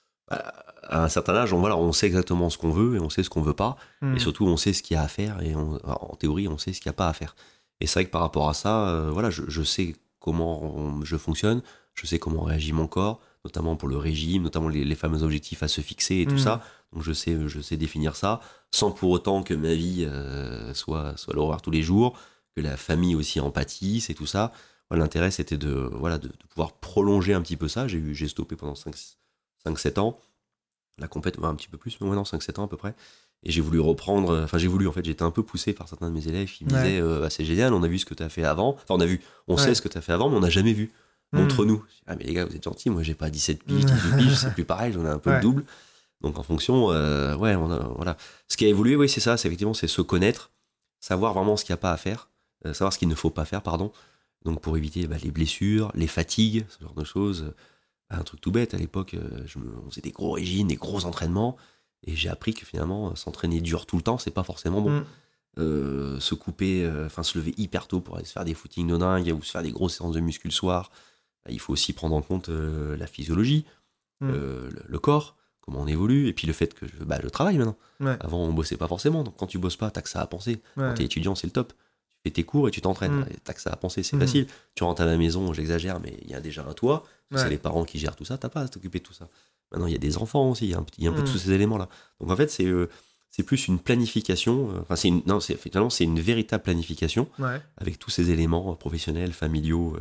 à un certain âge, on sait exactement ce qu'on veut et on sait ce qu'on veut pas. Et surtout, on sait ce qu'il y a à faire et en théorie, on sait ce qu'il n'y a pas à faire. Et c'est vrai que par rapport à ça, je sais comment je fonctionne, je sais comment réagit mon corps, notamment pour le régime, notamment les fameux objectifs à se fixer et tout ça. Donc je sais définir ça, sans pour autant que ma vie soit l'horreur tous les jours, que la famille aussi en pâtisse et tout ça. L'intérêt, c'était de pouvoir prolonger un petit peu ça. J'ai stoppé pendant 5-7 ans. La compète, un petit peu plus, mais 5-7 ans à peu près. Et j'ai voulu reprendre, j'étais un peu poussé par certains de mes élèves qui me disaient c'est génial, on a vu ce que tu as fait avant. Enfin, on sait ce que tu as fait avant, mais on n'a jamais vu. Montre-nous. Ah, mais les gars, vous êtes gentils, moi j'ai pas 17 piges, 18 piges, c'est plus pareil, j'en ai un peu le double. Donc en fonction, voilà. Ce qui a évolué, c'est ça, c'est se connaître, savoir vraiment ce qu'il n'y a pas à faire, savoir ce qu'il ne faut pas faire, pardon. Donc pour éviter les blessures, les fatigues, ce genre de choses. Un truc tout bête, à l'époque, on faisait des gros régimes, des gros entraînements, et j'ai appris que finalement, s'entraîner dur tout le temps, c'est pas forcément bon. Se couper, se lever hyper tôt pour aller se faire des footings de dingue, ou se faire des grosses séances de muscu le soir, il faut aussi prendre en compte la physiologie, le corps, comment on évolue, et puis le fait que je travaille maintenant. Avant, on bossait pas forcément, donc quand tu bosses pas, t'as que ça à penser. Quand t'es étudiant, c'est le top. Tu fais tes cours et tu t'entraînes. T'as que ça à penser, c'est facile. Tu rentres à la maison, j'exagère, mais il y a déjà un toit. C'est les parents qui gèrent tout ça, t'as pas à t'occuper de tout ça. Maintenant, il y a des enfants aussi, il y a un peu tous ces éléments-là. Donc en fait, c'est c'est plus une planification. Enfin, finalement, c'est une véritable planification avec tous ces éléments professionnels, familiaux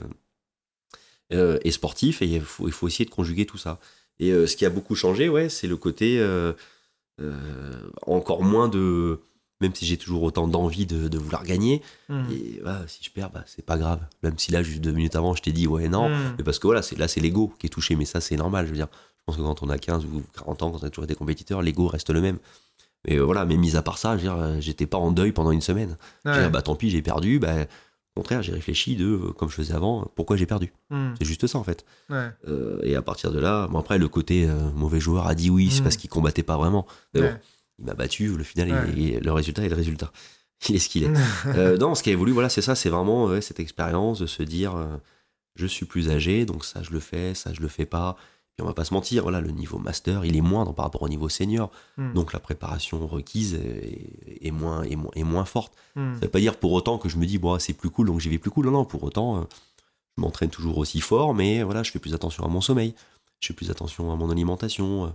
et sportifs. Et il faut essayer de conjuguer tout ça. Et ce qui a beaucoup changé, c'est le côté encore moins de... Même si j'ai toujours autant d'envie de vouloir gagner, et si je perds, c'est pas grave. Même si là, juste 2 minutes avant, je t'ai dit non, mais parce que c'est l'ego qui est touché, mais ça, c'est normal. Je veux dire, je pense que quand on a 15 ou 40 ans, quand on a toujours été compétiteur, l'ego reste le même. Mais mais mis à part ça, je veux dire, j'étais pas en deuil pendant une semaine. Tant pis, j'ai perdu. Au contraire, j'ai réfléchi comme je faisais avant, pourquoi j'ai perdu. C'est juste ça, en fait. Et à partir de là, après, le côté mauvais joueur a dit oui, c'est parce qu'il combattait pas vraiment. Mais bon. Il m'a battu, le final, le résultat est le résultat. Il est ce qu'il est. Non, ce qui a évolué, c'est ça, c'est vraiment cette expérience de se dire, je suis plus âgé, donc ça je le fais, ça je le fais pas. Puis on va pas se mentir, le niveau master, il est moindre par rapport au niveau senior, donc la préparation requise est moins forte. Ça veut pas dire pour autant que je me dis, c'est plus cool, donc j'y vais plus cool. Non, pour autant, je m'entraîne toujours aussi fort, mais je fais plus attention à mon sommeil, je fais plus attention à mon alimentation.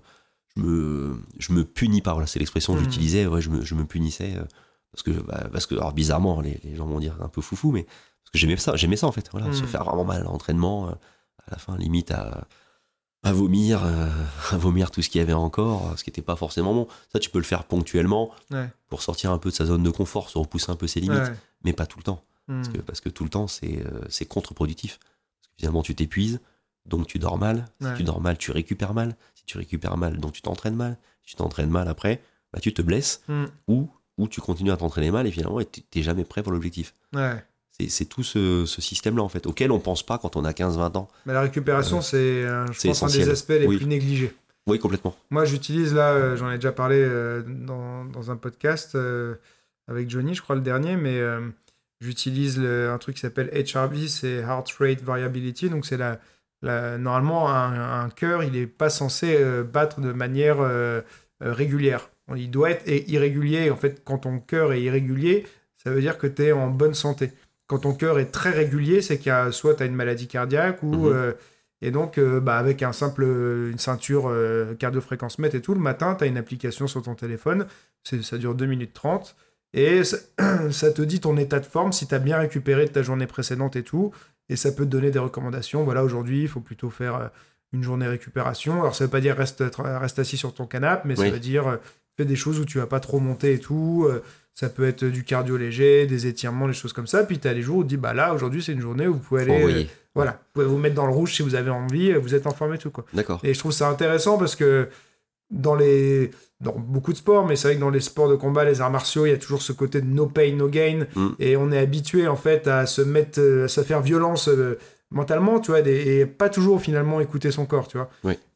Je me punis pas, c'est l'expression que j'utilisais, je me punissais parce que alors bizarrement les gens vont dire un peu foufou, mais parce que j'aimais ça en fait, se faire vraiment mal à l'entraînement, à la fin limite à vomir tout ce qu'il y avait encore, ce qui n'était pas forcément bon. Ça tu peux le faire ponctuellement pour sortir un peu de sa zone de confort, se repousser un peu ses limites, mais pas tout le temps, parce que tout le temps c'est contre-productif, parce que finalement tu t'épuises. Donc tu dors mal, si tu dors mal, tu récupères mal, si tu récupères mal, donc tu t'entraînes mal, si tu t'entraînes mal après, tu te blesses, ou tu continues à t'entraîner mal et finalement t'es jamais prêt pour l'objectif. C'est tout ce système-là en fait, auquel on pense pas quand on a 15-20 ans. Mais la récupération c'est je pense essentiel. Un des aspects les plus négligés. Oui, complètement. Moi j'utilise là, j'en ai déjà parlé dans un podcast avec Johnny, je crois le dernier, mais j'utilise un truc qui s'appelle HRV, c'est Heart Rate Variability, donc c'est normalement, un cœur, il n'est pas censé battre de manière régulière. Il doit être irrégulier. En fait, quand ton cœur est irrégulier, ça veut dire que tu es en bonne santé. Quand ton cœur est très régulier, c'est soit tu as une maladie cardiaque, ou, et donc avec une ceinture cardio-fréquence-mètre et tout, le matin, tu as une application sur ton téléphone, ça dure 2 minutes 30, et ça te dit ton état de forme, si tu as bien récupéré de ta journée précédente et tout. Et ça peut te donner des recommandations. Aujourd'hui, il faut plutôt faire une journée récupération. Alors, ça ne veut pas dire reste assis sur ton canapé, mais ça veut dire fais des choses où tu ne vas pas trop monter et tout. Ça peut être du cardio léger, des étirements, des choses comme ça. Puis, tu as les jours où tu dis, là, aujourd'hui, c'est une journée où vous pouvez aller... vous pouvez vous mettre dans le rouge si vous avez envie, vous êtes en forme et tout, quoi. D'accord. Et je trouve ça intéressant parce que dans beaucoup de sports, mais c'est vrai que dans les sports de combat, les arts martiaux, il y a toujours ce côté de no pain, no gain, et on est habitué en fait à se faire violence mentalement, tu vois, et pas toujours finalement écouter son corps, tu vois.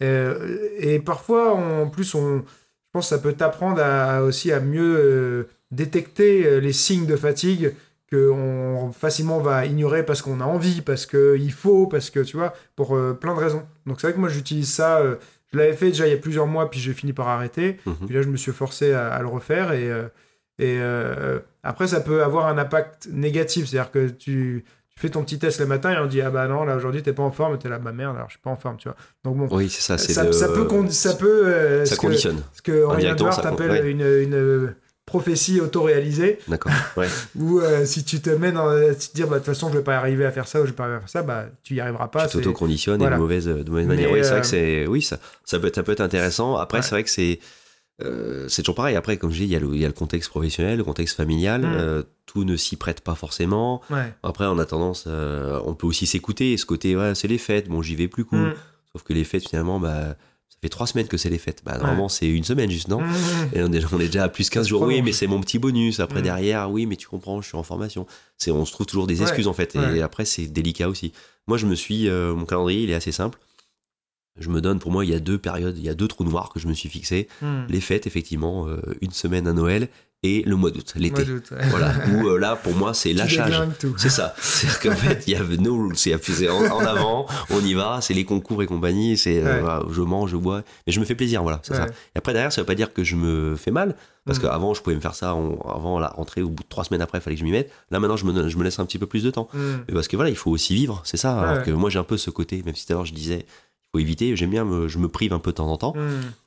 Et parfois, en plus, je pense que ça peut t'apprendre aussi à mieux détecter les signes de fatigue qu'on facilement va ignorer parce qu'on a envie, parce qu'il faut, parce que, tu vois, pour plein de raisons. Donc c'est vrai que moi, j'utilise ça... Je l'avais fait déjà il y a plusieurs mois, puis j'ai fini par arrêter. Puis là, je me suis forcé à le refaire. Et après, ça peut avoir un impact négatif. C'est-à-dire que tu fais ton petit test le matin et on dit non, là aujourd'hui, t'es pas en forme. Et t'es là, merde, alors je suis pas en forme, tu vois. Donc bon, oui, c'est ça. Ça conditionne. Ce que Aurélien Edouard t'appelle une prophétie autoréalisée. D'accord, Où si tu te mets tu te dis de toute façon je vais pas arriver à faire ça ou je vais pas arriver à faire ça, tu y arriveras pas. Tu t'auto-conditionnes de mauvaise manière. Oui, c'est vrai que ça peut être intéressant. Après, c'est vrai que c'est toujours pareil. Après, comme je dis, il y a le contexte professionnel, le contexte familial. Tout ne s'y prête pas forcément. Après, on a tendance, on peut aussi s'écouter. Ce côté, c'est les fêtes. Bon, j'y vais plus cool. Sauf que les fêtes, finalement, ça fait 3 semaines que c'est les fêtes. Normalement, c'est 1 semaine juste, non ? Et on est déjà à plus 15 jours. Oui, mais c'est mon petit bonus. Après, derrière, oui, mais tu comprends, je suis en formation. On se trouve toujours des excuses, en fait. Et après, c'est délicat aussi. Moi, mon calendrier, il est assez simple. Je me donne, pour moi, il y a 2 périodes, il y a 2 trous noirs que je me suis fixés. Les fêtes, effectivement, 1 semaine à Noël et le mois d'août, l'été. Voilà, où là, pour moi, c'est lâchage. C'est ça. C'est-à-dire qu'en fait, il y a no rules. C'est en avant, on y va, c'est les concours et compagnie, je mange, je bois, mais je me fais plaisir, voilà, c'est ça. Et après, derrière, ça veut pas dire que je me fais mal, parce qu'avant, je pouvais me faire ça, avant la rentrée, au bout de 3 semaines après, il fallait que je m'y mette. Là, maintenant, je me laisse un petit peu plus de temps. Mais parce que voilà, il faut aussi vivre, c'est ça. Alors que moi, j'ai un peu ce côté, même si tout à l'heure, je disais, il faut éviter, j'aime bien, je me prive un peu de temps en temps,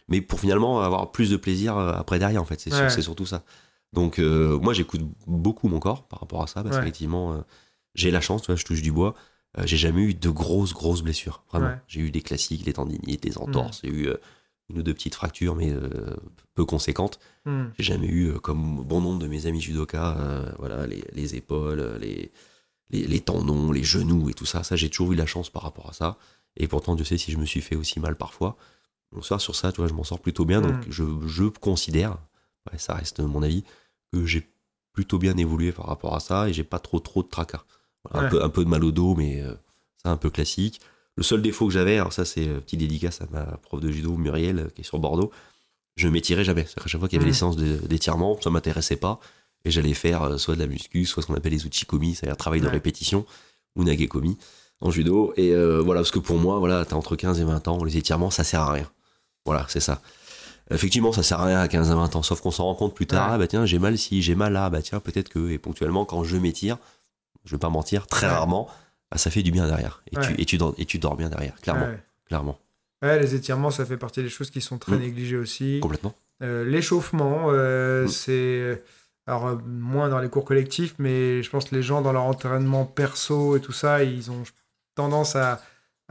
mais pour finalement avoir plus de plaisir après derrière, en fait. C'est surtout ça. Donc, moi, j'écoute beaucoup mon corps par rapport à ça, parce qu'effectivement, j'ai la chance, tu vois, je touche du bois. J'ai jamais eu de grosses blessures, vraiment. J'ai eu des classiques, des tendinites, des entorses, j'ai eu une ou deux petites fractures, mais peu conséquentes. J'ai jamais eu, comme bon nombre de mes amis judokas, voilà, les épaules, les tendons, les genoux et tout ça. Ça, j'ai toujours eu la chance par rapport à ça. Et pourtant, Dieu sait si je me suis fait aussi mal parfois. Donc ça, sur ça, tu vois, je m'en sors plutôt bien. Donc je considère, ça reste mon avis, que j'ai plutôt bien évolué par rapport à ça et j'ai pas trop de tracas. Voilà, un peu de mal au dos, mais c'est un peu classique. Le seul défaut que j'avais, alors ça c'est petit dédicace à ma prof de judo Muriel qui est sur Bordeaux, je m'étirais jamais. C'est-à-dire qu'à chaque fois qu'il y avait des séances d'étirement, ça m'intéressait pas et j'allais faire soit de la muscu, soit ce qu'on appelle les uchikomi, c'est-à-dire travail de répétition, ou nagekomi en judo. Et voilà, parce que pour moi, voilà, t'as entre 15 et 20 ans, les étirements ça sert à rien. Voilà, c'est ça. Effectivement, ça sert à rien à 15 à 20 ans, sauf qu'on s'en rend compte plus tard. Ah bah tiens, j'ai mal ici, j'ai mal là, bah tiens, peut-être que, et ponctuellement, quand je m'étire, je vais pas mentir, très rarement, bah, ça fait du bien derrière. Et tu dors bien derrière, clairement. Ouais, les étirements, ça fait partie des choses qui sont très négligées aussi. Complètement. L'échauffement, c'est... Alors, moins dans les cours collectifs, mais je pense que les gens, dans leur entraînement perso et tout ça, ils ont tendance à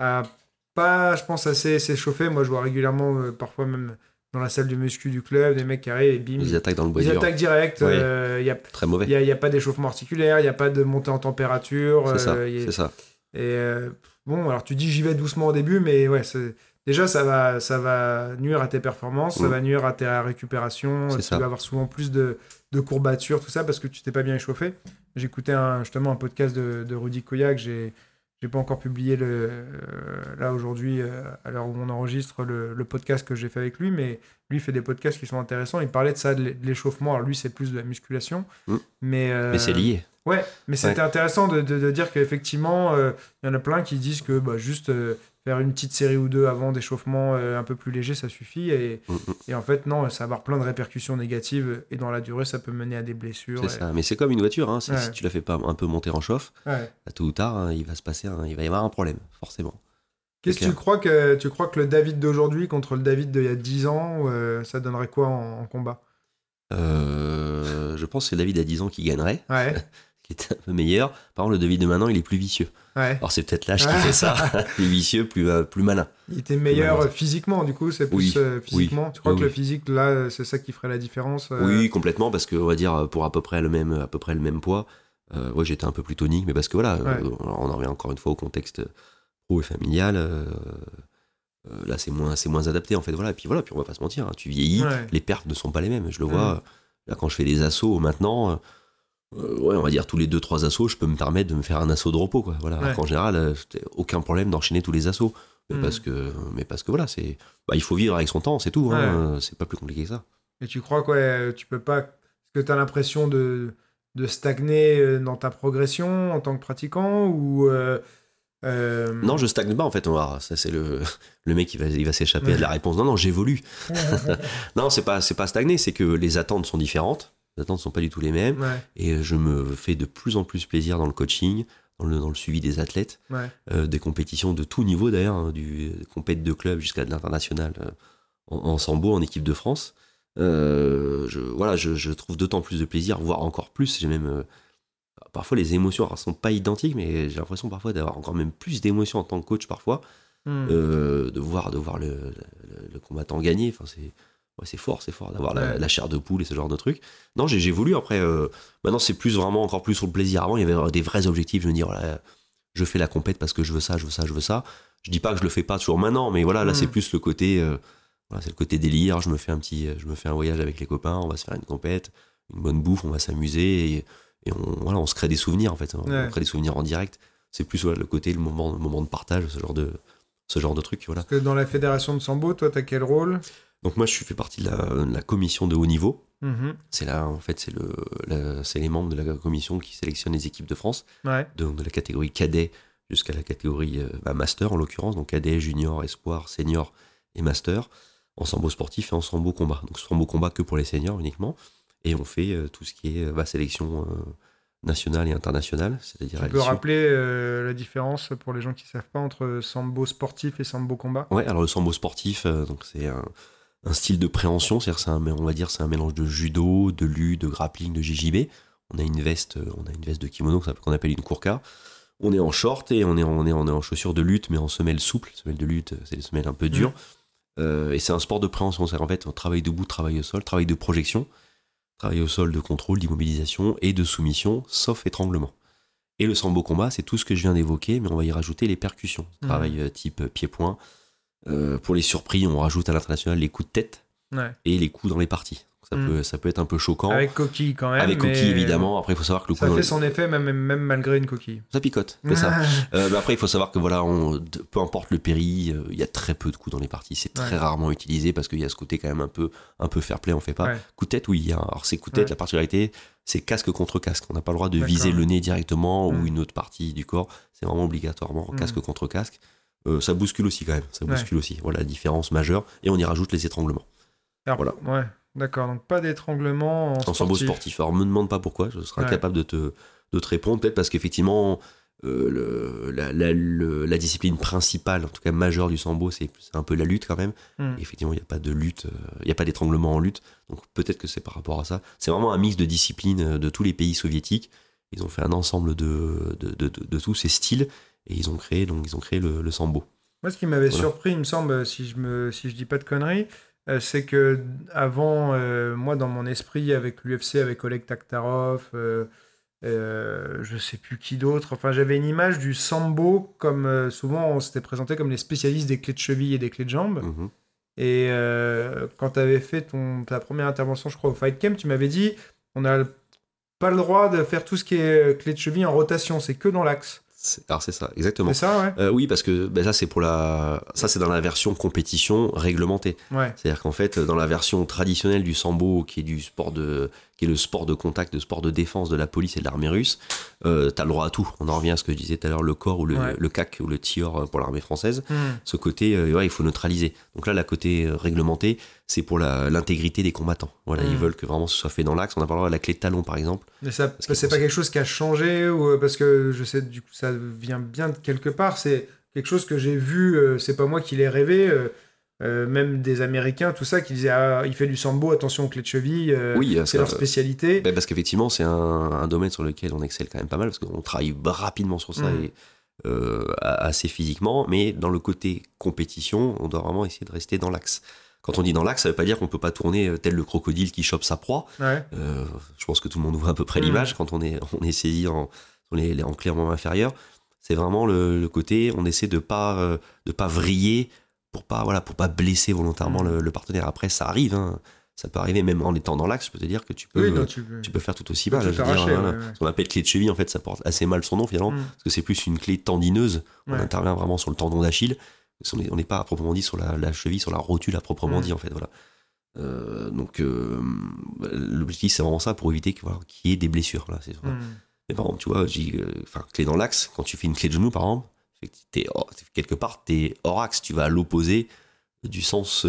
pas, je pense, assez s'échauffer. Moi, je vois régulièrement, parfois même dans la salle de muscu du club, des mecs qui arrivent et bim. Ils attaquent dans le bois dur. Ils attaquent direct. Très mauvais. Il n'y a pas d'échauffement articulaire, il n'y a pas de montée en température. C'est ça. Et bon, alors tu dis j'y vais doucement au début, mais ouais, déjà ça va nuire à tes performances, ça va nuire à ta récupération. Tu vas avoir souvent plus de courbatures, tout ça, parce que tu t'es pas bien échauffé. J'écoutais justement un podcast de Rudy Koya que j'ai pas encore publié là aujourd'hui, à l'heure où on enregistre le podcast que j'ai fait avec lui, mais lui fait des podcasts qui sont intéressants. Il parlait de ça, de l'échauffement. Alors lui, c'est plus de la musculation. Mais c'est lié. Ouais, mais c'était intéressant de dire qu'effectivement, il y en a plein qui disent que juste faire une petite série ou deux avant d'échauffement un peu plus léger, ça suffit. Et en fait, non, ça va avoir plein de répercussions négatives. Et dans la durée, ça peut mener à des blessures. C'est ça, mais c'est comme une voiture. Hein. Si tu la fais pas un peu monter en chauffe, tôt ou tard, il va se passer, il va y avoir un problème, forcément. Qu'est-ce que tu crois que le David d'aujourd'hui contre le David d'il y a 10 ans, ça donnerait quoi en combat ? Je pense que c'est David à 10 ans qui gagnerait. Qui était un peu meilleur. Par contre, le David de maintenant, il est plus vicieux. Alors, c'est peut-être l'âge qui fait ça. Plus vicieux, plus malin. Il était meilleur physiquement, du coup, c'est plus physiquement. Tu crois que le physique, là, c'est ça qui ferait la différence Oui, complètement, parce que, on va dire, pour à peu près le même poids, j'étais un peu plus tonique, mais parce que voilà, on en revient encore une fois au contexte pro et familial. Là, c'est moins adapté, en fait. Voilà. Et puis, on va pas se mentir, hein, tu vieillis, les perfs ne sont pas les mêmes. Je le vois, là, quand je fais des assauts maintenant. On va dire tous les 2-3 assauts, je peux me permettre de me faire un assaut de repos, quoi. Voilà. Alors qu'en général, aucun problème d'enchaîner tous les assauts. Mais parce que voilà, c'est, il faut vivre avec son temps, c'est tout. Hein. C'est pas plus compliqué que ça. Et tu crois que tu peux pas. Est-ce que tu as l'impression de stagner dans ta progression en tant que pratiquant ou Non, je stagne pas en fait. Ça, c'est le mec il va s'échapper de la réponse. Non, j'évolue. Non, c'est pas stagner, c'est que les attentes sont différentes. Les attentes ne sont pas du tout les mêmes. Et je me fais de plus en plus plaisir dans le coaching, dans le suivi des athlètes, des compétitions de tout niveau d'ailleurs, hein, du compète de club jusqu'à de l'international en sambo, en équipe de France. Je trouve d'autant plus de plaisir, voire encore plus. J'ai même parfois les émotions ne sont pas identiques, mais j'ai l'impression parfois d'avoir encore même plus d'émotions en tant que coach parfois, de voir le combattant gagner. Enfin, c'est fort d'avoir la chair de poule et ce genre de trucs. Non, j'ai voulu après. Maintenant, c'est plus vraiment encore plus sur le plaisir. Avant, il y avait des vrais objectifs. Je me dis, voilà, je fais la compète parce que je veux ça. Je dis pas que je le fais pas toujours maintenant, mais voilà, là, c'est plus le côté. C'est le côté délire. Je me fais un voyage avec les copains. On va se faire une compète, une bonne bouffe. On va s'amuser et on se crée des souvenirs en fait. On crée des souvenirs en direct. C'est plus le côté, le moment de partage, ce genre de truc. Voilà. Parce que dans la fédération de sambo, toi, t'as quel rôle ? Donc moi, je fais partie de la commission de haut niveau. C'est là, en fait, c'est les membres de la commission qui sélectionnent les équipes de France, de la catégorie cadet jusqu'à la catégorie master en l'occurrence, donc cadet, junior, espoir, senior et master, en sambo sportif et en sambo combat. Donc sambo combat que pour les seniors uniquement, et on fait tout ce qui est sélection nationale et internationale, c'est-à-dire. Tu peux rappeler la différence pour les gens qui ne savent pas entre sambo sportif et sambo combat ? Ouais, alors le sambo sportif, donc c'est un style de préhension, c'est-à-dire on va dire c'est un mélange de judo, de lutte, de grappling, de JJB. On a une veste de kimono qu'on appelle une kurka. On est en short et on est en chaussures de lutte, mais en semelles souples. Semelles de lutte, c'est des semelles un peu dures. Et c'est un sport de préhension. C'est en fait on travaille debout, travail au sol, travail de projection, travail au sol de contrôle, d'immobilisation et de soumission, sauf étranglement. Et le sambo combat, c'est tout ce que je viens d'évoquer, mais on va y rajouter les percussions. Travail type pied-point. Pour les surpris, on rajoute à l'international les coups de tête et les coups dans les parties. Ça peut être un peu choquant. Avec coquille quand même. Avec coquille évidemment. Après il faut savoir que le coup ça fait son effet même malgré une coquille. Ça picote. Mais après il faut savoir que voilà, peu importe le péri, il y a très peu de coups dans les parties. C'est très rarement utilisé parce qu'il y a ce côté quand même un peu fair play. On fait pas. Coup de tête, oui. Alors ces coups de tête, la particularité, c'est casque contre casque. On n'a pas le droit de viser le nez directement ou une autre partie du corps. C'est vraiment obligatoirement casque contre casque. Ça bouscule aussi quand même. Ça bouscule aussi. Voilà la différence majeure. Et on y rajoute les étranglements. Alors, voilà. Ouais. D'accord, donc pas d'étranglement en sambo sportif. Alors me demande pas pourquoi, je serai incapable de te répondre, peut-être parce qu'effectivement la discipline principale, en tout cas majeure du sambo, c'est un peu la lutte quand même. Et effectivement, il n'y a pas de lutte, il n'y a pas d'étranglement en lutte, donc peut-être que c'est par rapport à ça. C'est vraiment un mix de disciplines de tous les pays soviétiques. Ils ont fait un ensemble de tous ces styles et ils ont créé le sambo. Moi, ce qui m'avait surpris, il me semble, si je dis pas de conneries, c'est que avant, moi dans mon esprit avec l'UFC, avec Oleg Taktarov, je sais plus qui d'autre, enfin j'avais une image du sambo comme souvent on s'était présenté comme les spécialistes des clés de cheville et des clés de jambes. Et quand tu avais fait ta première intervention, je crois au Fight Camp, tu m'avais dit on n'a pas le droit de faire tout ce qui est clé de cheville en rotation, c'est que dans l'axe. Alors c'est ça, exactement. C'est ça, ouais. Oui, parce que ça c'est dans la version compétition réglementée. C'est-à-dire qu'en fait, dans la version traditionnelle du sambo, qui est le sport de contact, le sport de défense de la police et de l'armée russe, t'as le droit à tout. On en revient à ce que je disais tout à l'heure, le corps ou le CAC ou le TIOR pour l'armée française. Ce côté, il faut neutraliser. Donc là, la côté réglementé, c'est pour l'intégrité des combattants. Voilà, ils veulent que vraiment ce soit fait dans l'axe. On a parlé de la clé de talon, par exemple. Mais ça, c'est pas quelque chose qui a changé ou parce que je sais du coup ça vient bien de quelque part. C'est quelque chose que j'ai vu. C'est pas moi qui l'ai rêvé. Même des Américains, tout ça, qui disaient il fait du sambo, attention aux clés de cheville. C'est leur spécialité. Parce qu'effectivement, c'est un domaine sur lequel on excelle quand même pas mal parce qu'on travaille rapidement sur ça et assez physiquement. Mais dans le côté compétition, on doit vraiment essayer de rester dans l'axe. Quand on dit dans l'axe, ça veut pas dire qu'on peut pas tourner tel le crocodile qui chope sa proie. Je pense que tout le monde voit à peu près l'image quand on est saisi en clé en membre inférieur. C'est vraiment le côté, on essaie de pas vriller pour pas blesser volontairement le partenaire. Après, ça arrive, hein. Ça peut arriver même en étant dans l'axe. Je peux te dire que tu peux faire tout aussi mal. Ce qu'on appelle clé de cheville, en fait, ça porte assez mal son nom finalement, parce que c'est plus une clé tendineuse. On intervient vraiment sur le tendon d'Achille. On n'est pas à proprement dit sur la cheville, sur la rotule à proprement dit en fait. Voilà. Donc l'objectif c'est vraiment ça pour éviter qu'il y ait des blessures. Voilà, c'est mais par exemple, tu vois, clé dans l'axe, quand tu fais une clé de genou par exemple, quelque part t'es hors axe, tu vas à l'opposé du sens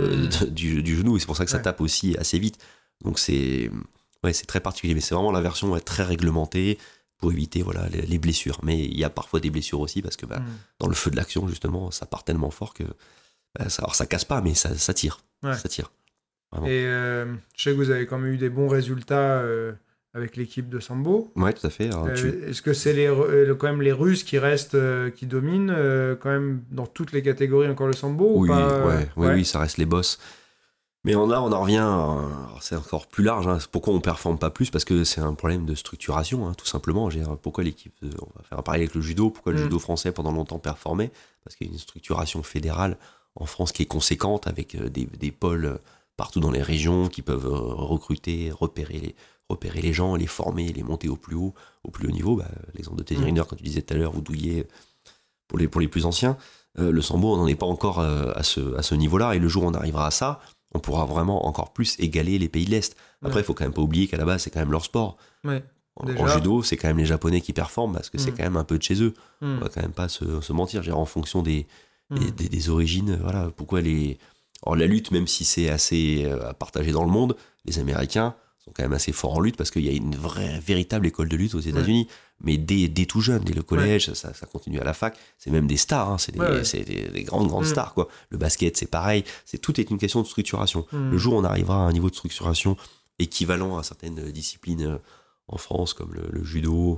du genou et c'est pour ça que ça tape aussi assez vite. Donc c'est très particulier, mais c'est vraiment la version très réglementée pour éviter les blessures. Mais il y a parfois des blessures aussi parce que dans le feu de l'action justement ça part tellement fort que ça casse pas mais ça tire. Ça tire vraiment. Et je sais que vous avez quand même eu des bons résultats avec l'équipe de sambo. Ouais, tout à fait. Alors, est-ce que c'est quand même les Russes qui restent qui dominent quand même dans toutes les catégories encore le sambo oui, ou pas oui, ça reste les boss. Mais on en revient, c'est encore plus large. Hein. Pourquoi on performe pas plus ? Parce que c'est un problème de structuration, hein, tout simplement. Pourquoi l'équipe, on va faire un parallèle avec le judo, pourquoi le judo français pendant longtemps performait ? Parce qu'il y a une structuration fédérale en France qui est conséquente, avec des pôles partout dans les régions qui peuvent recruter, repérer les gens, les former, les monter au plus haut niveau. L'exemple de Teddy Riner, quand tu disais tout à l'heure, ou Douillet, pour les plus anciens. Le sambo, on n'en est pas encore à ce niveau-là, et le jour où on arrivera à ça, on pourra vraiment encore plus égaler les pays de l'Est. Après, il faut quand même pas oublier qu'à la base, c'est quand même leur sport. En judo, c'est quand même les Japonais qui performent, parce que c'est quand même un peu de chez eux. On va quand même pas se mentir. En fonction des origines, pourquoi Alors la lutte, même si c'est assez partagé dans le monde, les Américains sont quand même assez forts en lutte parce qu'il y a une véritable école de lutte aux États-Unis. Mais dès tout jeune, dès le collège, ça continue à la fac. C'est même des stars, hein, c'est des grandes stars, quoi. Le basket, c'est pareil. Tout est une question de structuration. Le jour où on arrivera à un niveau de structuration équivalent à certaines disciplines en France, comme le judo,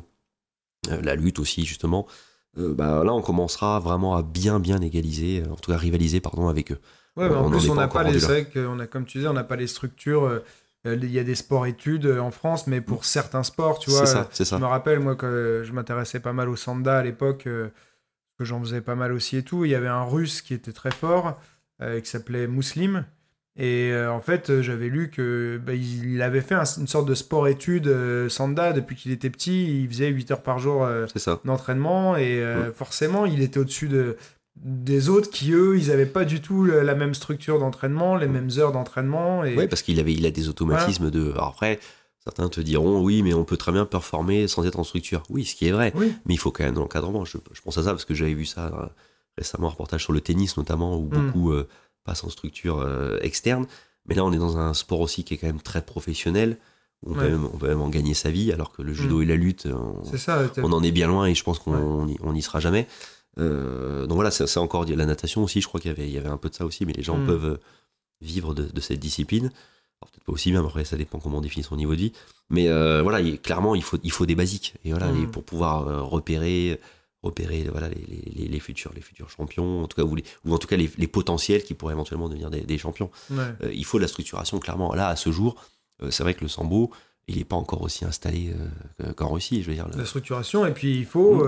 la lutte aussi, justement, là, on commencera vraiment à bien égaliser, en tout cas rivaliser, avec eux. Ouais, mais en plus, on n'a pas les, c'est vrai qu'on a, comme tu disais, on n'a pas les structures. Il y a des sports-études en France, mais pour certains sports, tu vois. C'est ça. Je me rappelle, moi, que je m'intéressais pas mal au sanda à l'époque, que j'en faisais pas mal aussi et tout. Il y avait un Russe qui était très fort, qui s'appelait Muslim. Et en fait, j'avais lu que il avait fait une sorte de sport-études sanda depuis qu'il était petit. Il faisait 8 heures par jour d'entraînement. Et forcément, il était au-dessus des autres qui, eux, ils n'avaient pas du tout la même structure d'entraînement, les mêmes heures d'entraînement. Oui, parce qu'il a des automatismes de... Alors après, certains te diront, oui, mais on peut très bien performer sans être en structure. Oui, ce qui est vrai, mais il faut quand même de l'encadrement. Je pense à ça parce que j'avais vu ça récemment, un reportage sur le tennis notamment, où beaucoup passent en structure externe. Mais là, on est dans un sport aussi qui est quand même très professionnel, où on peut même en gagner sa vie, alors que le judo et la lutte, on en est bien loin et je pense qu'on n'y sera jamais. Donc voilà, c'est encore la natation aussi, je crois qu'il y avait un peu de ça aussi, mais les gens peuvent vivre de cette discipline. Alors, peut-être pas aussi bien, mais après ça dépend comment on définit son niveau de vie. Mais voilà, clairement il faut des basiques. Et voilà, et pour pouvoir repérer voilà, les futurs champions, en tout cas, ou en tout cas les potentiels qui pourraient éventuellement devenir des champions. Il faut de la structuration, clairement. Là, à ce jour, c'est vrai que le sambo, il n'est pas encore aussi installé qu'en Russie, je veux dire. La structuration, et puis il faut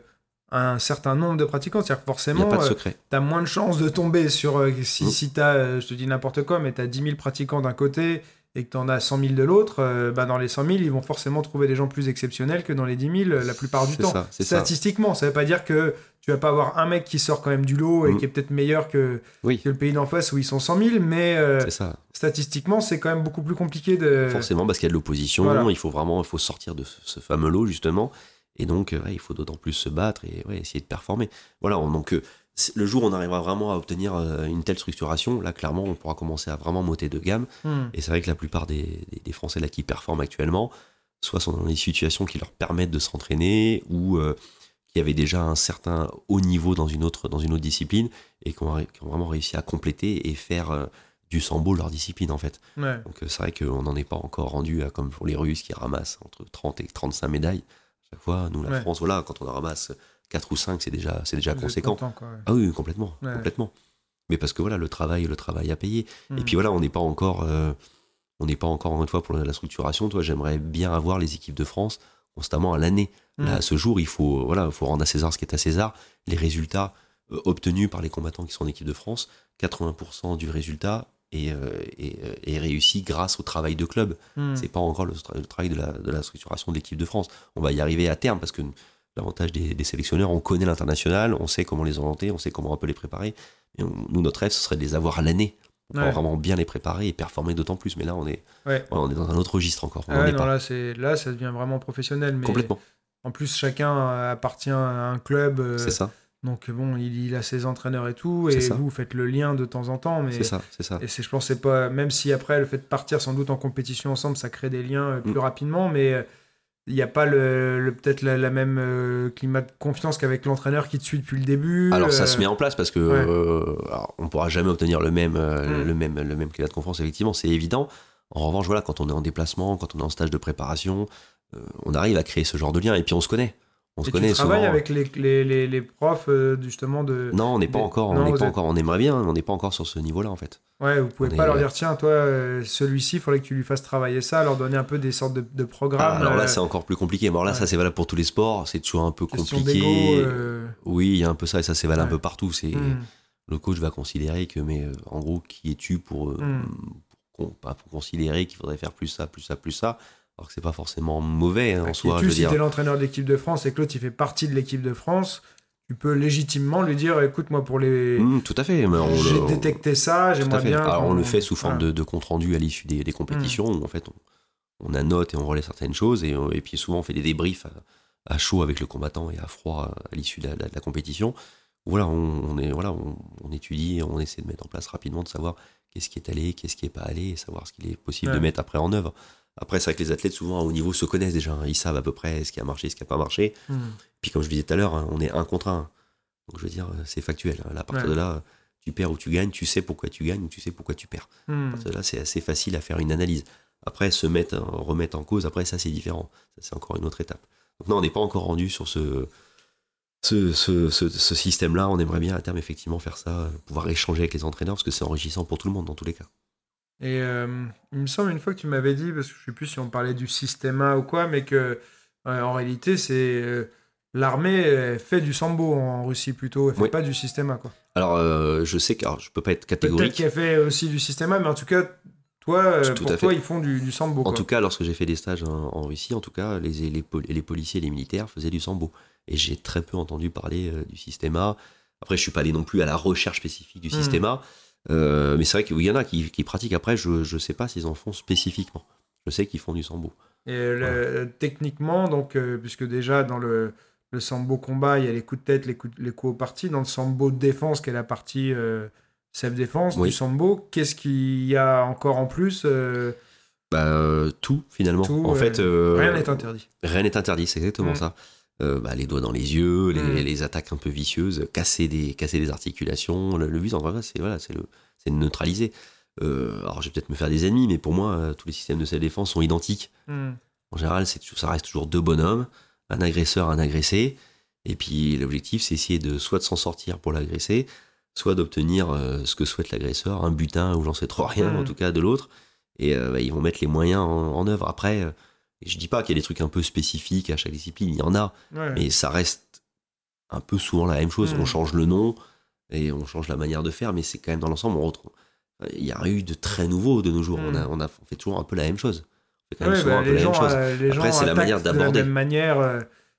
un certain nombre de pratiquants. C'est-à-dire que forcément, tu as moins de chances de tomber sur... si tu as, je te dis n'importe quoi, mais tu as 10 000 pratiquants d'un côté et que tu en as 100 000 de l'autre, dans les 100 000, ils vont forcément trouver des gens plus exceptionnels que dans les 10 000 la plupart du temps. Statistiquement, ça ne veut pas dire que tu vas pas avoir un mec qui sort quand même du lot et qui est peut-être meilleur que le pays d'en face où ils sont 100 000, mais statistiquement, c'est quand même beaucoup plus compliqué de... Forcément, parce qu'il y a de l'opposition, il faut sortir de ce fameux lot, justement. Et donc, il faut d'autant plus se battre et essayer de performer. Voilà, donc le jour où on arrivera vraiment à obtenir une telle structuration, là, clairement, on pourra commencer à vraiment monter de gamme. Et c'est vrai que la plupart des Français là qui performent actuellement, soit sont dans des situations qui leur permettent de s'entraîner ou qui avaient déjà un certain haut niveau dans une autre discipline et qui ont vraiment réussi à compléter et faire du sambo leur discipline, en fait. Donc, c'est vrai qu'on n'en est pas encore rendu à comme pour les Russes qui ramassent entre 30 et 35 médailles. Chaque fois, nous, la France, voilà, quand on en ramasse 4 ou 5, c'est déjà conséquent. Content, quoi, Ah oui, complètement. Mais parce que voilà, le travail a payé. Et puis voilà, on n'est pas encore encore une fois pour la structuration. Toi, j'aimerais bien avoir les équipes de France constamment à l'année. Là, à ce jour, il faut rendre à César ce qui est à César. Les résultats obtenus par les combattants qui sont en équipe de France, 80% du résultat est réussi grâce au travail de club. C'est pas encore le travail de la structuration de l'équipe de France. On va y arriver à terme parce que l'avantage des sélectionneurs, on connaît l'international, on sait comment les orienter, on sait comment un peu les préparer. Et nous, notre rêve, ce serait de les avoir à l'année pour vraiment bien les préparer et performer d'autant plus. Mais là, on est dans un autre registre encore. Là, ça devient vraiment professionnel. Mais complètement. En plus, chacun appartient à un club. C'est ça. Donc bon, il a ses entraîneurs et tout, et vous faites le lien de temps en temps. Mais c'est ça. Et je pense que c'est pas, même si après le fait de partir sans doute en compétition ensemble, ça crée des liens plus rapidement, mais il n'y a pas peut-être la même climat de confiance qu'avec l'entraîneur qui te suit depuis le début. Alors ça se met en place parce que on pourra jamais obtenir le même climat de confiance, effectivement, c'est évident. En revanche, voilà, quand on est en déplacement, quand on est en stage de préparation, on arrive à créer ce genre de lien et puis on se connaît. Tu travailles avec les profs justement de... Non, on n'est pas encore. On aimerait bien, on n'est pas encore sur ce niveau-là en fait. Ouais, vous pouvez pas leur dire tiens, toi, celui-ci, il faudrait que tu lui fasses travailler ça, leur donner un peu des sortes de programmes. Alors là, c'est encore plus compliqué. Bon, là, ça c'est valable pour tous les sports. C'est toujours un peu compliqué. Oui, il y a un peu ça et ça c'est valable un peu partout. C'est le coach va considérer que, mais en gros, qui es-tu pour considérer qu'il faudrait faire plus ça. Alors que c'est pas forcément mauvais en soi. Si t'es l'entraîneur de l'équipe de France et que l'autre il fait partie de l'équipe de France, tu peux légitimement lui dire écoute, moi pour les. Tout à fait. J'ai détecté ça, j'aimerais bien. Alors on le fait sous forme de compte rendu à l'issue des compétitions où en fait on annote et on relaie certaines choses et puis souvent on fait des débriefs à chaud avec le combattant et à froid à l'issue de la compétition. Voilà, on étudie, on essaie de mettre en place rapidement, de savoir qu'est-ce qui est allé, qu'est-ce qui est pas allé et savoir ce qu'il est possible de mettre après en œuvre. Après, c'est vrai que les athlètes, souvent, à haut niveau, se connaissent déjà. Ils savent à peu près ce qui a marché, ce qui n'a pas marché. Puis, comme je disais tout à l'heure, on est 1 contre 1. Donc, je veux dire, c'est factuel. Là, à partir de là, tu perds ou tu gagnes, tu sais pourquoi tu gagnes ou tu sais pourquoi tu perds. À partir de là, c'est assez facile à faire une analyse. Après, remettre en cause, après, ça, c'est différent. Ça, c'est encore une autre étape. Donc, non, on n'est pas encore rendu sur ce système-là. On aimerait bien, à terme, effectivement, faire ça, pouvoir échanger avec les entraîneurs, parce que c'est enrichissant pour tout le monde, dans tous les cas. Et il me semble une fois que tu m'avais dit, parce que je ne sais plus si on parlait du système A ou quoi, mais que en réalité, c'est l'armée fait du sambo en Russie plutôt, elle fait pas du système A, quoi. Alors, je sais que je peux pas être catégorique. Peut-être qu'elle fait aussi du système A, mais en tout cas, toi, pour toi, ils font du sambo. En tout cas, lorsque j'ai fait des stages en Russie, en tout cas, les policiers et les militaires faisaient du sambo. Et j'ai très peu entendu parler du système A. Après, je suis pas allé non plus à la recherche spécifique du système A. Mais c'est vrai qu'il y en a qui pratiquent. Après, je sais pas s'ils en font spécifiquement. Je sais qu'ils font du sambo. Et techniquement, donc, puisque déjà dans le sambo combat, il y a les coups de tête, les coups au parti. Dans le sambo de défense, qui est la partie self-défense du sambo, qu'est-ce qu'il y a encore en plus tout, finalement. Tout, en fait, rien n'est interdit. Rien n'est interdit, c'est exactement ça. Les doigts dans les yeux, les attaques un peu vicieuses, casser des articulations. Le but, en vrai, c'est de neutraliser. Alors, je vais peut-être me faire des ennemis, mais pour moi, tous les systèmes de self-défense sont identiques. En général, ça reste toujours 2 bonhommes, un agresseur, un agressé. Et puis, l'objectif, c'est essayer de soit de s'en sortir pour l'agressé, soit d'obtenir ce que souhaite l'agresseur, un butin ou j'en sais trop rien, en tout cas, de l'autre. Et ils vont mettre les moyens en œuvre. Après, je dis pas qu'il y a des trucs un peu spécifiques à chaque discipline, il y en a, mais ça reste un peu souvent la même chose. On change le nom et on change la manière de faire, mais c'est quand même dans l'ensemble, on retrouve. Il y a eu de très nouveaux de nos jours. On fait toujours un peu la même chose. Les gens Après, c'est la manière d'aborder. De la même manière,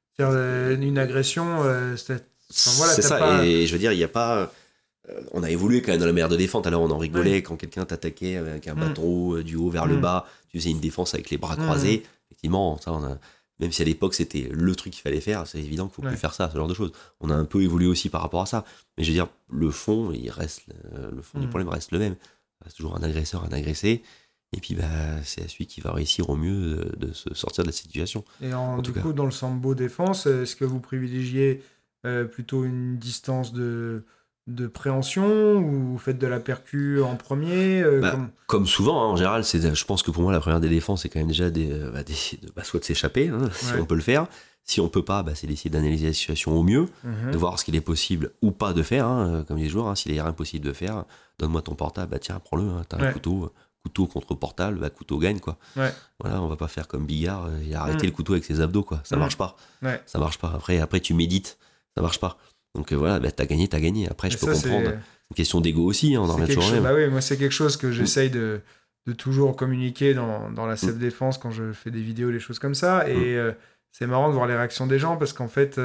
une agression. C'est ça. Et je veux dire, il n'y a pas. On a évolué quand même dans la manière de défendre. Alors, on en rigolait quand quelqu'un t'attaquait avec un bâton du haut vers le bas. Tu faisais une défense avec les bras croisés. Effectivement, ça, même si à l'époque c'était le truc qu'il fallait faire, c'est évident qu'il ne faut plus faire ça, ce genre de choses. On a un peu évolué aussi par rapport à ça. Mais je veux dire, le fond, le fond du problème reste le même. Il reste toujours un agresseur, un agressé. Et puis, c'est à celui qui va réussir au mieux de se sortir de la situation. Et du coup, dans le sambo défense, est-ce que vous privilégiez plutôt une distance de préhension ou vous faites de la percu en premier Comme souvent, en général, je pense que pour moi, la première des défenses, c'est quand même déjà soit de s'échapper, si on peut le faire. Si on peut pas, c'est d'essayer d'analyser la situation au mieux, de voir ce qu'il est possible ou pas de faire, comme les joueurs. S'il est rien possible de faire, donne-moi ton portable, tiens, prends-le, t'as un couteau contre portable, couteau gagne, quoi. Voilà, on va pas faire comme Bigard, il a arrêté le couteau avec ses abdos, quoi. Ça marche pas. Ça marche pas. Après tu médites, ça marche pas. Donc t'as gagné. Après, je peux comprendre. C'est une question d'ego aussi, on en revient toujours même. Moi, c'est quelque chose que j'essaye de toujours communiquer dans la self-défense quand je fais des vidéos, des choses comme ça. Et c'est marrant de voir les réactions des gens parce qu'en fait,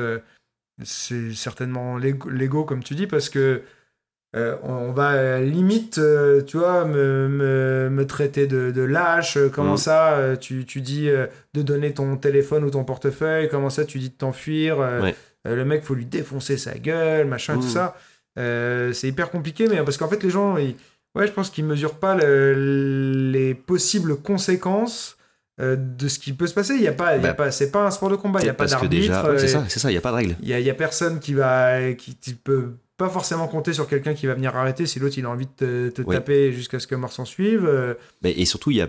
c'est certainement l'ego, comme tu dis, parce que on va limite, tu vois, me traiter de lâche. Comment ça, tu dis de donner ton téléphone ou ton portefeuille? Comment ça, tu dis de t'enfuir? Le mec, faut lui défoncer sa gueule, machin, tout ça. C'est hyper compliqué, mais parce qu'en fait, les gens, je pense qu'ils mesurent pas les possibles conséquences de ce qui peut se passer. C'est pas un sport de combat, il n'y a pas d'arbitre. C'est ça, il n'y a pas de règle. Il y a personne qui peut pas forcément compter sur quelqu'un qui va venir arrêter si l'autre il a envie de te taper jusqu'à ce que mort s'en suive. Et surtout, il y a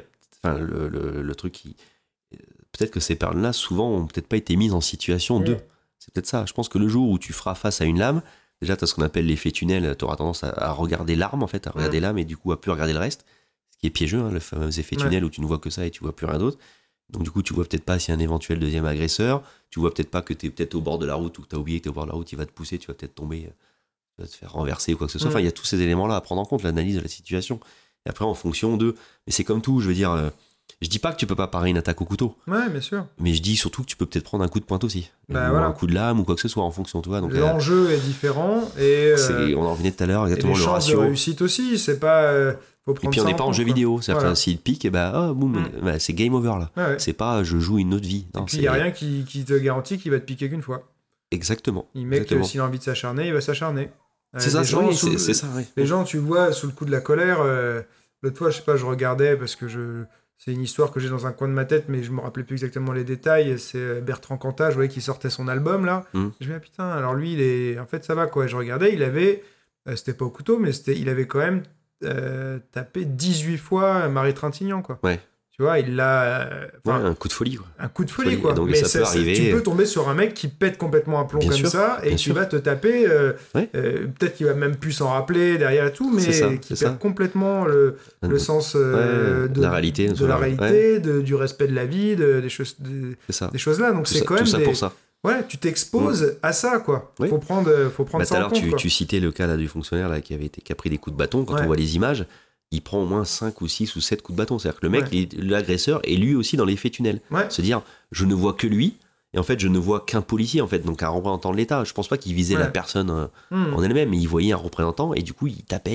le truc qui. Peut-être que ces personnes-là, souvent, ont peut-être pas été mises en situation de. C'est peut-être ça. Je pense que le jour où tu feras face à une lame, déjà, tu as ce qu'on appelle l'effet tunnel. Tu auras tendance à regarder l'arme, en fait, à regarder l'âme et du coup, à plus regarder le reste. Ce qui est piégeux, le fameux effet tunnel où tu ne vois que ça et tu vois plus rien d'autre. Donc, du coup, tu vois peut-être pas s'il y a un éventuel deuxième agresseur. Tu vois peut-être pas que tu es peut-être au bord de la route ou que tu as oublié que tu es au bord de la route, il va te pousser, tu vas peut-être tomber, tu vas te faire renverser ou quoi que ce soit. Enfin, il y a tous ces éléments-là à prendre en compte, l'analyse de la situation. Et après, en fonction de. Mais c'est comme tout, je veux dire. Je dis pas que tu peux pas parer une attaque au couteau. Ouais, bien sûr. Mais je dis surtout que tu peux peut-être prendre un coup de pointe aussi. Un coup de lame ou quoi que ce soit en fonction, tu vois. Donc, l'enjeu est différent et on en revenait tout à l'heure, exactement, le ratio. Les chances de réussite aussi, c'est pas. Faut prendre et puis on n'est pas en jeu vidéo, c'est-à-dire s'il pique, boum, c'est game over là. Ouais. C'est pas je joue une autre vie. Non, et puis il n'y a rien qui te garantit qu'il va te piquer qu'une fois. Exactement. Il met que s'il a envie de s'acharner, il va s'acharner. C'est ça, c'est ça. Les gens, tu vois, sous le coup de la colère. L'autre fois, je sais pas, je regardais parce que c'est une histoire que j'ai dans un coin de ma tête, mais je me rappelais plus exactement les détails. C'est Bertrand Cantat, je voyais qu'il sortait son album là. Je me dis, putain, alors lui, en fait, ça va quoi. Je regardais, il avait, c'était pas au couteau, mais il avait quand même tapé 18 fois Marie Trintignant, quoi. Ouais. Tu vois, il l'a... un coup de folie, quoi. Un coup de folie, quoi. Donc, mais ça peut arriver. Tu peux tomber sur un mec qui pète complètement un plomb bien comme sûr, ça et qui va te taper. Peut-être qu'il va même plus s'en rappeler derrière et tout, mais qui perd complètement le sens de la réalité. Du respect de la vie, des choses là. Donc, c'est quand même... Tout ça pour ça. Ouais, tu t'exposes à ça, quoi. Faut prendre ça en compte. Tu citais le cas là, du fonctionnaire là, qui a pris des coups de bâton. Quand on voit les images, il prend au moins 5 ou 6 ou 7 coups de bâton. C'est-à-dire que le mec, l'agresseur, est lui aussi dans l'effet tunnel. Se dire, je ne vois que lui, et en fait, je ne vois qu'un policier, en fait, donc un représentant de l'État. Je pense pas qu'il visait la personne en elle-même, mais il voyait un représentant, et du coup, il tapait.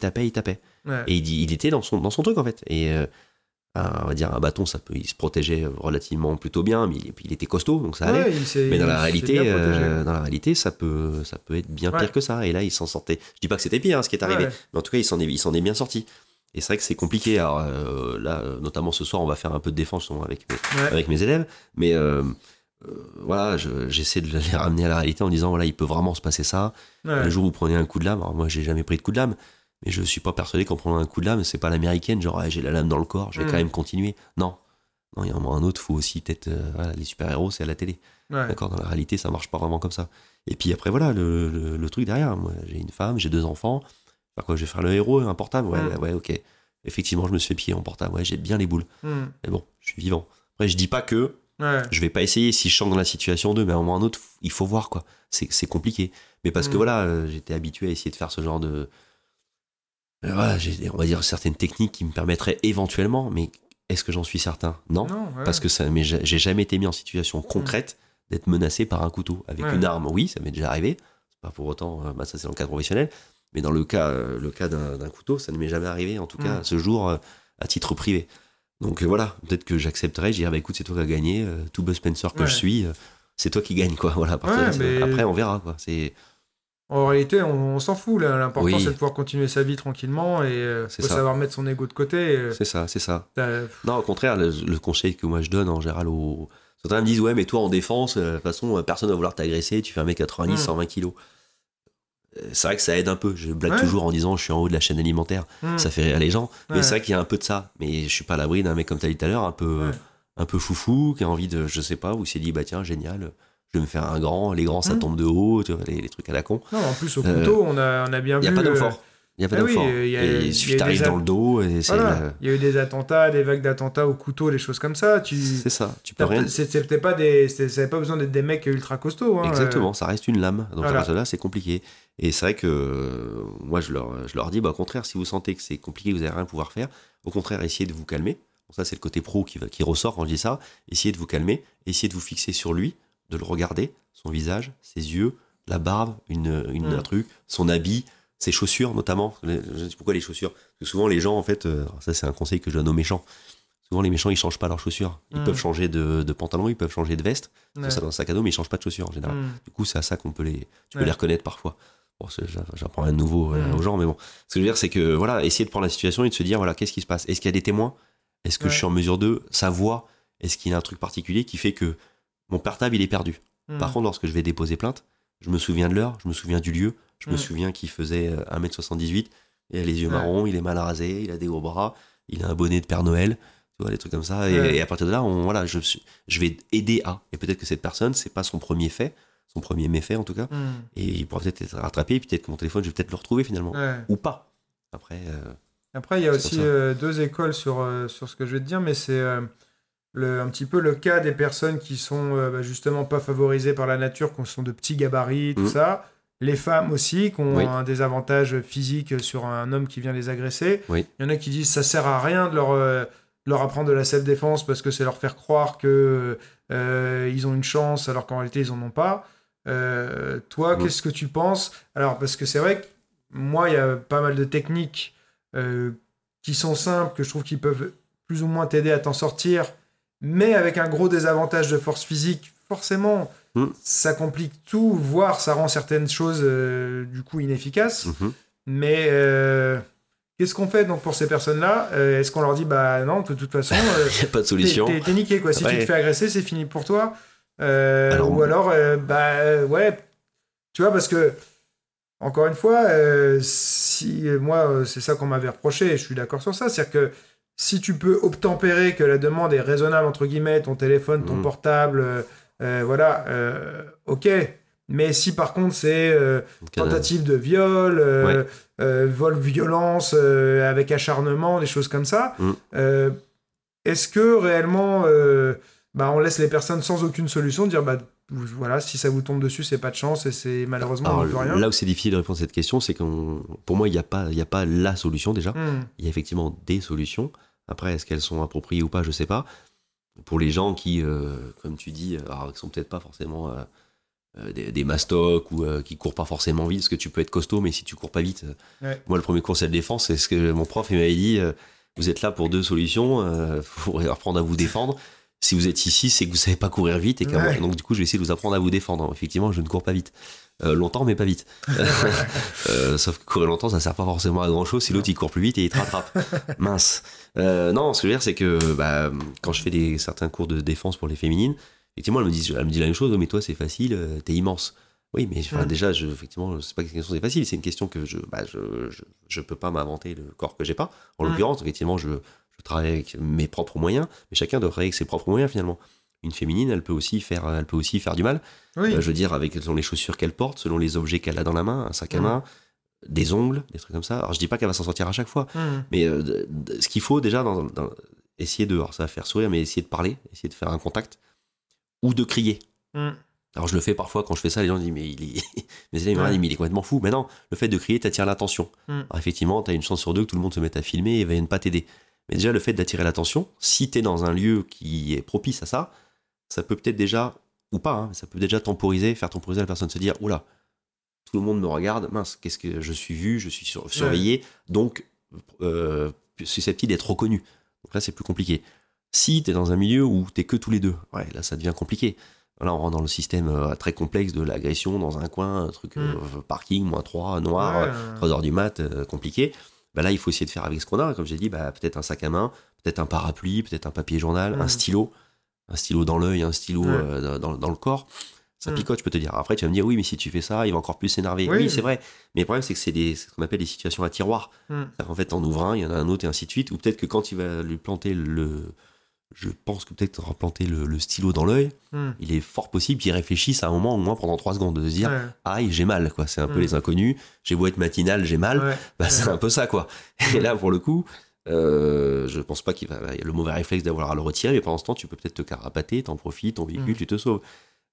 Et il était dans son truc, en fait. Et on va dire, un bâton, il se protégeait relativement plutôt bien, mais il était costaud, donc ça allait. Mais dans la réalité, ça peut être bien pire que ça. Et là, il s'en sortait. Je dis pas que c'était pire, ce qui est arrivé, mais en tout cas, il s'en est bien sorti. Et c'est vrai que c'est compliqué. Alors là, notamment ce soir, on va faire un peu de défense avec mes élèves, mais voilà, j'essaie de les ramener à la réalité en disant, voilà, il peut vraiment se passer ça. Le jour où vous prenez un coup de lame, alors moi, j'ai jamais pris de coup de lame, mais je suis pas persuadé qu'en prenant un coup de lame, c'est pas l'américaine, genre j'ai la lame dans le corps, je vais quand même continuer. Non, il y en a un autre, faut aussi peut-être... les super-héros, c'est à la télé. D'accord, dans la réalité, ça marche pas vraiment comme ça. Et puis après, voilà, le truc derrière, moi, j'ai une femme, j'ai 2 enfants, enfin quoi, je vais faire le héros, un portable, ouais, ok. Effectivement, je me suis fait piller en portable, j'ai bien les boules. Mais bon, je suis vivant. Après, je dis pas que je vais pas essayer, si je sens dans la situation d'eux, mais à un moment ou à un autre, il faut voir, quoi. C'est compliqué. Mais parce que voilà, j'étais habitué à essayer de faire ce genre de... Voilà, j'ai, on va dire, certaines techniques qui me permettraient éventuellement, mais est-ce que j'en suis certain ? Non, parce que mais j'ai jamais été mis en situation concrète d'être menacé par un couteau. Avec une arme, oui, ça m'est déjà arrivé. C'est pas pour autant, ça c'est dans le cadre professionnel, mais dans le cas d'un couteau, ça ne m'est jamais arrivé, en tout cas, ce jour, à titre privé. Donc voilà, peut-être que j'accepterai, je dirais, écoute, c'est toi qui as gagné, tout Buzz Spencer que je suis, c'est toi qui gagne, quoi. Voilà, après, on verra, quoi. En réalité, on s'en fout. Là. L'important, c'est de pouvoir continuer sa vie tranquillement et faut savoir mettre son ego de côté. C'est ça. Non, au contraire, le conseil que moi je donne en général certains me disent, ouais, mais toi en défense, de toute façon, personne va vouloir t'agresser, tu fais 1m90, 120 kilos. C'est vrai que ça aide un peu. Je blague toujours en disant, je suis en haut de la chaîne alimentaire. Ça fait rire les gens. Mais c'est vrai qu'il y a un peu de ça. Mais je suis pas à l'abri d'un mec comme tu as dit tout à l'heure, un peu foufou, qui a envie de, je sais pas, ou qui s'est dit, bah tiens, génial. Je vais me faire un grand, les grands ça tombe de haut, tu vois, les trucs à la con. Non, en plus au couteau, on a bien vu. Il n'y a pas d'homme fort. Il suffit que t'arrives dans le dos. Et voilà. Il y a eu des attentats, des vagues d'attentats au couteau, des choses comme ça. C'est ça, tu peux rien. C'était pas ça n'avait pas besoin d'être des mecs ultra costauds. Exactement, ça reste une lame. Donc à là, c'est compliqué. Et c'est vrai que moi, je leur dis, bah, au contraire, si vous sentez que c'est compliqué, que vous n'avez rien à pouvoir faire, au contraire, essayez de vous calmer. Bon, ça, c'est le côté pro qui ressort quand je dis ça. Essayez de vous calmer, essayez de vous fixer sur lui, de le regarder, son visage, ses yeux, la barbe, un truc, son habit, ses chaussures notamment. Pourquoi les chaussures ? Parce que souvent les gens, en fait, ça c'est un conseil que je donne aux méchants. Souvent les méchants, ils changent pas leurs chaussures. Ils peuvent changer de pantalon, ils peuvent changer de veste, ça dans le sac à dos, mais ils changent pas de chaussures en général. Du coup, c'est à ça qu'on peut tu peux les reconnaître parfois. Bon, j'apprends un nouveau aux gens, mais bon. Ce que je veux dire, c'est que voilà, essayer de prendre la situation et de se dire, voilà, qu'est-ce qui se passe ? Est-ce qu'il y a des témoins ? Est-ce que je suis en mesure de savoir ? Est-ce qu'il y a un truc particulier qui fait que mon portable, il est perdu. Par contre, lorsque je vais déposer plainte, je me souviens de l'heure, je me souviens du lieu, je me souviens qu'il faisait 1m78, il a les yeux marrons, il est mal rasé, il a des gros bras, il a un bonnet de Père Noël, tu vois, des trucs comme ça. Et à partir de là, je vais aider à. Et peut-être que cette personne, c'est pas son premier méfait en tout cas, et il pourra peut-être être rattrapé, et peut-être que mon téléphone, je vais peut-être le retrouver finalement. Ou pas. Après, il y a aussi 2 écoles sur ce que je vais te dire, mais c'est... un petit peu le cas des personnes qui sont justement pas favorisées par la nature, qui sont de petits gabarits, tout ça. Les femmes aussi, qui ont un désavantage physique sur un homme qui vient les agresser. Il y en a qui disent que ça sert à rien de leur apprendre de la self-défense parce que c'est leur faire croire que ils ont une chance alors qu'en réalité ils en ont pas. Toi, qu'est-ce que tu penses ? Alors, parce que c'est vrai que moi, il y a pas mal de techniques qui sont simples, que je trouve qu'ils peuvent plus ou moins t'aider à t'en sortir, mais avec un gros désavantage de force physique, forcément, ça complique tout, voire ça rend certaines choses du coup inefficaces. Mais qu'est-ce qu'on fait donc pour ces personnes-là ? Est-ce qu'on leur dit bah non, de toute façon, il n'y a pas de solution. T'es niqué quoi. Si tu te fais agresser, c'est fini pour toi. Ou alors ouais, tu vois, parce que encore une fois, si moi c'est ça qu'on m'avait reproché, et je suis d'accord sur ça, c'est-à-dire que si tu peux obtempérer que la demande est raisonnable entre guillemets, ton téléphone, ton portable, voilà, ok. Mais si par contre c'est tentative de viol, vol, violence avec acharnement, des choses comme ça, est-ce que réellement on laisse les personnes sans aucune solution dire voilà, si ça vous tombe dessus, c'est pas de chance et c'est malheureusement on ne peut rien. Là où c'est difficile de répondre à cette question, c'est que pour moi, il n'y a pas la solution déjà. Il y a effectivement des solutions. Après, est-ce qu'elles sont appropriées ou pas, je sais pas. Pour les gens qui, comme tu dis, qui sont peut-être pas forcément des mastocs ou qui courent pas forcément vite, parce que tu peux être costaud, mais si tu cours pas vite. Moi, le premier cours, c'est la défense. C'est ce que mon prof il m'avait dit. Vous êtes là pour 2 solutions. Faut apprendre à vous défendre. Si vous êtes ici, c'est que vous savez pas courir vite. Donc, du coup, je vais essayer de vous apprendre à vous défendre. Effectivement, je ne cours pas vite. Longtemps, mais pas vite. Sauf que courir longtemps, ça sert pas forcément à grand chose si l'autre il court plus vite et il te rattrape. Mince. Non, ce que je veux dire, c'est que quand je fais certains cours de défense pour les féminines, effectivement, elle me dit la même chose. Mais toi, c'est facile, t'es immense. Oui, mais déjà, effectivement, c'est pas une question c'est facile, c'est une question que je peux pas m'inventer le corps que j'ai pas. En l'occurrence, effectivement, je travaille avec mes propres moyens, mais chacun doit travailler avec ses propres moyens finalement. Une féminine, elle peut aussi faire du mal. Oui. Je veux dire, selon les chaussures qu'elle porte, selon les objets qu'elle a dans la main, un sac à main, des ongles, des trucs comme ça. Alors je dis pas qu'elle va s'en sortir à chaque fois, mais ce qu'il faut déjà, essayer alors ça va faire sourire, mais essayer de parler, essayer de faire un contact, ou de crier. Alors je le fais parfois quand je fais ça, les gens disent mais il est complètement fou. Mais non, le fait de crier t'attire l'attention. Alors effectivement, t'as une chance sur 2 que tout le monde se mette à filmer et vienne pas t'aider. Mais déjà le fait d'attirer l'attention, si t'es dans un lieu qui est propice à ça, ça peut peut-être déjà, ou pas, ça peut déjà faire temporiser la personne, se dire oula, tout le monde me regarde, mince, qu'est-ce que je suis vu, je suis surveillé, donc susceptible d'être reconnu. Donc là c'est plus compliqué. Si t'es dans un milieu où t'es que tous les deux, là ça devient compliqué. Là, on rentre dans le système très complexe de l'agression dans un coin, un truc parking, -3, noir, 3h du mat, compliqué. Là, il faut essayer de faire avec ce qu'on a. Comme j'ai dit, peut-être un sac à main, peut-être un parapluie, peut-être un papier journal, un stylo dans l'œil, un stylo dans le corps. Ça picote, je peux te dire. Après, tu vas me dire, oui, mais si tu fais ça, il va encore plus s'énerver. Oui, c'est vrai. Mais le problème, c'est que c'est ce qu'on appelle des situations à tiroir. En fait, t'en ouvres un, il y en a un autre, et ainsi de suite. Ou peut-être que quand il va lui planter je pense que peut-être replanter le stylo dans l'œil, il est fort possible qu'il réfléchisse à un moment, au moins pendant 3 secondes, de se dire aïe, j'ai mal, quoi. C'est un peu les inconnus, j'ai beau être matinal, j'ai mal, c'est un peu ça, quoi. Et là, pour le coup, je pense pas qu'il y a le mauvais réflexe d'avoir à le retirer, mais pendant ce temps, tu peux peut-être te carapater, t'en profites, ton véhicule, tu te sauves.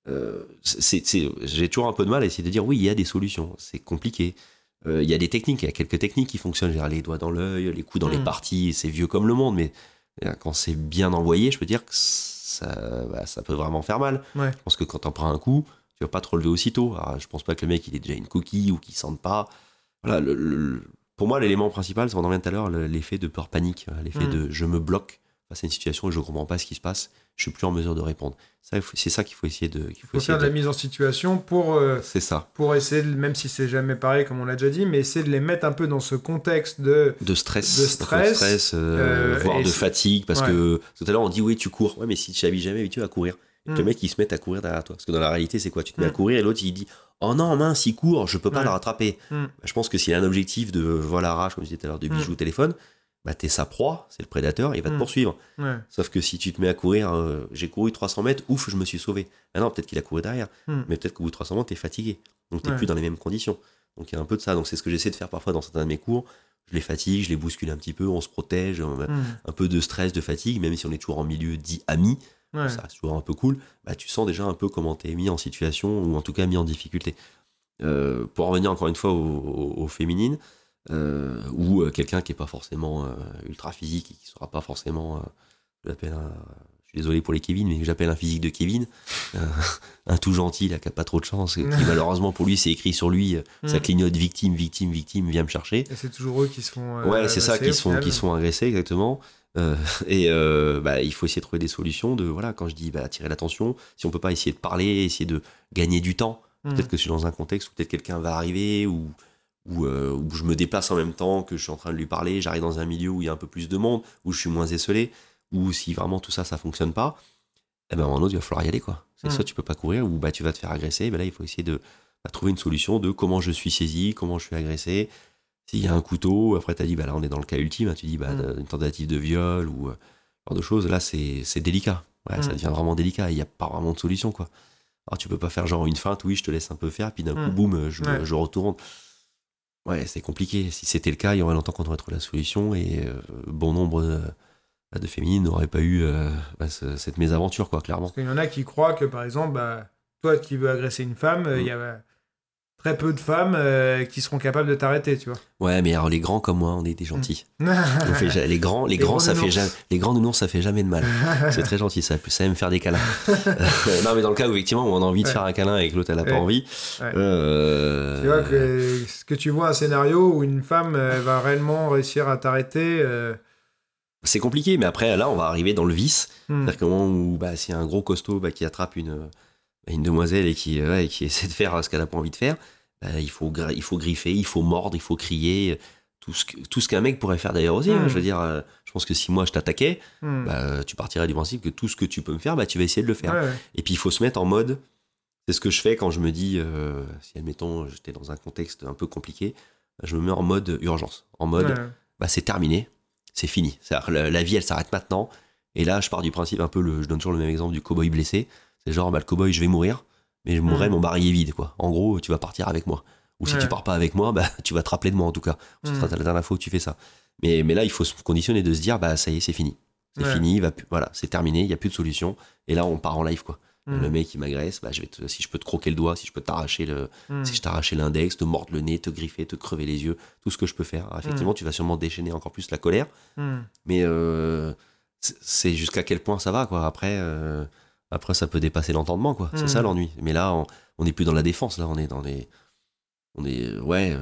J'ai toujours un peu de mal à essayer de dire oui, il y a des solutions, c'est compliqué. Il y a des techniques, il y a quelques techniques qui fonctionnent, genre les doigts dans l'œil, les coups dans les parties, c'est vieux comme le monde, mais quand c'est bien envoyé, je peux dire que ça peut vraiment faire mal. Je pense que quand t'en prends un coup, tu vas pas te relever aussitôt. Alors, je pense pas que le mec il ait déjà une coquille ou qu'il sente pas. Voilà, pour moi, l'élément principal, c'est on en vient tout à l'heure, l'effet de peur panique, l'effet de je me bloque face à une situation et je comprends pas ce qui se passe, je suis plus en mesure de répondre. C'est ça qu'il faut essayer de. Il faut faire de la mise en situation pour. C'est ça. Pour essayer, même si c'est jamais pareil, comme on l'a déjà dit, mais essayer de les mettre un peu dans ce contexte de stress, voire de fatigue, parce que tout à l'heure on dit oui, tu cours. Ouais, mais si tu n'avais jamais habitué à courir, et que le mec il se met à courir derrière toi, parce que dans la réalité, c'est quoi ? Tu te mets à courir et l'autre il dit oh non, mince, il court, je peux pas le rattraper. Je pense que s'il a un objectif de vol à rage, comme je disais tout à l'heure, de bijoux, téléphone. T'es sa proie, c'est le prédateur, il va te poursuivre. Sauf que si tu te mets à courir, j'ai couru 300 mètres, ouf, je me suis sauvé. Ah non, peut-être qu'il a couru derrière, mais peut-être qu'au bout de 300 mètres, t'es fatigué. Donc t'es plus dans les mêmes conditions. Donc il y a un peu de ça. Donc c'est ce que j'essaie de faire parfois dans certains de mes cours. Je les fatigue, je les bouscule un petit peu, on se protège, un peu de stress, de fatigue, même si on est toujours en milieu dit ami, ça reste toujours un peu cool. Tu sens déjà un peu comment t'es mis en situation, ou en tout cas mis en difficulté. Pour en revenir encore une fois aux féminines, ou quelqu'un qui est pas forcément ultra physique et qui sera pas forcément je suis désolé pour les Kevin, mais j'appelle un physique de Kevin, un tout gentil là qui a pas trop de chance, qui malheureusement pour lui c'est écrit sur lui, ça clignote victime, viens me chercher. Et c'est toujours eux qui se font c'est ça, qui sont agressés, exactement. Il faut essayer de trouver des solutions quand je dis attirer l'attention, si on peut pas essayer de parler, essayer de gagner du temps, peut-être que c'est dans un contexte où peut-être quelqu'un va arriver, ou où je me déplace en même temps que je suis en train de lui parler, j'arrive dans un milieu où il y a un peu plus de monde, où je suis moins esselé, ou si vraiment tout ça fonctionne pas, à un moment donné, il va falloir y aller, quoi. C'est soit tu peux pas courir, ou tu vas te faire agresser, là, il faut essayer de trouver une solution de comment je suis saisi, comment je suis agressé. S'il y a un couteau, après t'as dit, là, on est dans le cas ultime, tu dis, une tentative de viol, ou ce genre de choses, là, c'est délicat. Ouais, ça devient vraiment délicat, il n'y a pas vraiment de solution, quoi. Alors, tu peux pas faire genre une feinte, oui, je te laisse un peu faire, puis d'un coup, boum, je retourne. Ouais, c'est compliqué. Si c'était le cas, il y aurait longtemps qu'on aurait trouvé la solution, et bon nombre de féminines n'auraient pas eu cette mésaventure, quoi, clairement. Parce qu'il y en a qui croient que, par exemple, toi qui veux agresser une femme, il y a très peu de femmes qui seront capables de t'arrêter, tu vois. Ouais, mais alors les grands comme moi, on est des gentils. Les grands, les grands nounours, ça fait jamais de mal. C'est très gentil, ça aime faire des câlins. Non, mais dans le cas où effectivement on a envie de faire un câlin et que l'autre elle a pas envie. Tu vois que tu vois un scénario où une femme va réellement réussir à t'arrêter. C'est compliqué, mais après là on va arriver dans le vice. C'est-à-dire qu'au moment où s'il y a un gros costaud qui attrape une demoiselle et qui essaie de faire ce qu'elle a pas envie de faire, il faut griffer, il faut mordre, il faut crier, tout ce qu'un mec pourrait faire d'ailleurs aussi. Je veux dire, je pense que si moi je t'attaquais, tu partirais du principe que tout ce que tu peux me faire, tu vas essayer de le faire. Ouais. Et puis il faut se mettre en mode, c'est ce que je fais quand je me dis, si admettons j'étais dans un contexte un peu compliqué, je me mets en mode urgence, en mode c'est terminé, c'est fini. C'est-à-dire, la vie elle s'arrête maintenant. Et là je pars du principe un peu, je donne toujours le même exemple du cow-boy blessé. C'est genre, le cow-boy, je vais mourir, mais je mourrai, mon barillet est vide, quoi. En gros, tu vas partir avec moi. Ou si tu pars pas avec moi, tu vas te rappeler de moi, en tout cas. Ce sera la dernière fois où tu fais ça. Mais là, il faut se conditionner de se dire, ça y est, c'est fini. C'est fini, voilà, c'est terminé, il n'y a plus de solution. Et là, on part en live, quoi. Le mec, il m'agresse, si je peux te croquer le doigt, si je peux t'arracher si je t'arrache l'index, te mordre le nez, te griffer, te crever les yeux, tout ce que je peux faire. Alors, effectivement, tu vas sûrement déchaîner encore plus la colère. Mais c'est jusqu'à quel point ça va, quoi. Après, ça peut dépasser l'entendement, quoi. C'est ça l'ennui. Mais là, on n'est plus dans la défense. Là, on est dans les. Il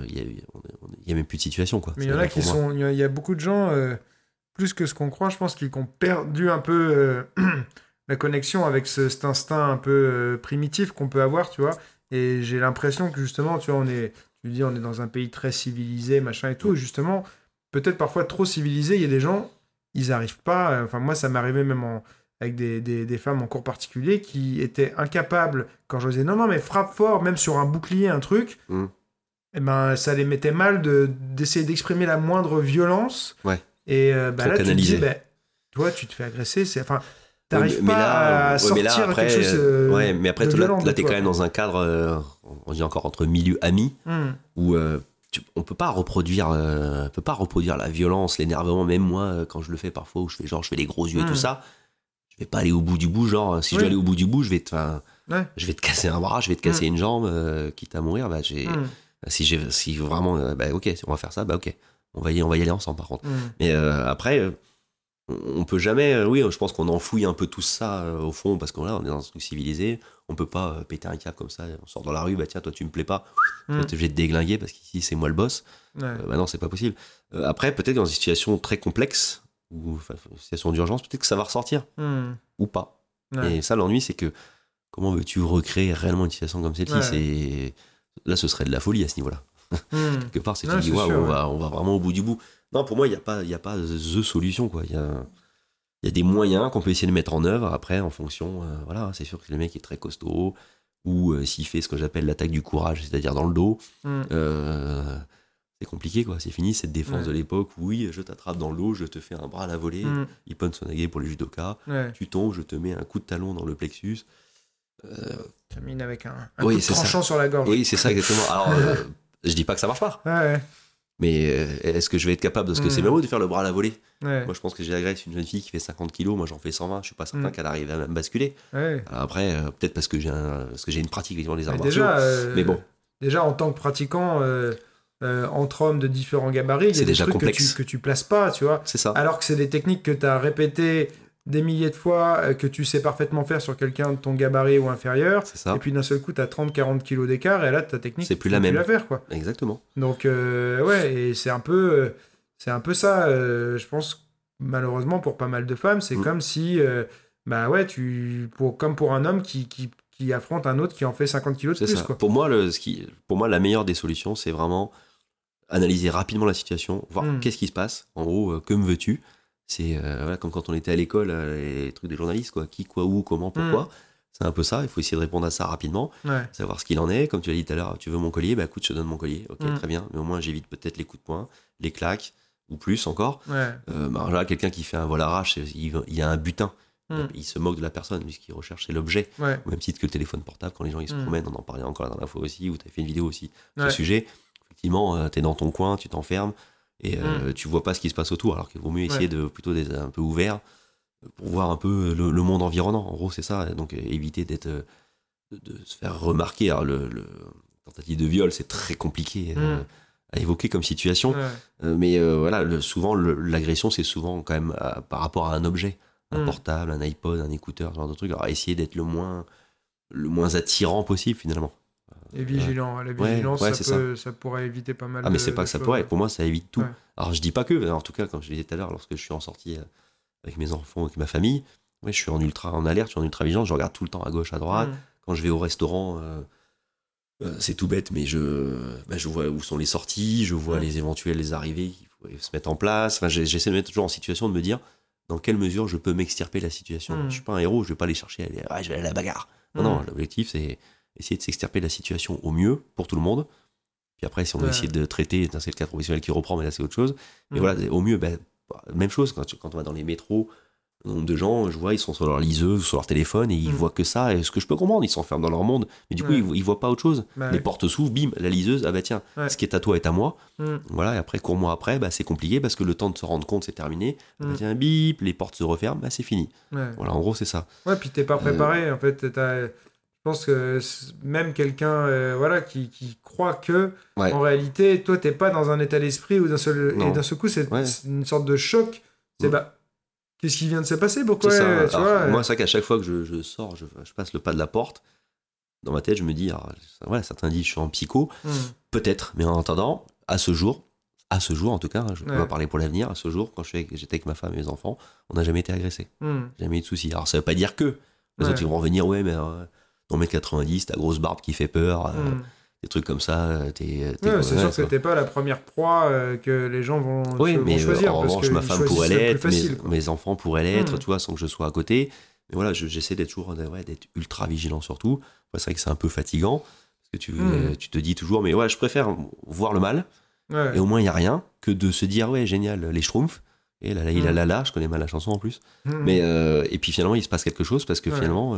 y a même plus de situation, quoi. Mais il y en a qui sont. Il y a beaucoup de gens, plus que ce qu'on croit, je pense qu'ils ont perdu un peu la connexion avec cet instinct un peu primitif qu'on peut avoir, tu vois. Et j'ai l'impression que justement, tu vois, on est dans un pays très civilisé, machin et tout. Et justement, peut-être parfois trop civilisé. Il y a des gens, ils n'arrivent pas. Enfin, moi, ça m'est arrivé même avec des femmes en cours particulier qui étaient incapables, quand je disais non mais frappe fort, même sur un bouclier, un truc, et ça les mettait mal d'essayer d'exprimer la moindre violence. Et là tu te dis, toi tu te fais agresser, t'arrives pas à sortir quelque chose mais après de violent, là t'es quand même dans un cadre, on dit encore entre milieux amis, où on peut pas reproduire la violence, l'énervement. Même moi, quand je le fais parfois, où je fais les gros yeux et tout ça, je vais pas aller au bout du bout, genre si je dois aller au bout du bout, je vais te casser un bras, je vais te casser une jambe, quitte à mourir. Si vraiment ok, on va faire ça, ok, on va y aller ensemble, par contre. Mais après, on peut jamais, je pense qu'on enfouit un peu tout ça au fond, parce qu'on on est dans un truc civilisé, on peut pas péter un câble comme ça, on sort dans la rue, tiens, toi tu me plais pas, je vais te déglinguer parce qu'ici c'est moi le boss. Non, c'est pas possible. Après, peut-être dans une situation très complexe, ou une situation d'urgence, peut-être que ça va ressortir, ou pas. Et ça, l'ennui, c'est que comment veux-tu recréer réellement une situation comme celle-ci? Là, ce serait de la folie à ce niveau-là. Quelque part, c'est tu dis, on va vraiment au bout du bout. Non, pour moi, il n'y a pas the solution, quoi. Il y a des moyens qu'on peut essayer de mettre en œuvre, après, en fonction, c'est sûr que le mec est très costaud, ou s'il fait ce que j'appelle l'attaque du courage, c'est-à-dire dans le dos, c'est compliqué, quoi. C'est fini cette défense de l'époque où je t'attrape dans le dos, je te fais un bras à la volée, Ippon Sonage pour les judokas, tu tombes, je te mets un coup de talon dans le plexus. Termine avec un coup de tranchant sur la gorge. Oui, c'est ça, exactement. Alors, je dis pas que ça marche pas. Mais est-ce que je vais être capable, parce que c'est même beau de faire le bras à la volée. Moi, je pense que j'agresse une jeune fille qui fait 50 kilos, moi j'en fais 120, je suis pas certain qu'elle arrive à me basculer. Alors après, peut-être parce que j'ai une pratique avec les arts martiaux. Mais bon. Déjà, en tant que pratiquant, entre hommes de différents gabarits, il y a des trucs que tu places pas, tu vois. C'est ça. Alors que c'est des techniques que tu as répétées des milliers de fois, que tu sais parfaitement faire sur quelqu'un de ton gabarit ou inférieur. C'est ça. Et puis d'un seul coup, tu as 30-40 kilos d'écart, et là, ta technique, c'est plus la même. La faire, quoi. Exactement. Donc, et c'est un peu ça, je pense, malheureusement, pour pas mal de femmes, c'est comme si, comme pour un homme qui affronte un autre qui en fait 50 kilos de plus, quoi. Pour moi, la meilleure des solutions, c'est vraiment analyser rapidement la situation, voir qu'est-ce qui se passe. En gros, que me veux-tu ? C'est comme quand on était à l'école, les trucs des journalistes, quoi. Qui, quoi, où, comment, pourquoi. C'est un peu ça. Il faut essayer de répondre à ça rapidement, savoir ce qu'il en est. Comme tu l'as dit tout à l'heure, tu veux mon collier ? Bah écoute, je te donne mon collier. Ok, très bien. Mais au moins, j'évite peut-être les coups de poing, les claques, ou plus encore. Là, quelqu'un qui fait un vol arrache, il y a un butin. Il se moque de la personne, lui, ce qu'il recherche, c'est l'objet. Au même titre que le téléphone portable, quand les gens ils se promènent, on en parlait encore la dernière fois aussi, où tu as fait une vidéo aussi sur ce sujet. Effectivement, tu es dans ton coin, tu t'enfermes, et tu vois pas ce qui se passe autour, alors qu'il vaut mieux essayer de plutôt d'être un peu ouvert pour voir un peu le monde environnant. En gros, c'est ça. Donc, éviter de se faire remarquer. Alors, le tentative de viol, c'est très compliqué à évoquer comme situation. Mais voilà, souvent, l'agression, c'est souvent quand même par rapport à un objet. Un portable, un iPod, un écouteur, ce genre de truc. Alors, essayer d'être le moins attirant possible, finalement. Et vigilant. La vigilance, ça pourrait éviter pas mal de... Ah, mais c'est pas que ça pourrait. Pour moi, ça évite tout. Alors, je dis pas que. En tout cas, comme je disais tout à l'heure, lorsque je suis en sortie avec mes enfants, avec ma famille, je suis en alerte, je suis en ultra vigilance, je regarde tout le temps à gauche, à droite. Quand je vais au restaurant, c'est tout bête, mais je vois où sont les sorties, je vois les arrivées qui pourraient se mettre en place. Enfin, j'essaie de me mettre toujours en situation de me dire dans quelle mesure je peux m'extirper de la situation. Je suis pas un héros, je vais pas aller chercher, je vais aller à la bagarre. Non, l'objectif, c'est essayer de s'extirper de la situation au mieux pour tout le monde. Puis après, si on veut essayer de traiter, c'est le cas professionnel qui reprend, mais là, c'est autre chose. Mais voilà, au mieux, même chose, quand on va dans les métros, le nombre de gens, je vois, ils sont sur leur liseuse, sur leur téléphone, et ils voient que ça, et ce que je peux comprendre, ils s'enferment dans leur monde, mais du coup, ils voient pas autre chose. Les portes s'ouvrent, bim, la liseuse, ah bah tiens, ce qui est à toi est à moi. Voilà, et après, cours-moi après, c'est compliqué, parce que le temps de se rendre compte, c'est terminé. Tiens, bip, les portes se referment, c'est fini. Voilà, en gros, c'est ça. Ouais, puis t'es pas préparé, en fait, je pense que même quelqu'un qui croit que, en réalité, toi, t'es pas dans un état d'esprit où d'un seul coup, c'est une sorte de choc. C'est qu'est-ce qui vient de se passer ? Pourquoi tu vois, moi, c'est vrai qu'à chaque fois que je sors, je passe le pas de la porte, dans ma tête, je me dis, certains disent je suis en psycho, peut-être, mais en attendant, à ce jour, en tout cas, je peux pas parler pour l'avenir, à ce jour, quand j'étais avec ma femme et mes enfants, on n'a jamais été agressé. Jamais eu de soucis. Alors, ça veut pas dire que. Les autres, ils vont revenir, mais... ton 1m90, ta grosse barbe qui fait peur, des trucs comme ça. C'est sûr que t'es pas la première proie que les gens vont choisir. En revanche, ma femme pourrait l'être, mes enfants pourraient l'être, tu vois, sans que je sois à côté. Mais voilà, j'essaie d'être toujours d'être ultra vigilant surtout. C'est vrai que c'est un peu fatigant, parce que tu te dis toujours, mais je préfère voir le mal, et au moins il n'y a rien, que de se dire, génial, les schtroumpfs. Et là, je connais mal la chanson en plus. Mais, et puis finalement, il se passe quelque chose parce que finalement,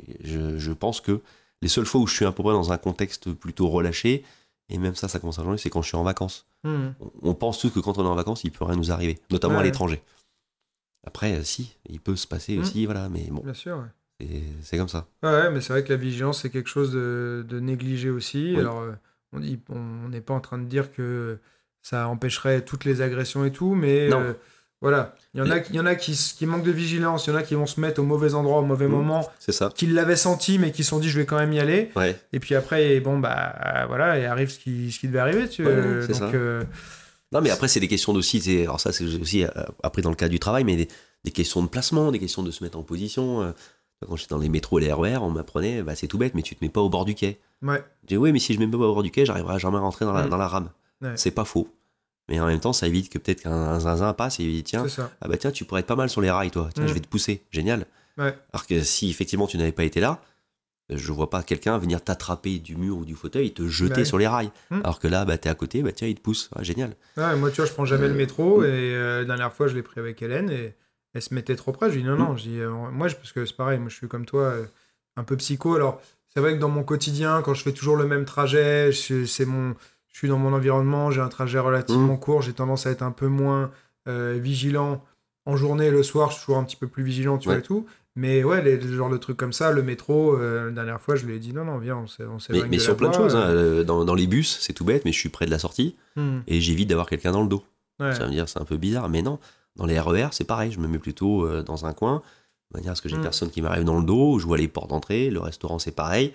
je pense que les seules fois où je suis à peu près dans un contexte plutôt relâché, et même ça commence à changer, c'est quand je suis en vacances. On pense tous que quand on est en vacances, il peut rien nous arriver, notamment à l'étranger. Après, si, il peut se passer aussi, voilà, mais bon. Bien sûr, c'est comme ça. Ouais, mais c'est vrai que la vigilance, c'est quelque chose de négligé aussi. Alors, on n'est pas en train de dire que ça empêcherait toutes les agressions et tout, mais... Voilà, il y en a qui manquent de vigilance, il y en a qui vont se mettre au mauvais endroit, au mauvais moment, c'est ça. Qui l'avaient senti mais qui se sont dit je vais quand même y aller. Et puis après, voilà, il arrive ce qui devait arriver. C'est ça. Non, mais après, c'est des questions d'aussi, alors ça, c'est aussi après dans le cadre du travail, mais des questions de placement, des questions de se mettre en position. Quand j'étais dans les métros et les RER, on m'apprenait, c'est tout bête, mais tu te mets pas au bord du quai. Je dis mais si je me mets pas au bord du quai, j'arriverai jamais à rentrer dans la rame. C'est pas faux. Mais en même temps, ça évite que peut-être qu'un zinzin passe et il dit tiens, tu pourrais être pas mal sur les rails, toi. Tiens, je vais te pousser. Génial. Alors que si effectivement tu n'avais pas été là, je vois pas quelqu'un venir t'attraper du mur ou du fauteuil et te jeter sur les rails. Alors que là, t'es à côté, tiens, il te pousse. Génial. Moi, tu vois, je prends jamais le métro et la dernière fois, je l'ai pris avec Hélène et elle se mettait trop près. Je dis non. Je dis, parce que c'est pareil, moi je suis comme toi, un peu psycho. Alors, c'est vrai que dans mon quotidien, quand je fais toujours le même trajet, je suis dans mon environnement, j'ai un trajet relativement court, j'ai tendance à être un peu moins vigilant en journée, le soir, je suis toujours un petit peu plus vigilant, tu vois, et tout. Mais les genres de trucs comme ça, le métro, la dernière fois, je lui ai dit non, viens, on s'éloigne mais sur plein de choses, dans les bus, c'est tout bête, mais je suis près de la sortie et j'évite d'avoir quelqu'un dans le dos. Ça va me dire, c'est un peu bizarre, mais non, dans les RER, c'est pareil, je me mets plutôt dans un coin, de manière à ce que j'ai personne qui m'arrive dans le dos, je vois les portes d'entrée, le restaurant, c'est pareil.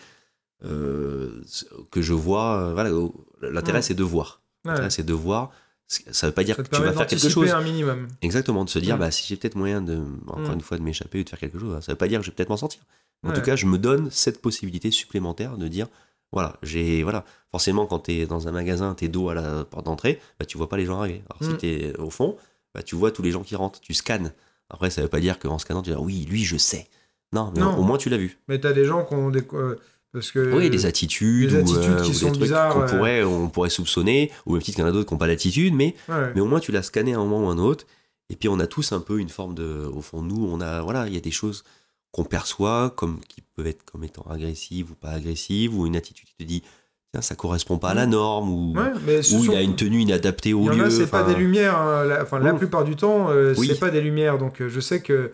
Que je vois, l'intérêt c'est de voir. L'intérêt c'est de voir. Ça veut pas dire que tu vas faire quelque chose. Un minimum. Exactement, de se dire si j'ai peut-être moyen encore une fois de m'échapper ou de faire quelque chose, ça veut pas dire que je vais peut-être m'en sortir. En tout cas, je me donne cette possibilité supplémentaire de dire Voilà, forcément, quand t'es dans un magasin, t'es dos à la porte d'entrée, bah, tu vois pas les gens arriver. Alors, si t'es au fond, bah, tu vois tous les gens qui rentrent, tu scannes. Après, ça veut pas dire qu'en scannant, tu dis, oui, lui, je sais. Non, mais au moins, tu l'as vu. Mais t'as des gens qui ont parce que oui, des attitudes qui sont des trucs bizarres, on pourrait soupçonner, ou même qu'il y en a d'autres qui n'ont pas d'attitude, mais au moins, tu l'as scanné à un moment ou à un autre. Et puis, on a tous un peu une forme de... Au fond, nous, il y a des choses qu'on perçoit qui peuvent être comme étant agressives ou pas agressives, ou une attitude qui te dit tiens, ça correspond pas à la norme, ou il a une tenue inadaptée au lieu. Il y en a, c'est pas des lumières, hein. La plupart du temps, c'est pas des lumières. Donc je sais que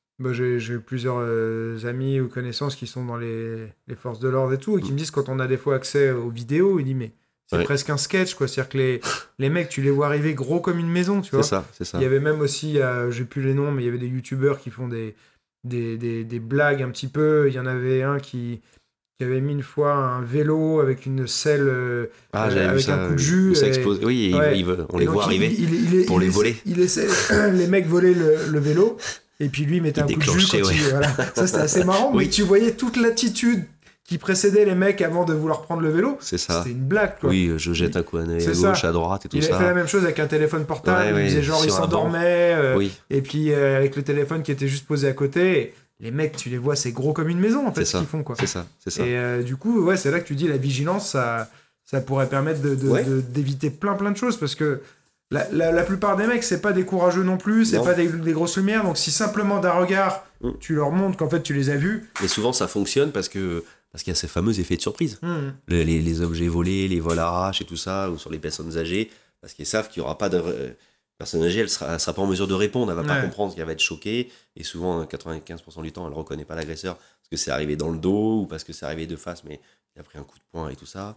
j'ai plusieurs amis ou connaissances qui sont dans les forces de l'ordre et tout, et qui me disent quand on a des fois accès aux vidéos, ils disent mais c'est presque un sketch, quoi. C'est-à-dire que les mecs, tu les vois arriver gros comme une maison, tu vois. C'est ça. Il y avait même aussi, j'ai plus les noms, mais il y avait des youtubeurs qui font des blagues un petit peu. Il y en avait un qui avait mis une fois un vélo avec une selle avec un coup de jus. Ça explose. Oui, on les voit arriver pour les voler. Il laissait les mecs voler le vélo, et puis lui mettait un coup de jus quand voilà. Ça, c'était assez marrant, mais tu voyais toute l'attitude qui précédait les mecs avant de vouloir prendre le vélo. C'est ça. C'était une blague, quoi. Oui, je jette un coup à gauche, à droite et tout ça. Il a fait la même chose avec un téléphone portable. Il disait genre il s'endormait, et puis avec le téléphone qui était juste posé à côté. Les mecs, tu les vois, c'est gros comme une maison, en fait, ce qu'ils font, quoi. C'est ça. Et du coup, c'est là que tu dis la vigilance, ça pourrait permettre d'éviter plein de choses, parce que la plupart des mecs, c'est pas des courageux non plus, c'est pas des grosses lumières, donc si simplement d'un regard, tu leur montres qu'en fait, tu les as vus. Mais souvent, ça fonctionne parce qu'il y a ces fameux effets de surprise. Les objets volés, les vols à et tout ça, ou sur les personnes âgées, parce qu'ils savent qu'il n'y aura pas de... personne âgée, elle sera pas en mesure de répondre, elle va pas comprendre qu'elle va être choquée, et souvent 95% du temps elle reconnaît pas l'agresseur parce que c'est arrivé dans le dos ou parce que c'est arrivé de face mais il a pris un coup de poing et tout ça.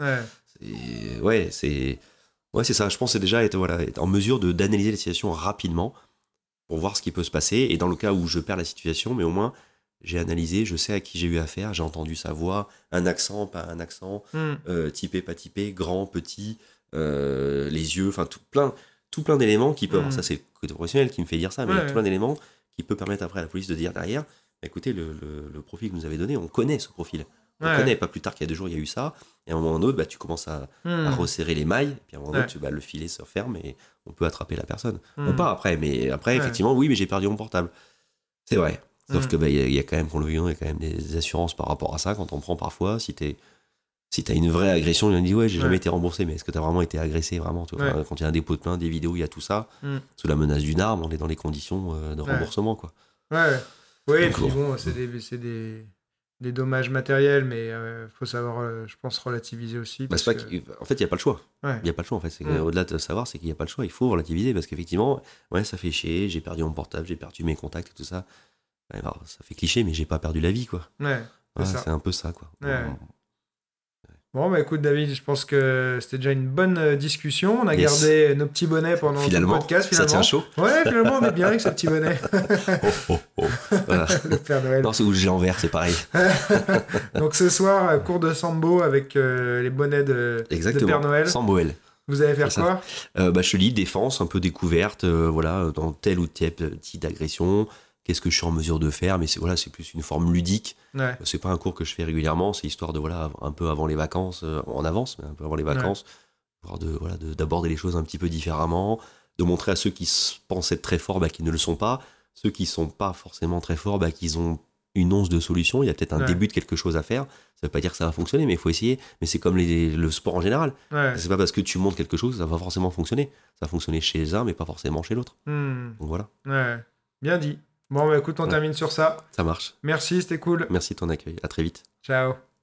C'est ça, je pense, c'est déjà être en mesure d'analyser la situation rapidement pour voir ce qui peut se passer, et dans le cas où je perds la situation, mais au moins j'ai analysé, je sais à qui j'ai eu affaire, j'ai entendu sa voix, un accent, pas un accent, typé, pas typé, grand, petit, les yeux, enfin tout plein d'éléments qui peuvent... Ça, c'est le côté professionnel qui me fait dire ça, mais tout plein d'éléments qui peut permettre après à la police de dire derrière, écoutez, le profil que vous nous avez donné, on connaît ce profil. On connaît, pas plus tard qu'il y a 2 jours, il y a eu ça, et à un moment donné, tu commences à resserrer les mailles, et puis à un moment donné, le filet se referme, et on peut attraper la personne. On part après, mais après, effectivement, oui, mais j'ai perdu mon portable. C'est vrai. Sauf que il y a quand même, pour le vivant, il y a quand même des assurances par rapport à ça, quand on prend parfois, si t'as une vraie agression, il dit j'ai jamais été remboursé, mais est-ce que t'as vraiment été agressé, vraiment, quand il y a un dépôt de plainte, des vidéos, il y a tout ça, sous la menace d'une arme, on est dans les conditions de remboursement, quoi. Oui, et puis bon, c'est des dommages matériels, mais faut savoir, je pense, relativiser aussi. En fait, il n'y a pas le choix. Il n'y a pas le choix, en fait. Au-delà de savoir, c'est qu'il n'y a pas le choix. Il faut relativiser, parce qu'effectivement, ça fait chier, j'ai perdu mon portable, j'ai perdu mes contacts et tout ça. Alors, ça fait cliché, mais j'ai pas perdu la vie, quoi. C'est un peu ça, quoi. Bon, écoute, David, je pense que c'était déjà une bonne discussion. On a gardé nos petits bonnets pendant tout le podcast. Ça tient chaud. Ouais, finalement, on est bien avec ce petit bonnet. Voilà. Le Père Noël. Non, c'est où j'ai en vert, c'est pareil. Donc ce soir, cours de Sambo avec les bonnets de Père Noël. Samboël. Vous allez faire quoi ? Je lis défense, un peu découverte, dans tel ou tel type d'agression. Qu'est-ce que je suis en mesure de faire, mais c'est plus une forme ludique. C'est pas un cours que je fais régulièrement, c'est histoire de un peu avant les vacances, en avance, mais un peu avant les vacances, d'aborder les choses un petit peu différemment, de montrer à ceux qui pensent être très forts qu'ils ne le sont pas, ceux qui sont pas forcément très forts qu'ils ont une once de solution, il y a peut-être un début de quelque chose à faire. Ça veut pas dire que ça va fonctionner, mais il faut essayer. Mais c'est comme le sport en général. C'est pas parce que tu montres quelque chose que ça va forcément fonctionner. Ça va fonctionner chez un, mais pas forcément chez l'autre. Donc voilà. Bien dit. Bon, écoute, on termine sur ça. Ça marche. Merci, c'était cool. Merci de ton accueil. À très vite. Ciao.